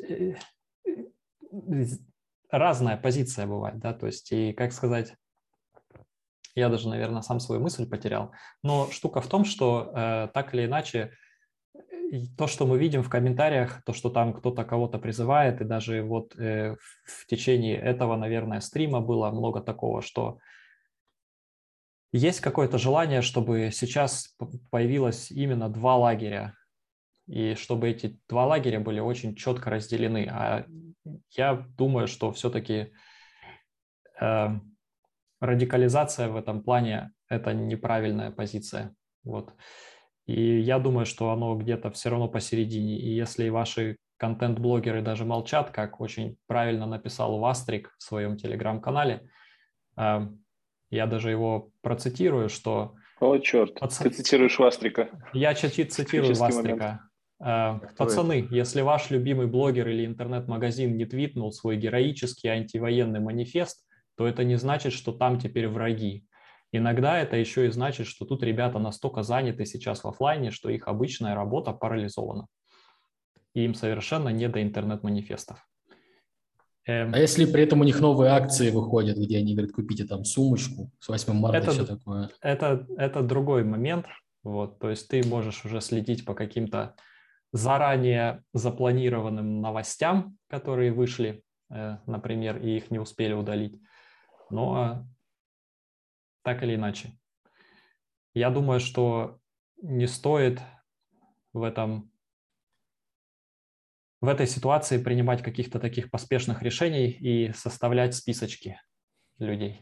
разная позиция бывает, да, то есть и, как сказать, я даже, наверное, сам свою мысль потерял. Но штука в том, что э, так или иначе, то, что мы видим в комментариях, то, что там кто-то кого-то призывает, и даже вот э, в, в течение этого, наверное, стрима было много такого, что есть какое-то желание, чтобы сейчас появилось именно два лагеря, и чтобы эти два лагеря были очень четко разделены. А я думаю, что все-таки... Э, радикализация в этом плане – это неправильная позиция. Вот. И я думаю, что оно где-то все равно посередине. И если ваши контент-блогеры даже молчат, как очень правильно написал Вастрик в своем телеграм-канале, я даже его процитирую, что… О, черт, Пац... ты цитируешь Вастрика. Я цитирую Вастрика. Момент. Пацаны, если ваш любимый блогер или интернет-магазин не твитнул свой героический антивоенный манифест, то это не значит, что там теперь враги. Иногда это еще и значит, что тут ребята настолько заняты сейчас в офлайне, что их обычная работа парализована. И им совершенно не до интернет-манифестов. Эм... А если при этом у них новые акции выходят, где они говорят, купите там сумочку с восьмого марта это, и все такое? Это, это другой момент. Вот, то есть ты можешь уже следить по каким-то заранее запланированным новостям, которые вышли, э, например, и их не успели удалить. Но так или иначе, я думаю, что не стоит в этом, в этой ситуации принимать каких-то таких поспешных решений и составлять списочки людей.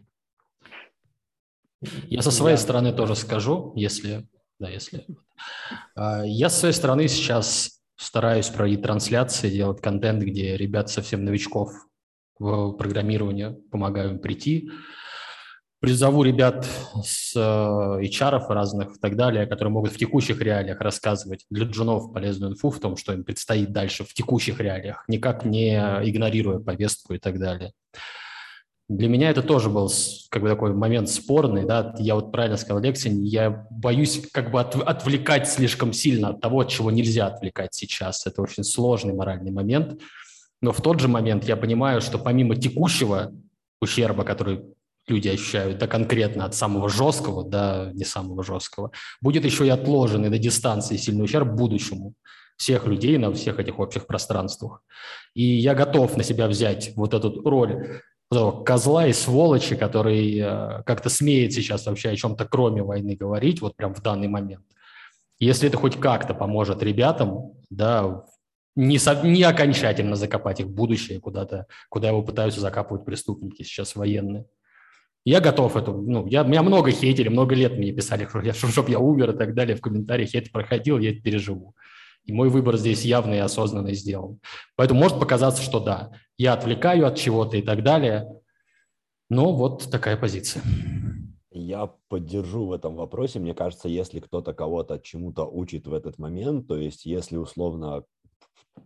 Я со своей я... стороны тоже скажу, если, да, если. Я со своей стороны сейчас стараюсь проводить трансляции, делать контент, где ребят совсем новичков в программировании помогаю им прийти. Призову ребят с эйч ар-ов разных и так далее, которые могут в текущих реалиях рассказывать для джунов полезную инфу в том, что им предстоит дальше в текущих реалиях, никак не игнорируя повестку и так далее. Для меня это тоже был как бы такой момент спорный, да, я вот правильно сказал, Лексин, я боюсь как бы от, отвлекать слишком сильно от того, от чего нельзя отвлекать сейчас. Это очень сложный моральный момент, но в тот же момент я понимаю, что помимо текущего ущерба, который люди ощущают, да, конкретно от самого жесткого до не самого жесткого, будет еще и отложенный до дистанции сильный ущерб будущему всех людей на всех этих общих пространствах. И я готов на себя взять вот эту роль козла и сволочи, который э, как-то смеет сейчас вообще о чем-то кроме войны говорить, вот прям в данный момент. Если это хоть как-то поможет ребятам, да, не, со, не окончательно закопать их в будущее куда-то, куда его пытаются закапывать преступники сейчас военные. Я готов это, ну, я, у меня много хейтерей, много лет мне писали, чтобы я умер и так далее в комментариях, я это проходил, я это переживу. И мой выбор здесь явный и осознанный сделан. Поэтому может показаться, что да, я отвлекаю от чего-то и так далее, но вот такая позиция. Я поддержу в этом вопросе. Мне кажется, если кто-то кого-то чему-то учит в этот момент, то есть если условно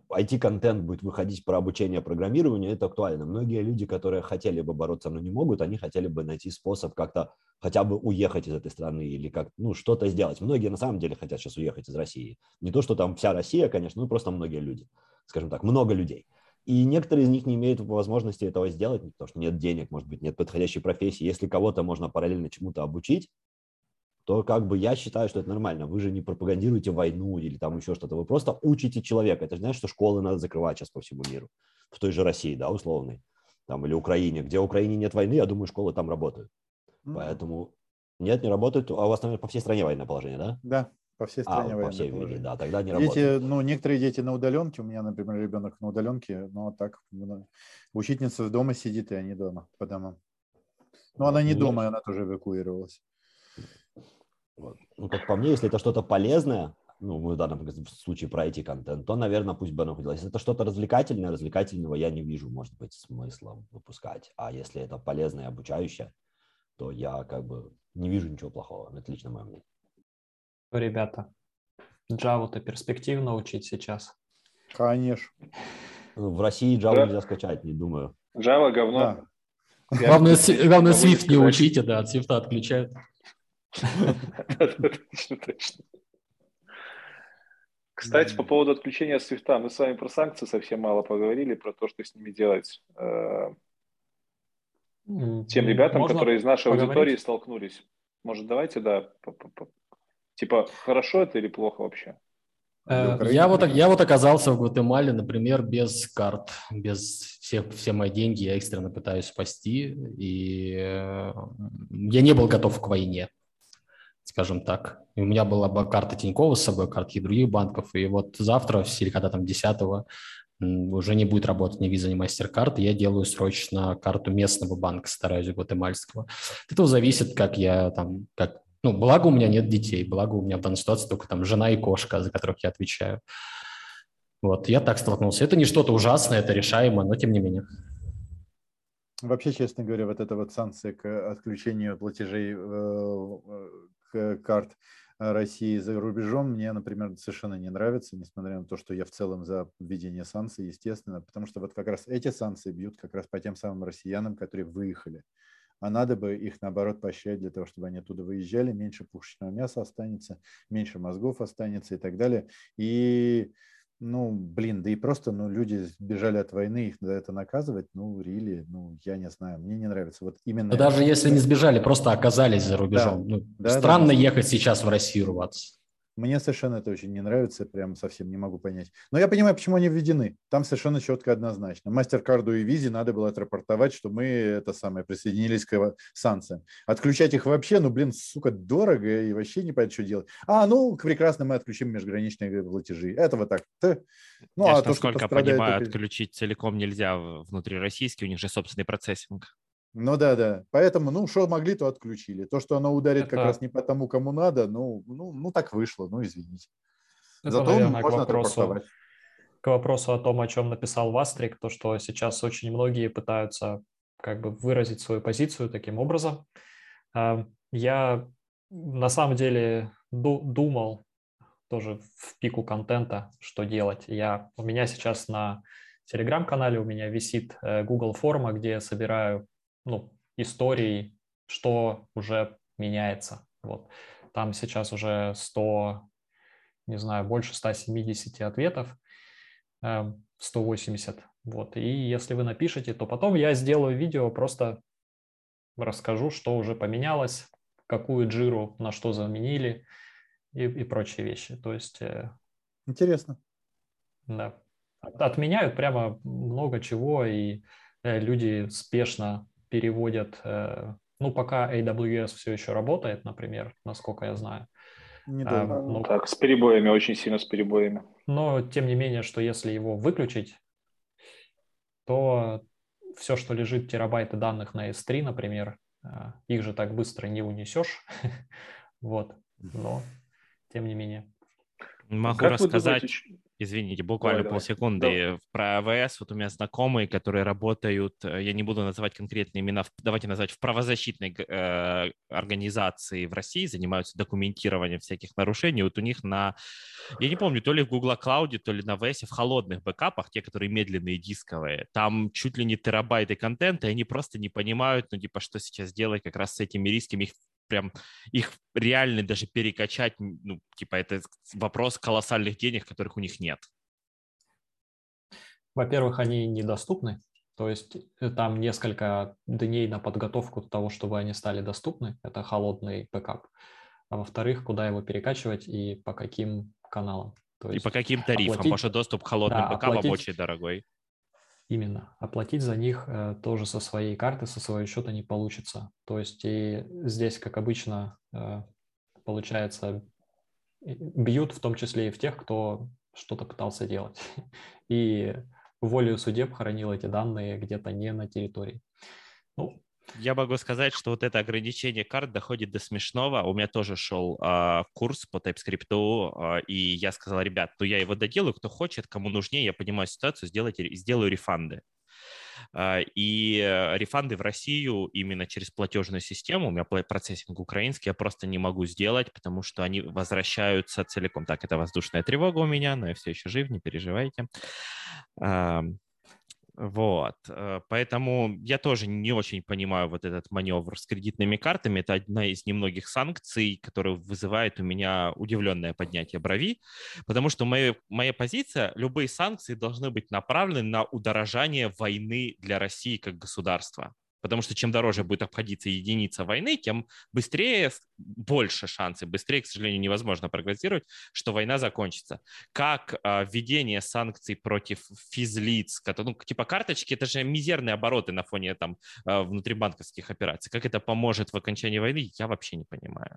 ай ти-контент будет выходить про обучение программированию, это актуально. Многие люди, которые хотели бы бороться, но не могут, они хотели бы найти способ как-то хотя бы уехать из этой страны или как, ну, что-то сделать. Многие на самом деле хотят сейчас уехать из России. Не то, что там вся Россия, конечно, ну, просто многие люди, скажем так, много людей. И некоторые из них не имеют возможности этого сделать, потому что нет денег, может быть, нет подходящей профессии. Если кого-то можно параллельно чему-то обучить, то как бы я считаю, что это нормально. Вы же не пропагандируете войну или там еще что-то. Вы просто учите человека. Это же знаешь, что школы надо закрывать сейчас по всему миру. В той же России, да, условной. Там, или Украине. Где в Украине нет войны, я думаю, школы там работают. Mm-hmm. Поэтому нет, не работают. А у вас, наверное, по всей стране военное положение, да? Да, по всей стране а, военное по всей положение. Ввели, да, тогда не дети, работают. Ну, некоторые дети на удаленке. У меня, например, ребенок на удаленке. Но так, учительница дома сидит, и они дома, по домам. Но вот. Она не ну, дома, я... она тоже эвакуировалась. Вот. Ну, как по мне, если это что-то полезное, ну, мы в данном случае про ай ти-контент, то, наверное, пусть бы оно ходило. Если это что-то развлекательное, развлекательного я не вижу, может быть, смысла выпускать. А если это полезное и обучающее, то я как бы не вижу ничего плохого. Это лично мое мнение. Ребята, Java-то перспективно учить сейчас? Конечно. В России Java да. нельзя скачать, не думаю. Java говно. Да. Главное, главное Swift не учите, да, от Swift отключают. Точно, точно. Кстати, по поводу отключения Свифта, мы с вами про санкции совсем мало поговорили, про то, что с ними делать тем ребятам, Можно которые из нашей поговорить? Аудитории столкнулись. Может, давайте, да, типа, хорошо это или плохо вообще? Я вот, я вот оказался в Гватемале, например, без карт, без всех, все мои деньги я экстренно пытаюсь спасти, и я не был готов к войне, скажем так. И у меня была бы карта Тинькова с собой, карты других банков, и вот завтра, или когда там десятого, уже не будет работать ни виза, ни мастер-карт, я делаю срочно карту местного банка, стараюсь, гватемальского. От этого зависит, как я там, как, ну, благо у меня нет детей, благо у меня в данной ситуации только там жена и кошка, за которых я отвечаю. Вот, я так столкнулся. Это не что-то ужасное, это решаемо, но тем не менее. Вообще, честно говоря, вот эта вот санкция к отключению платежей к карт России за рубежом мне, например, совершенно не нравится, несмотря на то, что я в целом за введение санкций, естественно, потому что вот как раз эти санкции бьют как раз по тем самым россиянам, которые выехали. А надо бы их, наоборот, поощрять для того, чтобы они оттуда выезжали, меньше пушечного мяса останется, меньше мозгов останется и так далее. И, ну, блин, да и просто, ну, люди сбежали от войны, их за это наказывать, ну, рили, ну, я не знаю, мне не нравится. Вот именно. Да даже если не сбежали, просто оказались за рубежом. Да, ну, да, странно да, ехать да. сейчас в Россию рваться. Мне совершенно это очень не нравится, прям совсем не могу понять. Но я понимаю, почему они введены. Там совершенно четко, однозначно. Мастеркарду и Визе надо было отрапортовать, что мы это самое присоединились к санкциям. Отключать их вообще, ну, блин, сука, дорого и вообще не понятно, что делать. А, ну, прекрасно, мы отключим межграничные платежи. Этого так. Ну, я а то, насколько понимаю, только... отключить целиком нельзя внутрироссийский, у них же собственный процессинг. Ну да, да. Поэтому, ну, что могли, то отключили. То, что оно ударит это... как раз не по тому, кому надо, ну, ну, ну так вышло, ну, извините. Это, Зато наверное, можно к вопросу, к вопросу о том, о чем написал Вастрик, то, что сейчас очень многие пытаются как бы выразить свою позицию таким образом. Я на самом деле думал тоже в пику контента, что делать. Я, у меня сейчас на Телеграм-канале у меня висит Google форма, где я собираю ну, истории, что уже меняется. Вот. Там сейчас уже сто, не знаю, больше ста семидесяти ответов, сто восемьдесят. Вот. И если вы напишите, то потом я сделаю видео, просто расскажу, что уже поменялось, какую джиру на что заменили и, и прочие вещи. То есть... Интересно. Да. Отменяют прямо много чего, и люди спешно переводят, ну, пока эй дабл ю эс все еще работает, например, насколько я знаю. А, ну, так, с перебоями, очень сильно с перебоями. Но, тем не менее, что если его выключить, то все, что лежит терабайты данных на эс три, например, их же так быстро не унесешь. Вот, но, тем не менее. Могу как рассказать... Извините, буквально давай, полсекунды. давай. Про АВС. Вот у меня знакомые, которые работают, я не буду называть конкретные имена, давайте назвать в правозащитной э, организации в России, занимаются документированием всяких нарушений. Вот у них на, я не помню, то ли в Google Cloud, то ли на эй ви эс, в холодных бэкапах, те, которые медленные, дисковые, там чуть ли не терабайты контента, и они просто не понимают, ну, типа, что сейчас делать как раз с этими рисками. Их прям, их реально даже перекачать, ну, типа, это вопрос колоссальных денег, которых у них нет. Во-первых, они недоступны, то есть там несколько дней на подготовку того, чтобы они стали доступны, это холодный бэкап. А во-вторых, куда его перекачивать и по каким каналам. То и есть по каким тарифам, оплатить, потому что доступ к холодным да, бэкапам оплатить, очень дорогой. Именно. Оплатить за них э, тоже со своей карты, со своего счета не получится. То есть и здесь, как обычно, э, получается, бьют в том числе и в тех, кто что-то пытался делать. И волею судеб хранил эти данные где-то не на территории. Ну, я могу сказать, что вот это ограничение карт доходит до смешного. У меня тоже шел э, курс по TypeScript, э, и я сказал, ребят, ну я его доделаю, кто хочет, кому нужнее, я понимаю ситуацию, сделайте, сделаю рефанды. Э, и рефанды в Россию именно через платежную систему, у меня процессинг украинский, я просто не могу сделать, потому что они возвращаются целиком. Так, это воздушная тревога у меня, но я все еще жив, не переживайте. Э, Вот, поэтому я тоже не очень понимаю вот этот маневр с кредитными картами. Это одна из немногих санкций, которая вызывает у меня удивленное поднятие брови, потому что моя, моя позиция, любые санкции должны быть направлены на удорожание войны для России как государства. Потому что чем дороже будет обходиться единица войны, тем быстрее, больше шансов, быстрее, к сожалению, невозможно прогнозировать, что война закончится. Как а, введение санкций против физлиц, которые, ну, типа карточки, это же мизерные обороты на фоне там а, внутрибанковских операций. Как это поможет в окончании войны, я вообще не понимаю.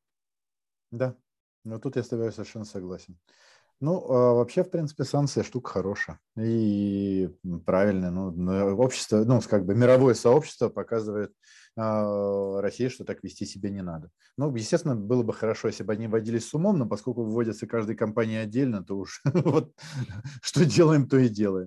Да, но тут я с тобой совершенно согласен. Ну, вообще, в принципе, санкция штука хорошая и правильная. Ну, общество, ну, как бы мировое сообщество показывает э, России, что так вести себя не надо. Ну, естественно, было бы хорошо, если бы они вводились с умом, но поскольку выводятся каждой компании отдельно, то уж вот что делаем, то и делаем.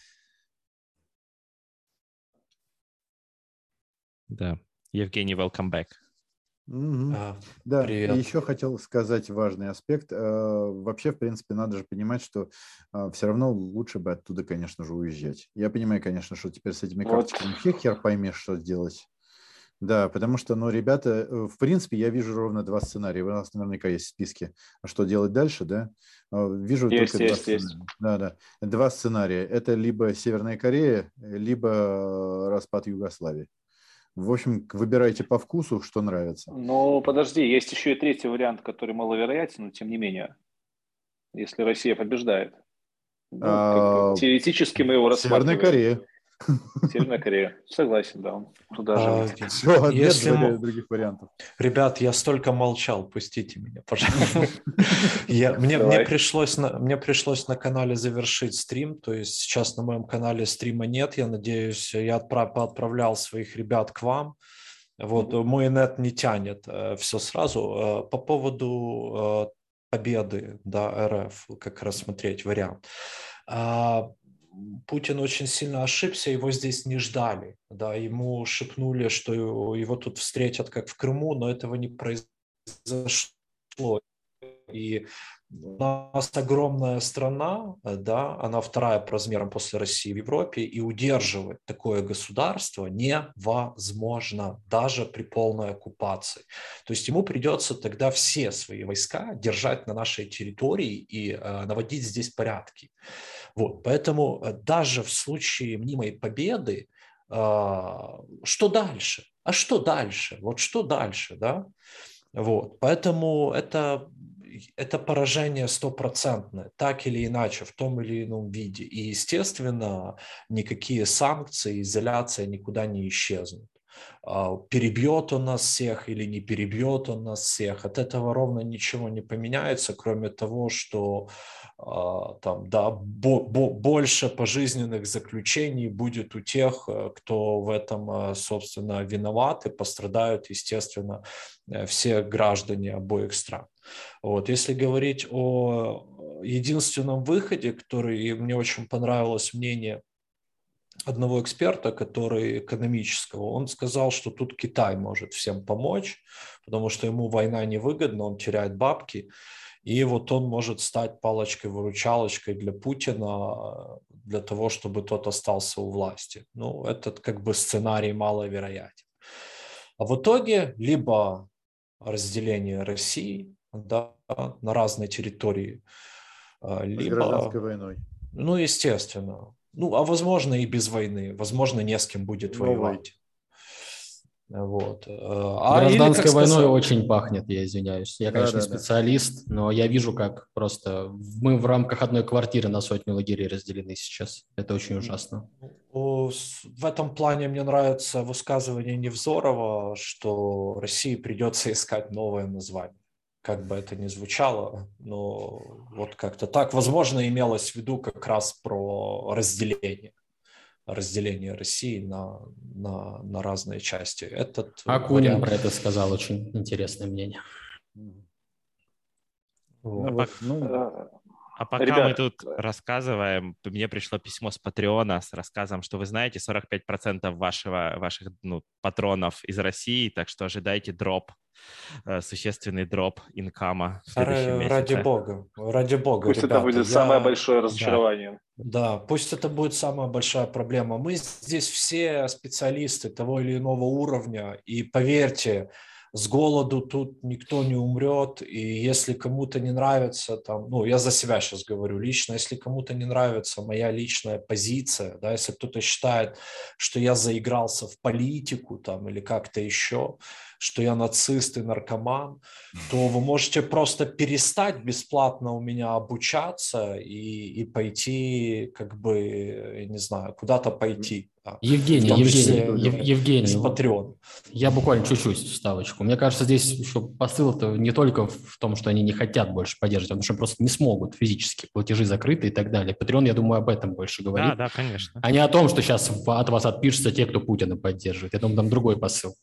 Да. Евгений, welcome back. Угу. А, да, привет. и еще хотел сказать важный аспект. Вообще, в принципе, надо же понимать, что все равно лучше бы оттуда, конечно же, уезжать. Я понимаю, конечно, что теперь с этими карточками вот. Вообще хер поймешь, что сделать. Да, потому что, ну, ребята, в принципе, я вижу ровно два сценария. У нас наверняка есть в списке, что делать дальше, да? Вижу есть, только есть, два есть. сценария. Да, да. Два сценария. Это либо Северная Корея, либо распад Югославии. В общем, выбирайте по вкусу, что нравится. Ну, подожди, есть еще и третий вариант, который маловероятен, но тем не менее, если Россия побеждает. Ну, а, теоретически мы его рассматриваем. Северная Корея. Северная Корея. Согласен, да. А, Все, если нет других вариантов. Ребят, я столько молчал, пустите меня, пожалуйста. Я, мне, мне, пришлось на, мне пришлось на канале завершить стрим, то есть сейчас на моем канале стрима нет, я надеюсь, я отправ, отправлял своих ребят к вам. Вот, mm-hmm. Мой нет не тянет э, все сразу. Э, по поводу э, победы, да, РФ, как рассмотреть вариант. Э, Путин очень сильно ошибся, его здесь не ждали. Да, ему шепнули, что его тут встретят, как в Крыму, но этого не произошло. И у нас огромная страна, да, она вторая по размерам после России в Европе, и удерживать такое государство невозможно, даже при полной оккупации. То есть ему придется тогда все свои войска держать на нашей территории и э, наводить здесь порядки. Вот, поэтому даже в случае мнимой победы, э, что дальше? А что дальше? Вот что дальше, да? Вот, поэтому это, это поражение стопроцентное, так или иначе, в том или ином виде. И, естественно, никакие санкции, изоляция никуда не исчезнут. перебьет он нас всех или не перебьет он нас всех. От этого ровно ничего не поменяется, кроме того, что там, да, бо- бо- больше пожизненных заключений будет у тех, кто в этом, собственно, виноват, и пострадают, естественно, все граждане обоих стран. Вот. Если говорить о единственном выходе, который, и мне очень понравилось мнение одного эксперта, который экономического, он сказал, что тут Китай может всем помочь, потому что ему война невыгодна, он теряет бабки, и вот он может стать палочкой-выручалочкой для Путина, для того, чтобы тот остался у власти. Ну, этот как бы сценарий маловероятен. А в итоге либо разделение России, да, на разные территории, либо... С гражданской войной. Ну, естественно. Ну, а возможно и без войны. Возможно, не с кем будет Новой. воевать. Вот. А Гражданской или, войной сказать... очень пахнет, я извиняюсь. Я, конечно, да, не да, специалист, да. но я вижу, как просто мы в рамках одной квартиры на сотню лагерей разделены сейчас. Это очень ужасно. В этом плане мне нравится высказывание Невзорова, что России придется искать новое название. Как бы это ни звучало, но вот как-то так. Возможно, имелось в виду как раз про разделение. разделение России на, на, на разные части. Этот Акунин вариант... про это сказал, очень интересное мнение. Вот. А, пока, ну, а пока Ребята, мы тут рассказываем, мне пришло письмо с Патреона с рассказом, что вы знаете, сорок пять процентов вашего, ваших ну, патронов из России, так что ожидайте дроп, существенный дроп инкама в следующем месяце. Ради бога, ради бога, Пусть ребята, это будет я... самое большое разочарование. Да, да, пусть это будет самая большая проблема. Мы здесь все специалисты того или иного уровня, и поверьте, с голоду тут никто не умрет, и если кому-то не нравится, там, ну, я за себя сейчас говорю лично, если кому-то не нравится моя личная позиция, да, если кто-то считает, что я заигрался в политику там или как-то еще, что я нацист и наркоман, то вы можете просто перестать бесплатно у меня обучаться и, и пойти, как бы, я не знаю, куда-то пойти. Да. Евгений, Евгений, Евгений, Patreon. Я буквально чуть-чуть вставочку. Мне кажется, здесь еще посыл-то не только в том, что они не хотят больше поддерживать, потому что просто не смогут физически, платежи закрыты и так далее. Patreon, я думаю, об этом больше говорит. Да, да, конечно. А не о том, что сейчас от вас отпишутся те, кто Путина поддерживает. Я думаю, там другой посыл.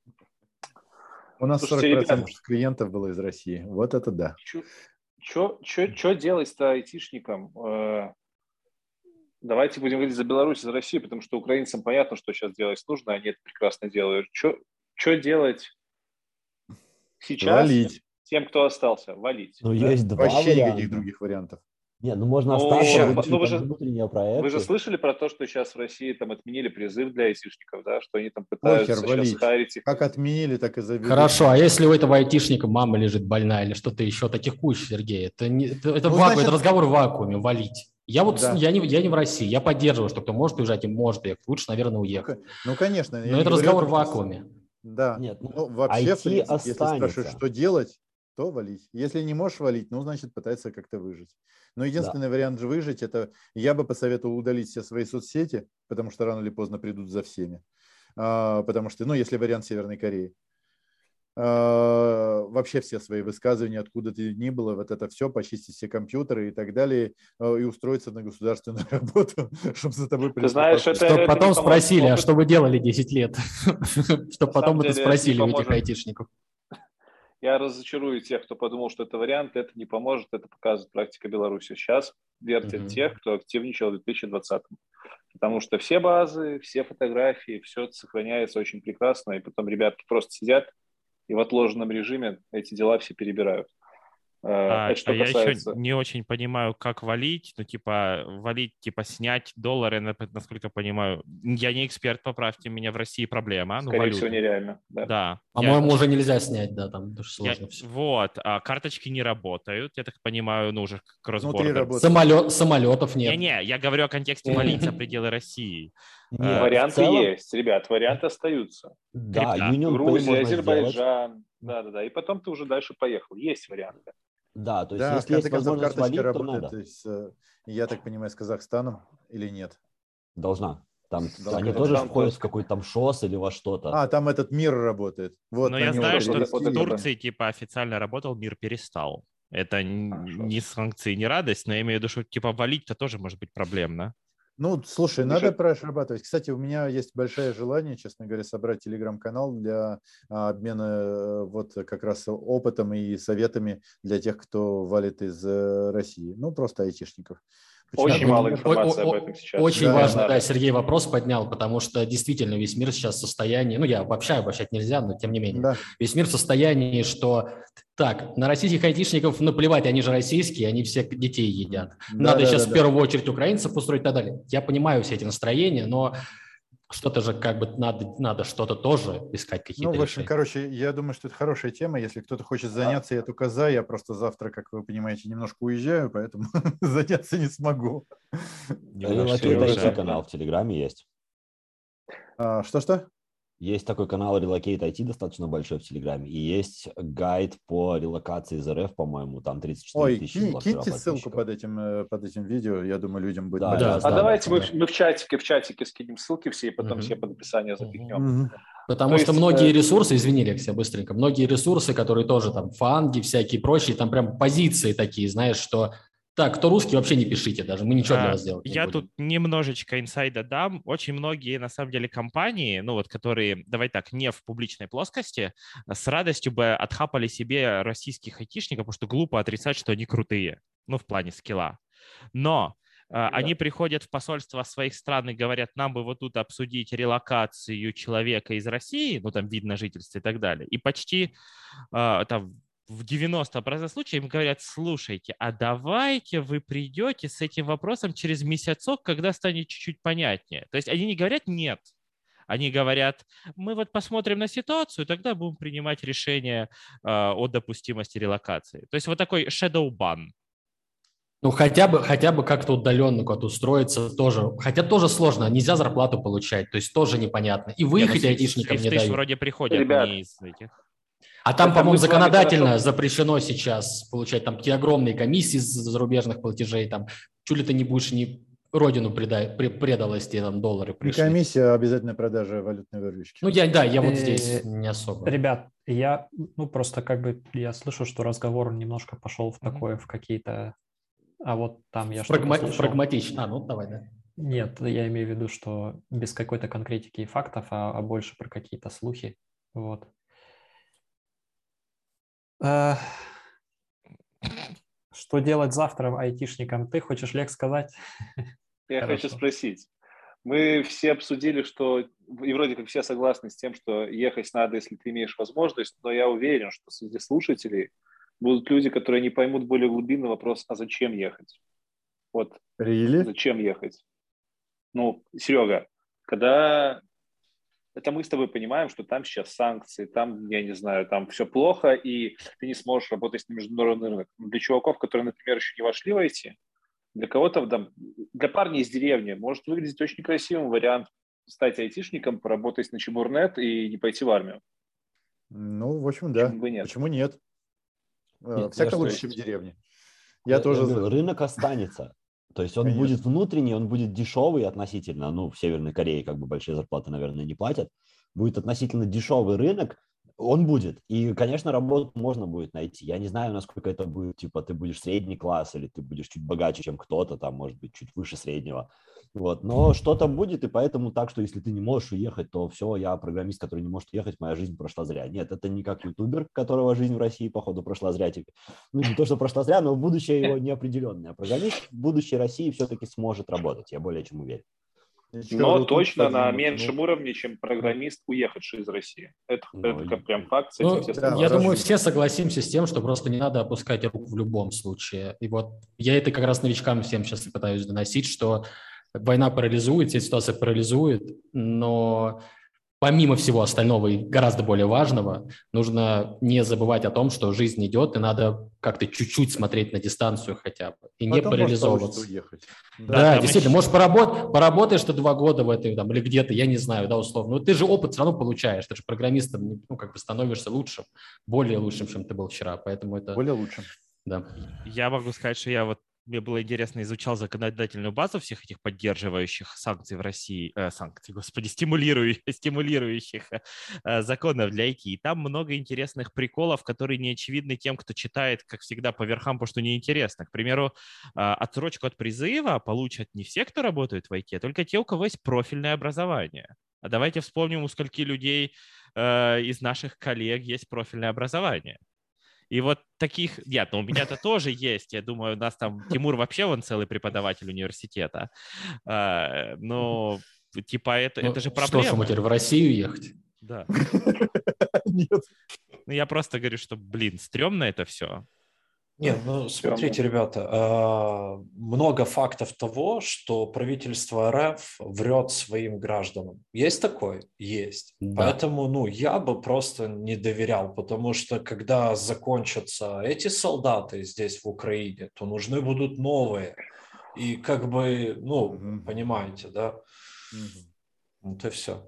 У нас сорок процентов клиентов было из России. Вот это да. Что делать-то айтишникам? Давайте будем говорить за Беларусь, за Россию, потому что украинцам понятно, что сейчас делать нужно, они это прекрасно делают. Что делать сейчас валить. Тем, кто остался? Валить. Ну, да? есть два Вообще варианта. никаких других вариантов. Нет, ну можно ну, остаться, ну, вы, же, внутренние проекты. вы же слышали про то, что сейчас в России там отменили призыв для айтишников, да, что они там пытаются Похер, сейчас валить. харить их. Как отменили, так и завели. Хорошо, а если у этого айтишника мама лежит больная или что-то еще, таких куч, Сергей, это, не, это, это, ну, ваку, значит... это разговор в вакууме, валить. Я вот да. я, не, я не в России, я поддерживаю, что кто может уезжать, и может ехать. Лучше, наверное, уехать. Ну, конечно. Но это разговор в вакууме. Да. Нет, ну, ну, вообще, в принципе, останется. если спрашиваешь, что делать, то валить. Если не можешь валить, ну, значит, пытаться как-то выжить. Но единственный да. вариант же выжить, это я бы посоветовал удалить все свои соцсети, потому что рано или поздно придут за всеми. А, потому что, ну, если вариант Северной Кореи. Вообще все свои высказывания, откуда ты ни было, вот это все, почистить все компьютеры и так далее, и устроиться на государственную работу, чтобы за тобой пришли. Ты знаешь, это, Чтобы это потом спросили, опыт. А что вы делали десять лет? Чтобы потом это спросили у этих айтишников. Я разочарую тех, кто подумал, что это вариант, это не поможет, это показывает практика Беларуси. Сейчас вертят mm-hmm. тех, кто активничал в две тысячи двадцатом. Потому что все базы, все фотографии, все это сохраняется очень прекрасно, и потом ребятки просто сидят, и в отложенном режиме эти дела все перебирают. А, а я касается... еще не очень понимаю, как валить, ну, типа, валить, типа, снять доллары, насколько понимаю. Я не эксперт, поправьте меня, в России проблема. Скорее валюты. всего, нереально. Да. да. По-моему, я... уже нельзя снять, да, там тоже сложно я... все. Вот, а карточки не работают, я так понимаю, ну, уже кросс-бордер. Самолет... Самолетов нет. Не-не, я говорю о контексте валить за пределы России. Нет, варианты целом... есть, ребят, варианты остаются. Да, Грузия, Азербайджан, да-да-да, и потом ты уже дальше поехал. Есть варианты. Да, то есть да, если в конце есть концов, возможность карточка валить, работает, то, то есть, я так понимаю, с Казахстаном или нет? Должна. Там Да, они это тоже там входят тоже. в какой-то там ШОС или во что-то. А, там этот мир работает. Вот, Но на я него знаю, вот что перевести в вот это и- Турции типа официально работал, мир перестал. Это н- Хорошо. не санкции, не радость, но я имею в виду, что типа валить-то тоже может быть проблемно. Ну, слушай, Слушай, надо прорабатывать. Кстати, у меня есть большое желание, честно говоря, собрать телеграм-канал для а, обмена э, вот как раз опытом и советами для тех, кто валит из э, России. Ну, просто айтишников. Почему Очень бы мало нет? информации О- об о- этом сейчас. Очень Да, важно, надо. да, Сергей вопрос поднял, потому что действительно весь мир сейчас в состоянии, ну, я обобщаю, обобщать нельзя, но тем не менее, Да. весь мир в состоянии, что так, на российских айтишников наплевать, они же российские, они всех детей едят. Да, Надо да, сейчас да, в да. первую очередь украинцев устроить и так далее. Я понимаю все эти настроения, но что-то же как бы надо, надо что-то тоже искать, какие-то Ну, в общем, решения. короче, я думаю, что это хорошая тема. Если кто-то хочет заняться, я только за. Я просто завтра, как вы понимаете, немножко уезжаю, поэтому заняться не смогу. Немножко Relocate уже. ай ти канал в Телеграме есть. А, Что-что? Есть такой канал Relocate ай ти, достаточно большой в Телеграме, и есть гайд по релокации из эр эф, по-моему, там тридцать четыре Ой, тысячи ки- было вчера киньте ссылку подписчиков. под этим, э, под этим видео. Я думаю, людям будет Да, полезно. я А Да, давайте мы, да. в- мы в чатике, в чатике скинем ссылки все, и потом Мгм. все под описание запихнем. Мгм. Потому То что есть, многие э, ресурсы, извини, Лекс, я быстренько, многие ресурсы, которые тоже там фанги всякие прочие, там прям позиции такие, знаешь, что так, кто русский, вообще не пишите даже, мы ничего для А, вас делать не Я будем. тут немножечко инсайда дам. Очень многие, на самом деле, компании, ну вот, которые, давай так, не в публичной плоскости, с радостью бы отхапали себе российских айтишников, потому что глупо отрицать, что они крутые, ну, в плане скилла. Но а, они приходят в посольство своих стран и говорят, нам бы вот тут обсудить релокацию человека из России, ну, там, вид на жительство и так далее. И почти а, там в девяноста процентах случаев им говорят, слушайте, а давайте вы придете с этим вопросом через месяцок, когда станет чуть-чуть понятнее. То есть они не говорят «нет», они говорят, мы вот посмотрим на ситуацию, тогда будем принимать решение э, о допустимости релокации. То есть вот такой shadow ban. Ну, хотя бы, хотя бы как-то удаленно куда-то устроиться тоже. Хотя тоже сложно, нельзя зарплату получать, то есть тоже непонятно. И выехать Не, ну, айтишникам с- не с- с- дают. вроде приходят Ребят, не из этих. А там, это по-моему, мы с вами законодательно хорошо- запрещено сейчас получать там такие огромные комиссии с зарубежных платежей, там чуть ли ты не будешь не родину предай, пре- предал, если там доллары Не пришли. комиссия, а обязательная продажа валютной выручки. Ну, я, да, я вот Э, здесь не особо. Ребят, я, ну, просто как бы, я слышу, что разговор немножко пошел в Мгм. такое, в какие-то, а вот там я В что-то прагма- слышал. Прагматично. А, ну, давай, да. Нет, я имею в виду, что без какой-то конкретики и фактов, а, а больше про какие-то слухи. Вот. Э, Что делать завтра айтишникам? Ты хочешь, Лек, сказать? Я Хорошо. хочу спросить. Мы все обсудили, что и вроде как все согласны с тем, что ехать надо, если ты имеешь возможность, но я уверен, что среди слушателей будут люди, которые не поймут более глубинный вопрос, а зачем ехать? Вот Really? зачем ехать? Ну, Серега, когда это мы с тобой понимаем, что там сейчас санкции, там, я не знаю, там все плохо, и ты не сможешь работать на международный рынок. Но для чуваков, которые, например, еще не вошли в ай ти, для кого-то, там, для парня из деревни может выглядеть очень красивым вариант стать айтишником, поработать на Чебурнет и не пойти в армию. Ну, в общем, да. Почему бы нет? Почему нет? Э, Нет, Всяко я лучше, что- чем в деревне. Я, Я- тоже я за. говорю, рынок останется. То есть он Конечно. будет внутренний, он будет дешевый относительно, ну, в Северной Корее как бы большие зарплаты, наверное, не платят. Будет относительно дешевый рынок, он будет. И, конечно, работу можно будет найти. Я не знаю, насколько это будет, типа, ты будешь средний класс или ты будешь чуть богаче, чем кто-то, там, может быть, чуть выше среднего. Вот. Но что-то будет, и поэтому так, что если ты не можешь уехать, то все, я программист, который не может уехать, моя жизнь прошла зря. Нет, это не как ютубер, которого жизнь в России, походу, прошла зря теперь. Ну, не то, что прошла зря, но будущее его неопределенное. Программист в будущей России все-таки сможет работать, я более чем уверен. Еще Но рутуб точно на подвинут. меньшем Ну, уровне, чем программист, уехавший из России. Это, Ну, это и- как прям факт, с Ну, этим все да, я согласны. думаю, разумно. все согласимся с тем, что просто не надо опускать рук в любом случае. И вот я это как раз новичкам всем сейчас пытаюсь доносить, что война парализует, вся ситуация парализует, но помимо всего остального и гораздо более важного, нужно не забывать о том, что жизнь идет, и надо как-то чуть-чуть смотреть на дистанцию хотя бы, и не потом, может, парализовываться. получится уехать. Да, Да, там действительно, еще- может, поработ... поработаешь ты два года в этой, там, или где-то, я не знаю, да, условно. Но ты же опыт все равно получаешь, ты же программистом, ну, как бы становишься лучшим, более лучшим, чем ты был вчера, поэтому это, Более лучше. да. Я могу сказать, что я вот мне было интересно, изучал законодательную базу всех этих поддерживающих санкций в России, э, санкций, господи, стимулирующих, стимулирующих э, законов для ай ти. И там много интересных приколов, которые не очевидны тем, кто читает, как всегда, по верхам, потому что неинтересно. К примеру, э, отсрочку от призыва получат не все, кто работает в ай ти, а только те, у кого есть профильное образование. А давайте вспомним, у скольки людей э, из наших коллег есть профильное образование. И вот таких, нет, ну у меня-то тоже есть, я думаю, у нас там Тимур вообще он целый преподаватель университета, а, но типа это, Ну, это же что, проблема. что, теперь в Россию ехать? Да. Нет. Ну я просто говорю, что, блин, стрёмно это все. Нет, ну смотрите, ребята, много фактов того, что правительство РФ врет своим гражданам. Есть такое? Есть. Да. Поэтому, ну, я бы просто не доверял, потому что когда закончатся эти солдаты здесь, в Украине, то нужны будут новые. И как бы, ну, Мгм. понимаете, да? Мгм. Вот и все.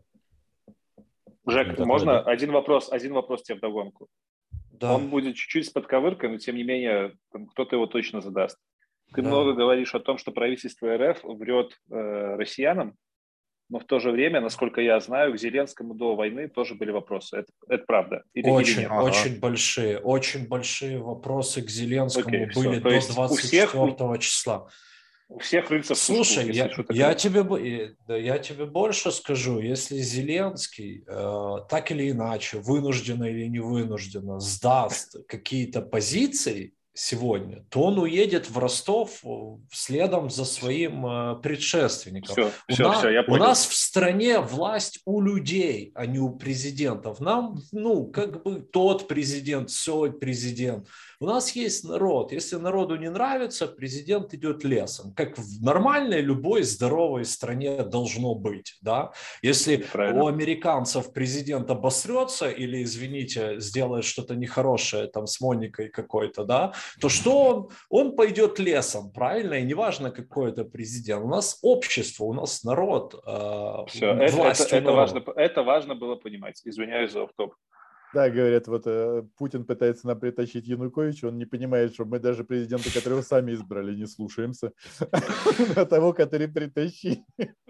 Жек, Ну, такое, можно да. один вопрос, один вопрос тебе вдогонку? Да. Он будет чуть-чуть с подковыркой, но тем не менее там, кто-то его точно задаст. Ты Да. много говоришь о том, что правительство РФ врет э, россиянам, но в то же время, насколько я знаю, к Зеленскому до войны тоже были вопросы. Это, это правда? Или, Очень, или нет? Ага. очень большие, очень большие вопросы к Зеленскому Окей, всё. были То до есть у двадцать всех- четвёртого числа. У всех рыльца в пушку, Слушай, если я, шуток я, нет. тебе, бо- э, да, я тебе больше скажу, если Зеленский э, так или иначе, вынужденно или не вынужденно, сдаст какие-то позиции сегодня, то он уедет в Ростов э, следом за своим э, предшественником. Все, У, все, на- все, я у понял. нас в стране власть у людей, а не у президентов. Нам, ну, как бы тот президент, сёй президент. У нас есть народ. Если народу не нравится, президент идет лесом. Как в нормальной, любой здоровой стране должно быть. Да? Если Правильно. у американцев президент обосрется или, извините, сделает что-то нехорошее там с Моникой какой-то, да, то что он? Он пойдет лесом, правильно? И неважно, какой это президент. У нас общество, у нас народ, э, Все, это, власть это, у это, народа. важно, это важно было понимать. Извиняюсь за автоп. Да, говорят, вот э, Путин пытается нам притащить Януковича, он не понимает, что мы даже президента, которого сами избрали, не слушаемся, а того, который притащили.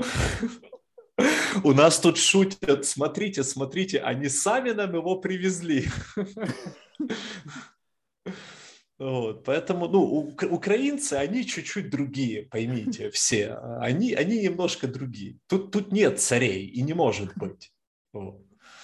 У нас тут шутят, смотрите, смотрите, они сами нам его привезли. Вот, поэтому, ну, ук- украинцы, они чуть-чуть другие, поймите, все. Они, они немножко другие. Тут, тут нет царей и не может быть. Вот.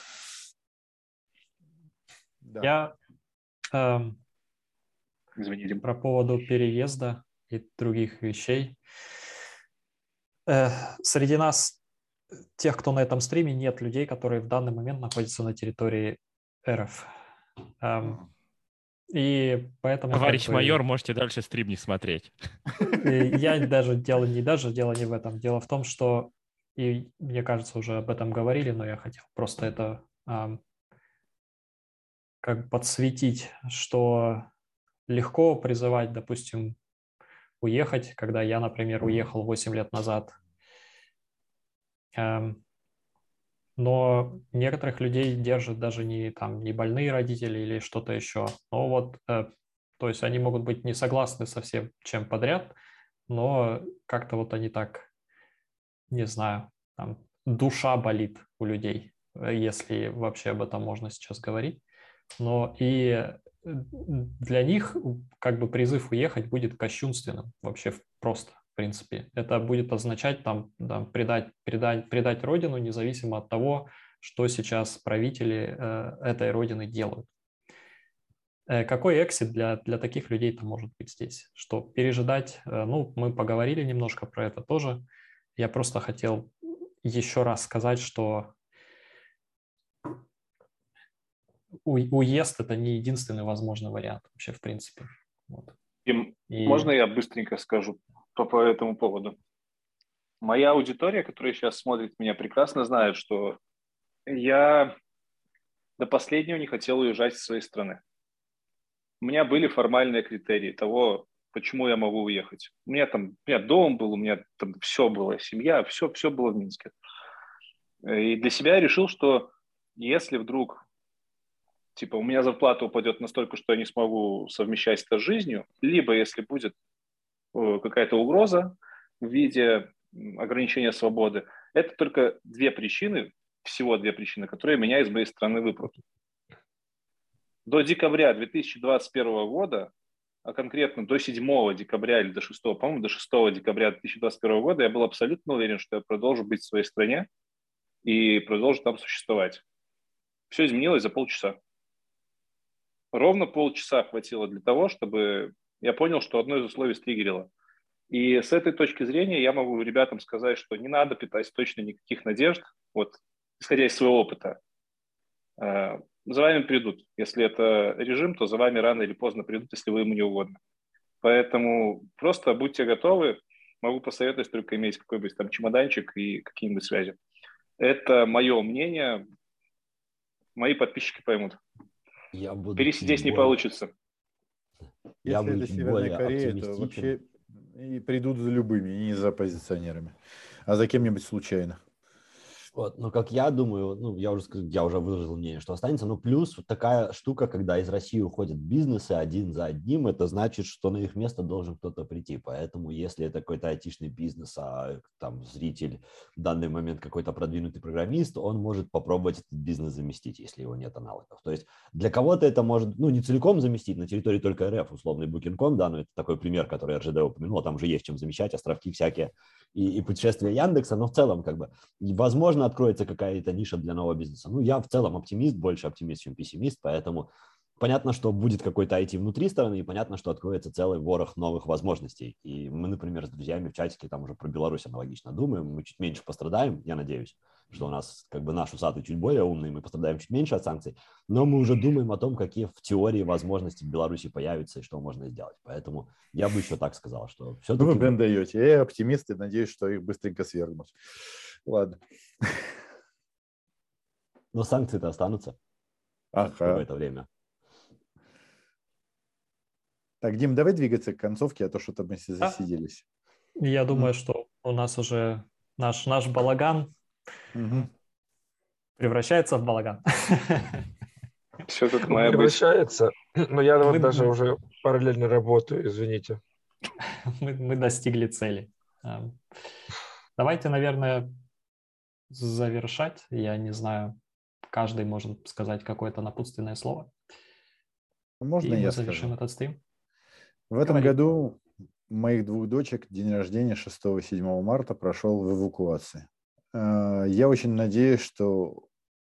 Да. Я эм, Извини, Дим. про поводу переезда и других вещей. Э, среди нас, тех, кто на этом стриме, нет людей, которые в данный момент находятся на территории РФ. Эм, и поэтому... как Товарищ бы, майор, можете дальше стрим не смотреть. и я даже дело не даже дело не в этом. Дело в том, что, и мне кажется, уже об этом говорили, но я хотел просто это эм, как бы подсветить, что легко призывать, допустим, уехать, когда я, например, уехал восемь лет назад. Эм, но некоторых людей держат даже не, там, не больные родители или что-то еще. Но вот, э, то есть они могут быть не согласны со всем, чем подряд, но как-то вот они так, не знаю, там, душа болит у людей, э, если вообще об этом можно сейчас говорить. Но и для них как бы призыв уехать будет кощунственным вообще просто, в принципе. Это будет означать там, там предать, предать, предать родину, независимо от того, что сейчас правители э, этой родины делают. Э, какой эксит для, для таких людей-то может быть здесь? Что пережидать, э, ну, мы поговорили немножко про это тоже. Я просто хотел еще раз сказать, что уезд – это не единственный возможный вариант вообще, в принципе. Вот. Дим, И... можно я быстренько скажу по, по этому поводу? Моя аудитория, которая сейчас смотрит меня, прекрасно знает, что я до последнего не хотел уезжать из своей страны. У меня были формальные критерии того, почему я могу уехать. У меня там у меня дом был, у меня там все было, семья, все, все было в Минске. И для себя я решил, что если вдруг типа у меня зарплата упадет настолько, что я не смогу совмещать это с жизнью, либо если будет какая-то угроза в виде ограничения свободы. Это только две причины, всего две причины, которые меня из моей страны выпрут. До декабря две тысячи двадцать первого года, а конкретно до седьмого декабря или до шестого, по-моему, до шестого декабря две тысячи двадцать первого года я был абсолютно уверен, что я продолжу быть в своей стране и продолжу там существовать. Все изменилось за полчаса. Ровно полчаса хватило для того, чтобы я понял, что одно из условий стригерило. И с этой точки зрения я могу ребятам сказать, что не надо питать точно никаких надежд, вот, исходя из своего опыта. За вами придут. Если это режим, то за вами рано или поздно придут, если вы ему не угодны. Поэтому просто будьте готовы. Могу посоветовать только иметь какой-нибудь там чемоданчик и какие-нибудь связи. Это мое мнение. Мои подписчики поймут. Я буду Пересидеть не более... получится. Я Если буду это Северная Корея, то оптимистичен. вообще и придут за любыми, и не за оппозиционерами, а за кем-нибудь случайно. Вот, но как я думаю, ну, я уже, сказал, я уже выразил мнение, что останется, но плюс вот такая штука, когда из России уходят бизнесы один за одним, это значит, что на их место должен кто-то прийти, поэтому если это какой-то айтишный бизнес, а там зритель в данный момент какой-то продвинутый программист, он может попробовать этот бизнес заместить, если его нет аналогов. То есть для кого-то это может, ну, не целиком заместить, на территории только РФ, условный Booking точка ком, да, но это такой пример, который эр жэ дэ упомянул, там уже есть чем замещать, островки всякие и, и путешествия Яндекса, но в целом, как бы, возможно, откроется какая-то ниша для нового бизнеса. Ну, я в целом оптимист, больше оптимист, чем пессимист, поэтому понятно, что будет какой-то ай ти внутри страны, и понятно, что откроется целый ворох новых возможностей. И мы, например, с друзьями в чатике там уже про Беларусь аналогично думаем, мы чуть меньше пострадаем, я надеюсь, что у нас как бы наш усатый чуть более умный, мы пострадаем чуть меньше от санкций, но мы уже думаем о том, какие в теории возможности в Беларуси появятся и что можно сделать. Поэтому я бы еще так сказал, что все-таки... Ну, вы, блин, даете. Я оптимист и надеюсь, что их быстренько свергнут. Ладно. Но санкции-то останутся ага. какое-то время. Так, Дим, давай двигаться к концовке, а то что-то мы все Да. засиделись. Я думаю, что у нас уже наш, наш балаган Угу. превращается в балаган. Все как мое быть. Превращается, но я вот Мы- даже мы- уже параллельно работаю, извините. Мы, мы достигли цели. А, Давайте, наверное, завершать. Я не знаю, каждый может сказать какое-то напутственное слово. Можно И я мы завершим скажу? этот стрим. В этом Говори. году моих двух дочек день рождения шестого-седьмого марта прошел в эвакуации. Э, Я очень надеюсь, что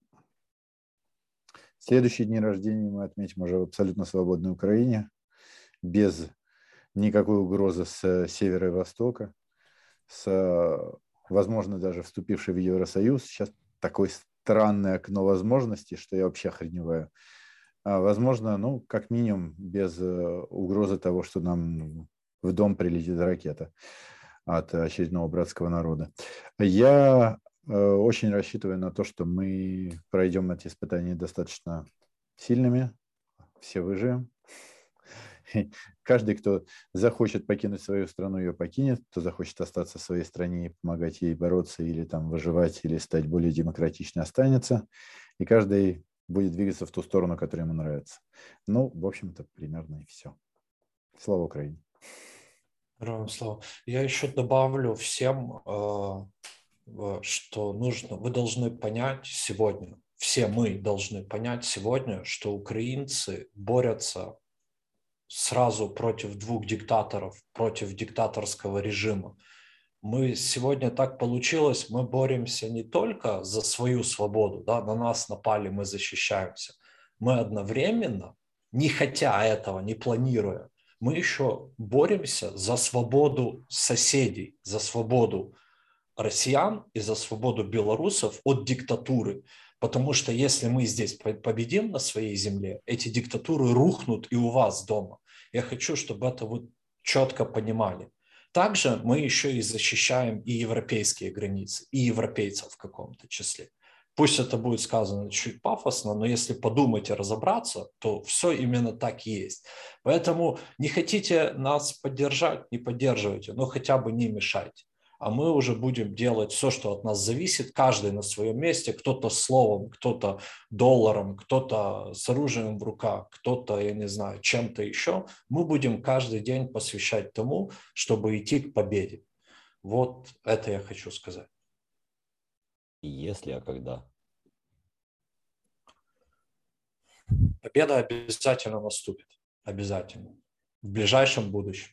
следующие дни рождения мы отметим уже в абсолютно свободной Украине, без никакой угрозы с севера и востока, с, возможно, даже вступившей в Евросоюз. Сейчас такое странное окно возможностей, что я вообще охреневаю. А, возможно, ну, как минимум, без э, угрозы того, что нам в дом прилетит ракета от очередного братского народа. Я э, очень рассчитываю на то, что мы пройдем эти испытания достаточно сильными, все выживем. Каждый, кто захочет покинуть свою страну, ее покинет, кто захочет остаться в своей стране и помогать ей бороться или там выживать, или стать более демократичной, останется. И каждый будет двигаться в ту сторону, которая ему нравится. Ну, в общем-то, примерно и все. Слава Украине. Героям слава. Я еще добавлю всем, э, э, что нужно, вы должны понять сегодня, все мы должны понять сегодня, что украинцы борются сразу против двух диктаторов, против диктаторского режима. Мы сегодня так получилось, мы боремся не только за свою свободу, да, на нас напали, мы защищаемся. Мы одновременно, не хотя этого, не планируя, мы еще боремся за свободу соседей, за свободу россиян и за свободу белорусов от диктатуры. Потому что если мы здесь победим на своей земле, эти диктатуры рухнут и у вас дома. Я хочу, чтобы это вы четко понимали. Также мы еще и защищаем и европейские границы, и европейцев в каком-то числе. Пусть это будет сказано чуть пафосно, но если подумать и разобраться, то все именно так и есть. Поэтому не хотите нас поддержать, не поддерживайте, но хотя бы не мешайте. а мы уже будем делать все, что от нас зависит, каждый на своем месте, кто-то словом, кто-то долларом, кто-то с оружием в руках, кто-то, я не знаю, чем-то еще. Мы будем каждый день посвящать тому, чтобы идти к победе. Вот это я хочу сказать. Если, а когда? Победа обязательно наступит. Обязательно. В ближайшем будущем.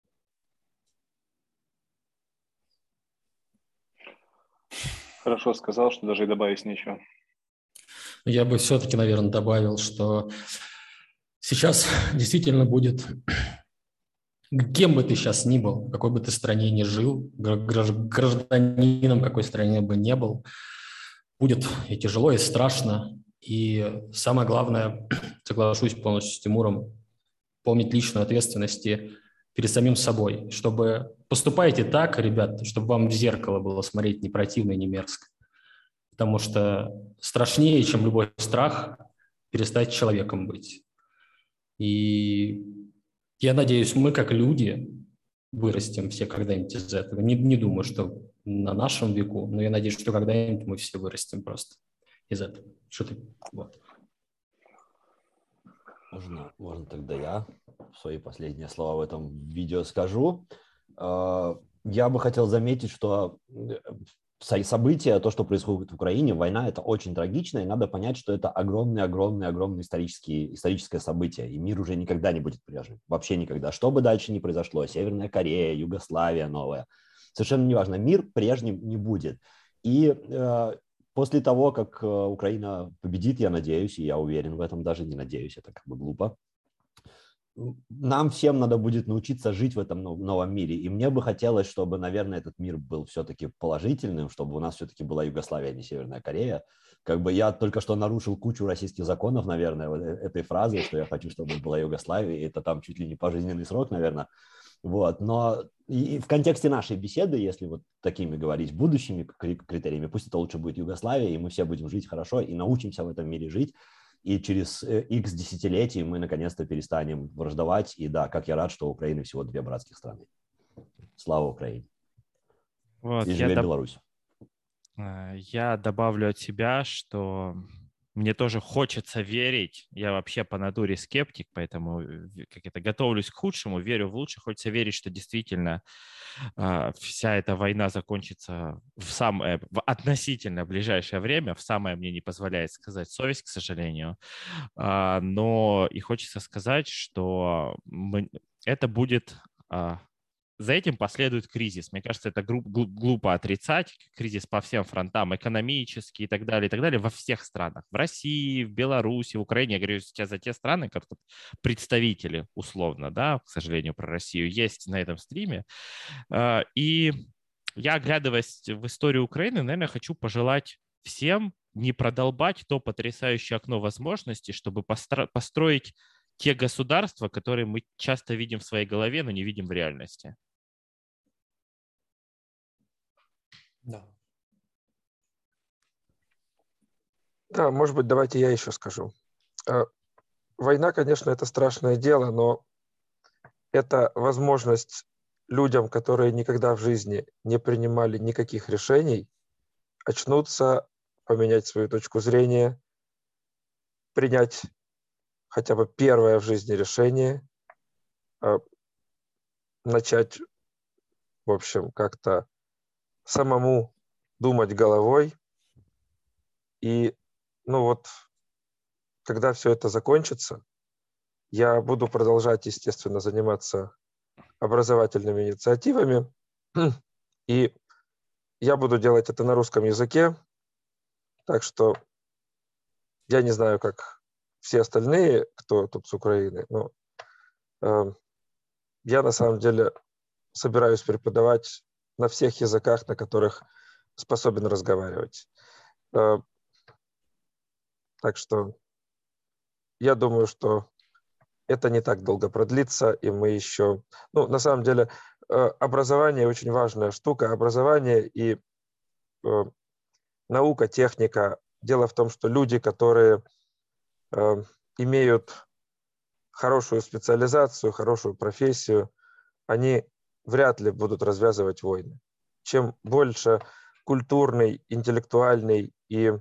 Хорошо сказал, что даже и добавить нечего. Я бы все-таки, наверное, добавил, что сейчас действительно будет, кем бы ты сейчас ни был, в какой бы ты стране ни жил, гражданином какой стране бы ни был, будет и тяжело, и страшно. И самое главное, соглашусь полностью с Тимуром, помнить личную ответственность перед самим собой, чтобы поступайте так, ребят, чтобы вам в зеркало было смотреть не противно и не мерзко. Потому что страшнее, чем любой страх, перестать человеком быть. И я надеюсь, мы как люди вырастем все когда-нибудь из этого. Не, не думаю, что на нашем веку, но я надеюсь, что когда-нибудь мы все вырастем просто из этого. Что-то вот. Можно, можно тогда я свои последние слова в этом видео скажу. Я бы хотел заметить, что события, то, что происходит в Украине, война, это очень трагично, и надо понять, что это огромное-огромное-огромное историческое, историческое событие, и мир уже никогда не будет прежним, вообще никогда. Что бы дальше ни произошло, Северная Корея, Югославия новая, совершенно неважно, мир прежним не будет. И э, после того, как Украина победит, я надеюсь, и я уверен в этом, даже не надеюсь, это как бы глупо, нам всем надо будет научиться жить в этом новом мире. И мне бы хотелось, чтобы, наверное, этот мир был все-таки положительным, чтобы у нас все-таки была Югославия, а не Северная Корея. Как бы я только что нарушил кучу российских законов, наверное, вот этой фразой, что я хочу, чтобы была Югославия. И это там чуть ли не пожизненный срок, наверное. Вот. Но и в контексте нашей беседы, если вот такими говорить, будущими критериями, пусть это лучше будет Югославия, и мы все будем жить хорошо и научимся в этом мире жить. И через X десятилетий мы наконец-то перестанем враждовать. И да, как я рад, что у Украины всего две братских страны. Слава Украине. Вот, и живет доб... Беларусь. Я добавлю от себя, что мне тоже хочется верить. Я вообще по натуре скептик, поэтому как это, готовлюсь к худшему, верю в лучшее. Хочется верить, что действительно э, вся эта война закончится в самое в относительно ближайшее время. В самое мне не позволяет сказать совесть, к сожалению. Э, но и хочется сказать, что мы, это будет... Э, За этим последует кризис. Мне кажется, это глупо отрицать. Кризис по всем фронтам, экономический и так далее, и так далее, во всех странах. В России, в Беларуси, в Украине. Я говорю сейчас за те страны, как представители, условно, да, к сожалению, про Россию, есть на этом стриме. И я, оглядываясь в историю Украины, наверное, хочу пожелать всем не продолбать то потрясающее окно возможностей, чтобы построить те государства, которые мы часто видим в своей голове, но не видим в реальности. Да. Да, может быть, давайте я еще скажу. Война, конечно, это страшное дело, но это возможность людям, которые никогда в жизни не принимали никаких решений, очнуться, поменять свою точку зрения, принять хотя бы первое в жизни решение, начать, в общем, как-то самому думать головой. И, ну вот, когда все это закончится, я буду продолжать, естественно, заниматься образовательными инициативами. И я буду делать это на русском языке. Так что я не знаю, как все остальные, кто тут с Украины, но э, я на самом деле собираюсь преподавать на всех языках, на которых способен разговаривать. Э, так что я думаю, что это не так долго продлится, и мы еще... Ну, на самом деле, э, образование очень важная штука. Образование и э, наука, техника. Дело в том, что люди, которые э, имеют хорошую специализацию, хорошую профессию, они вряд ли будут развязывать войны. чем больше культурный, интеллектуальный и,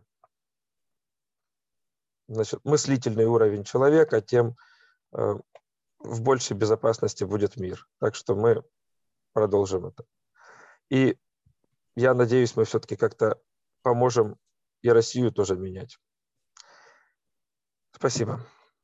значит, мыслительный уровень человека, тем э, в большей безопасности будет мир. Так что мы продолжим это. И я надеюсь, мы все-таки как-то поможем и Россию тоже менять. Спасибо.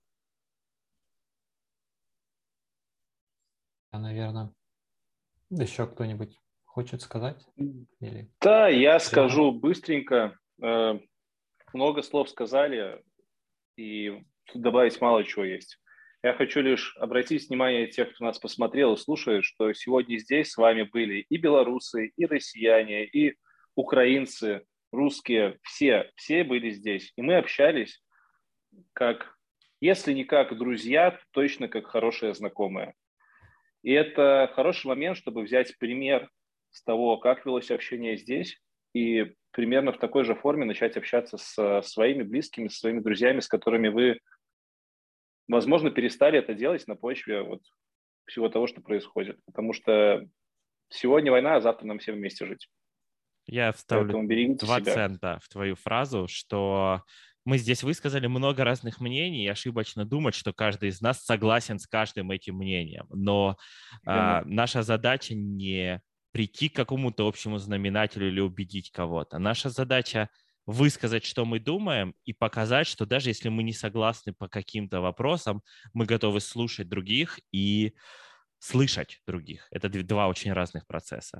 Наверное, еще кто-нибудь хочет сказать? Или... Да, я скажу быстренько. Много слов сказали, и тут добавить мало чего есть. Я хочу лишь обратить внимание тех, кто нас посмотрел и слушает, что сегодня здесь с вами были и белорусы, и россияне, и украинцы, русские, все, все были здесь. И мы общались как, если не как друзья, то точно как хорошие знакомые. И это хороший момент, чтобы взять пример с того, как велось общение здесь, и примерно в такой же форме начать общаться с своими близкими, со своими друзьями, с которыми вы, возможно, перестали это делать на почве вот всего того, что происходит. Потому что сегодня война, а завтра нам всем вместе жить. Я вставлю два цента в твою фразу, что мы здесь высказали много разных мнений, и ошибочно думать, что каждый из нас согласен с каждым этим мнением. Но а, наша задача не прийти к какому-то общему знаменателю или убедить кого-то. Наша задача высказать, что мы думаем, и показать, что даже если мы не согласны по каким-то вопросам, мы готовы слушать других и слышать других. Это два очень разных процесса.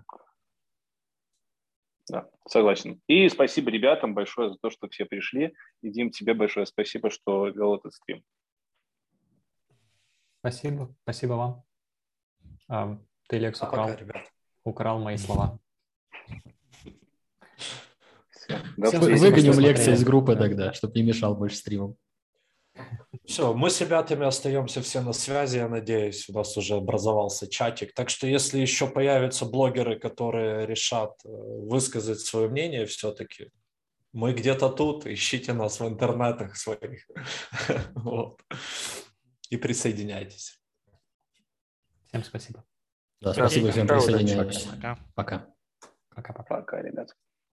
Да, согласен. И спасибо ребятам большое за то, что все пришли. И, Дим, тебе большое спасибо, что вел этот стрим. Спасибо. Спасибо вам. А, ты, Лекс, украл, пока, украл мои слова. Выгоним Лекса из группы тогда, чтобы не мешал больше стримам. Все, мы с ребятами остаемся все на связи, я надеюсь, у нас уже образовался чатик. Так что если еще появятся блогеры, которые решат высказать свое мнение все-таки, мы где-то тут, ищите нас в интернетах своих. Вот. И присоединяйтесь. Всем спасибо. Да, спасибо, всем присоединяюсь. Пока. Пока. Пока-пока. Пока, ребят.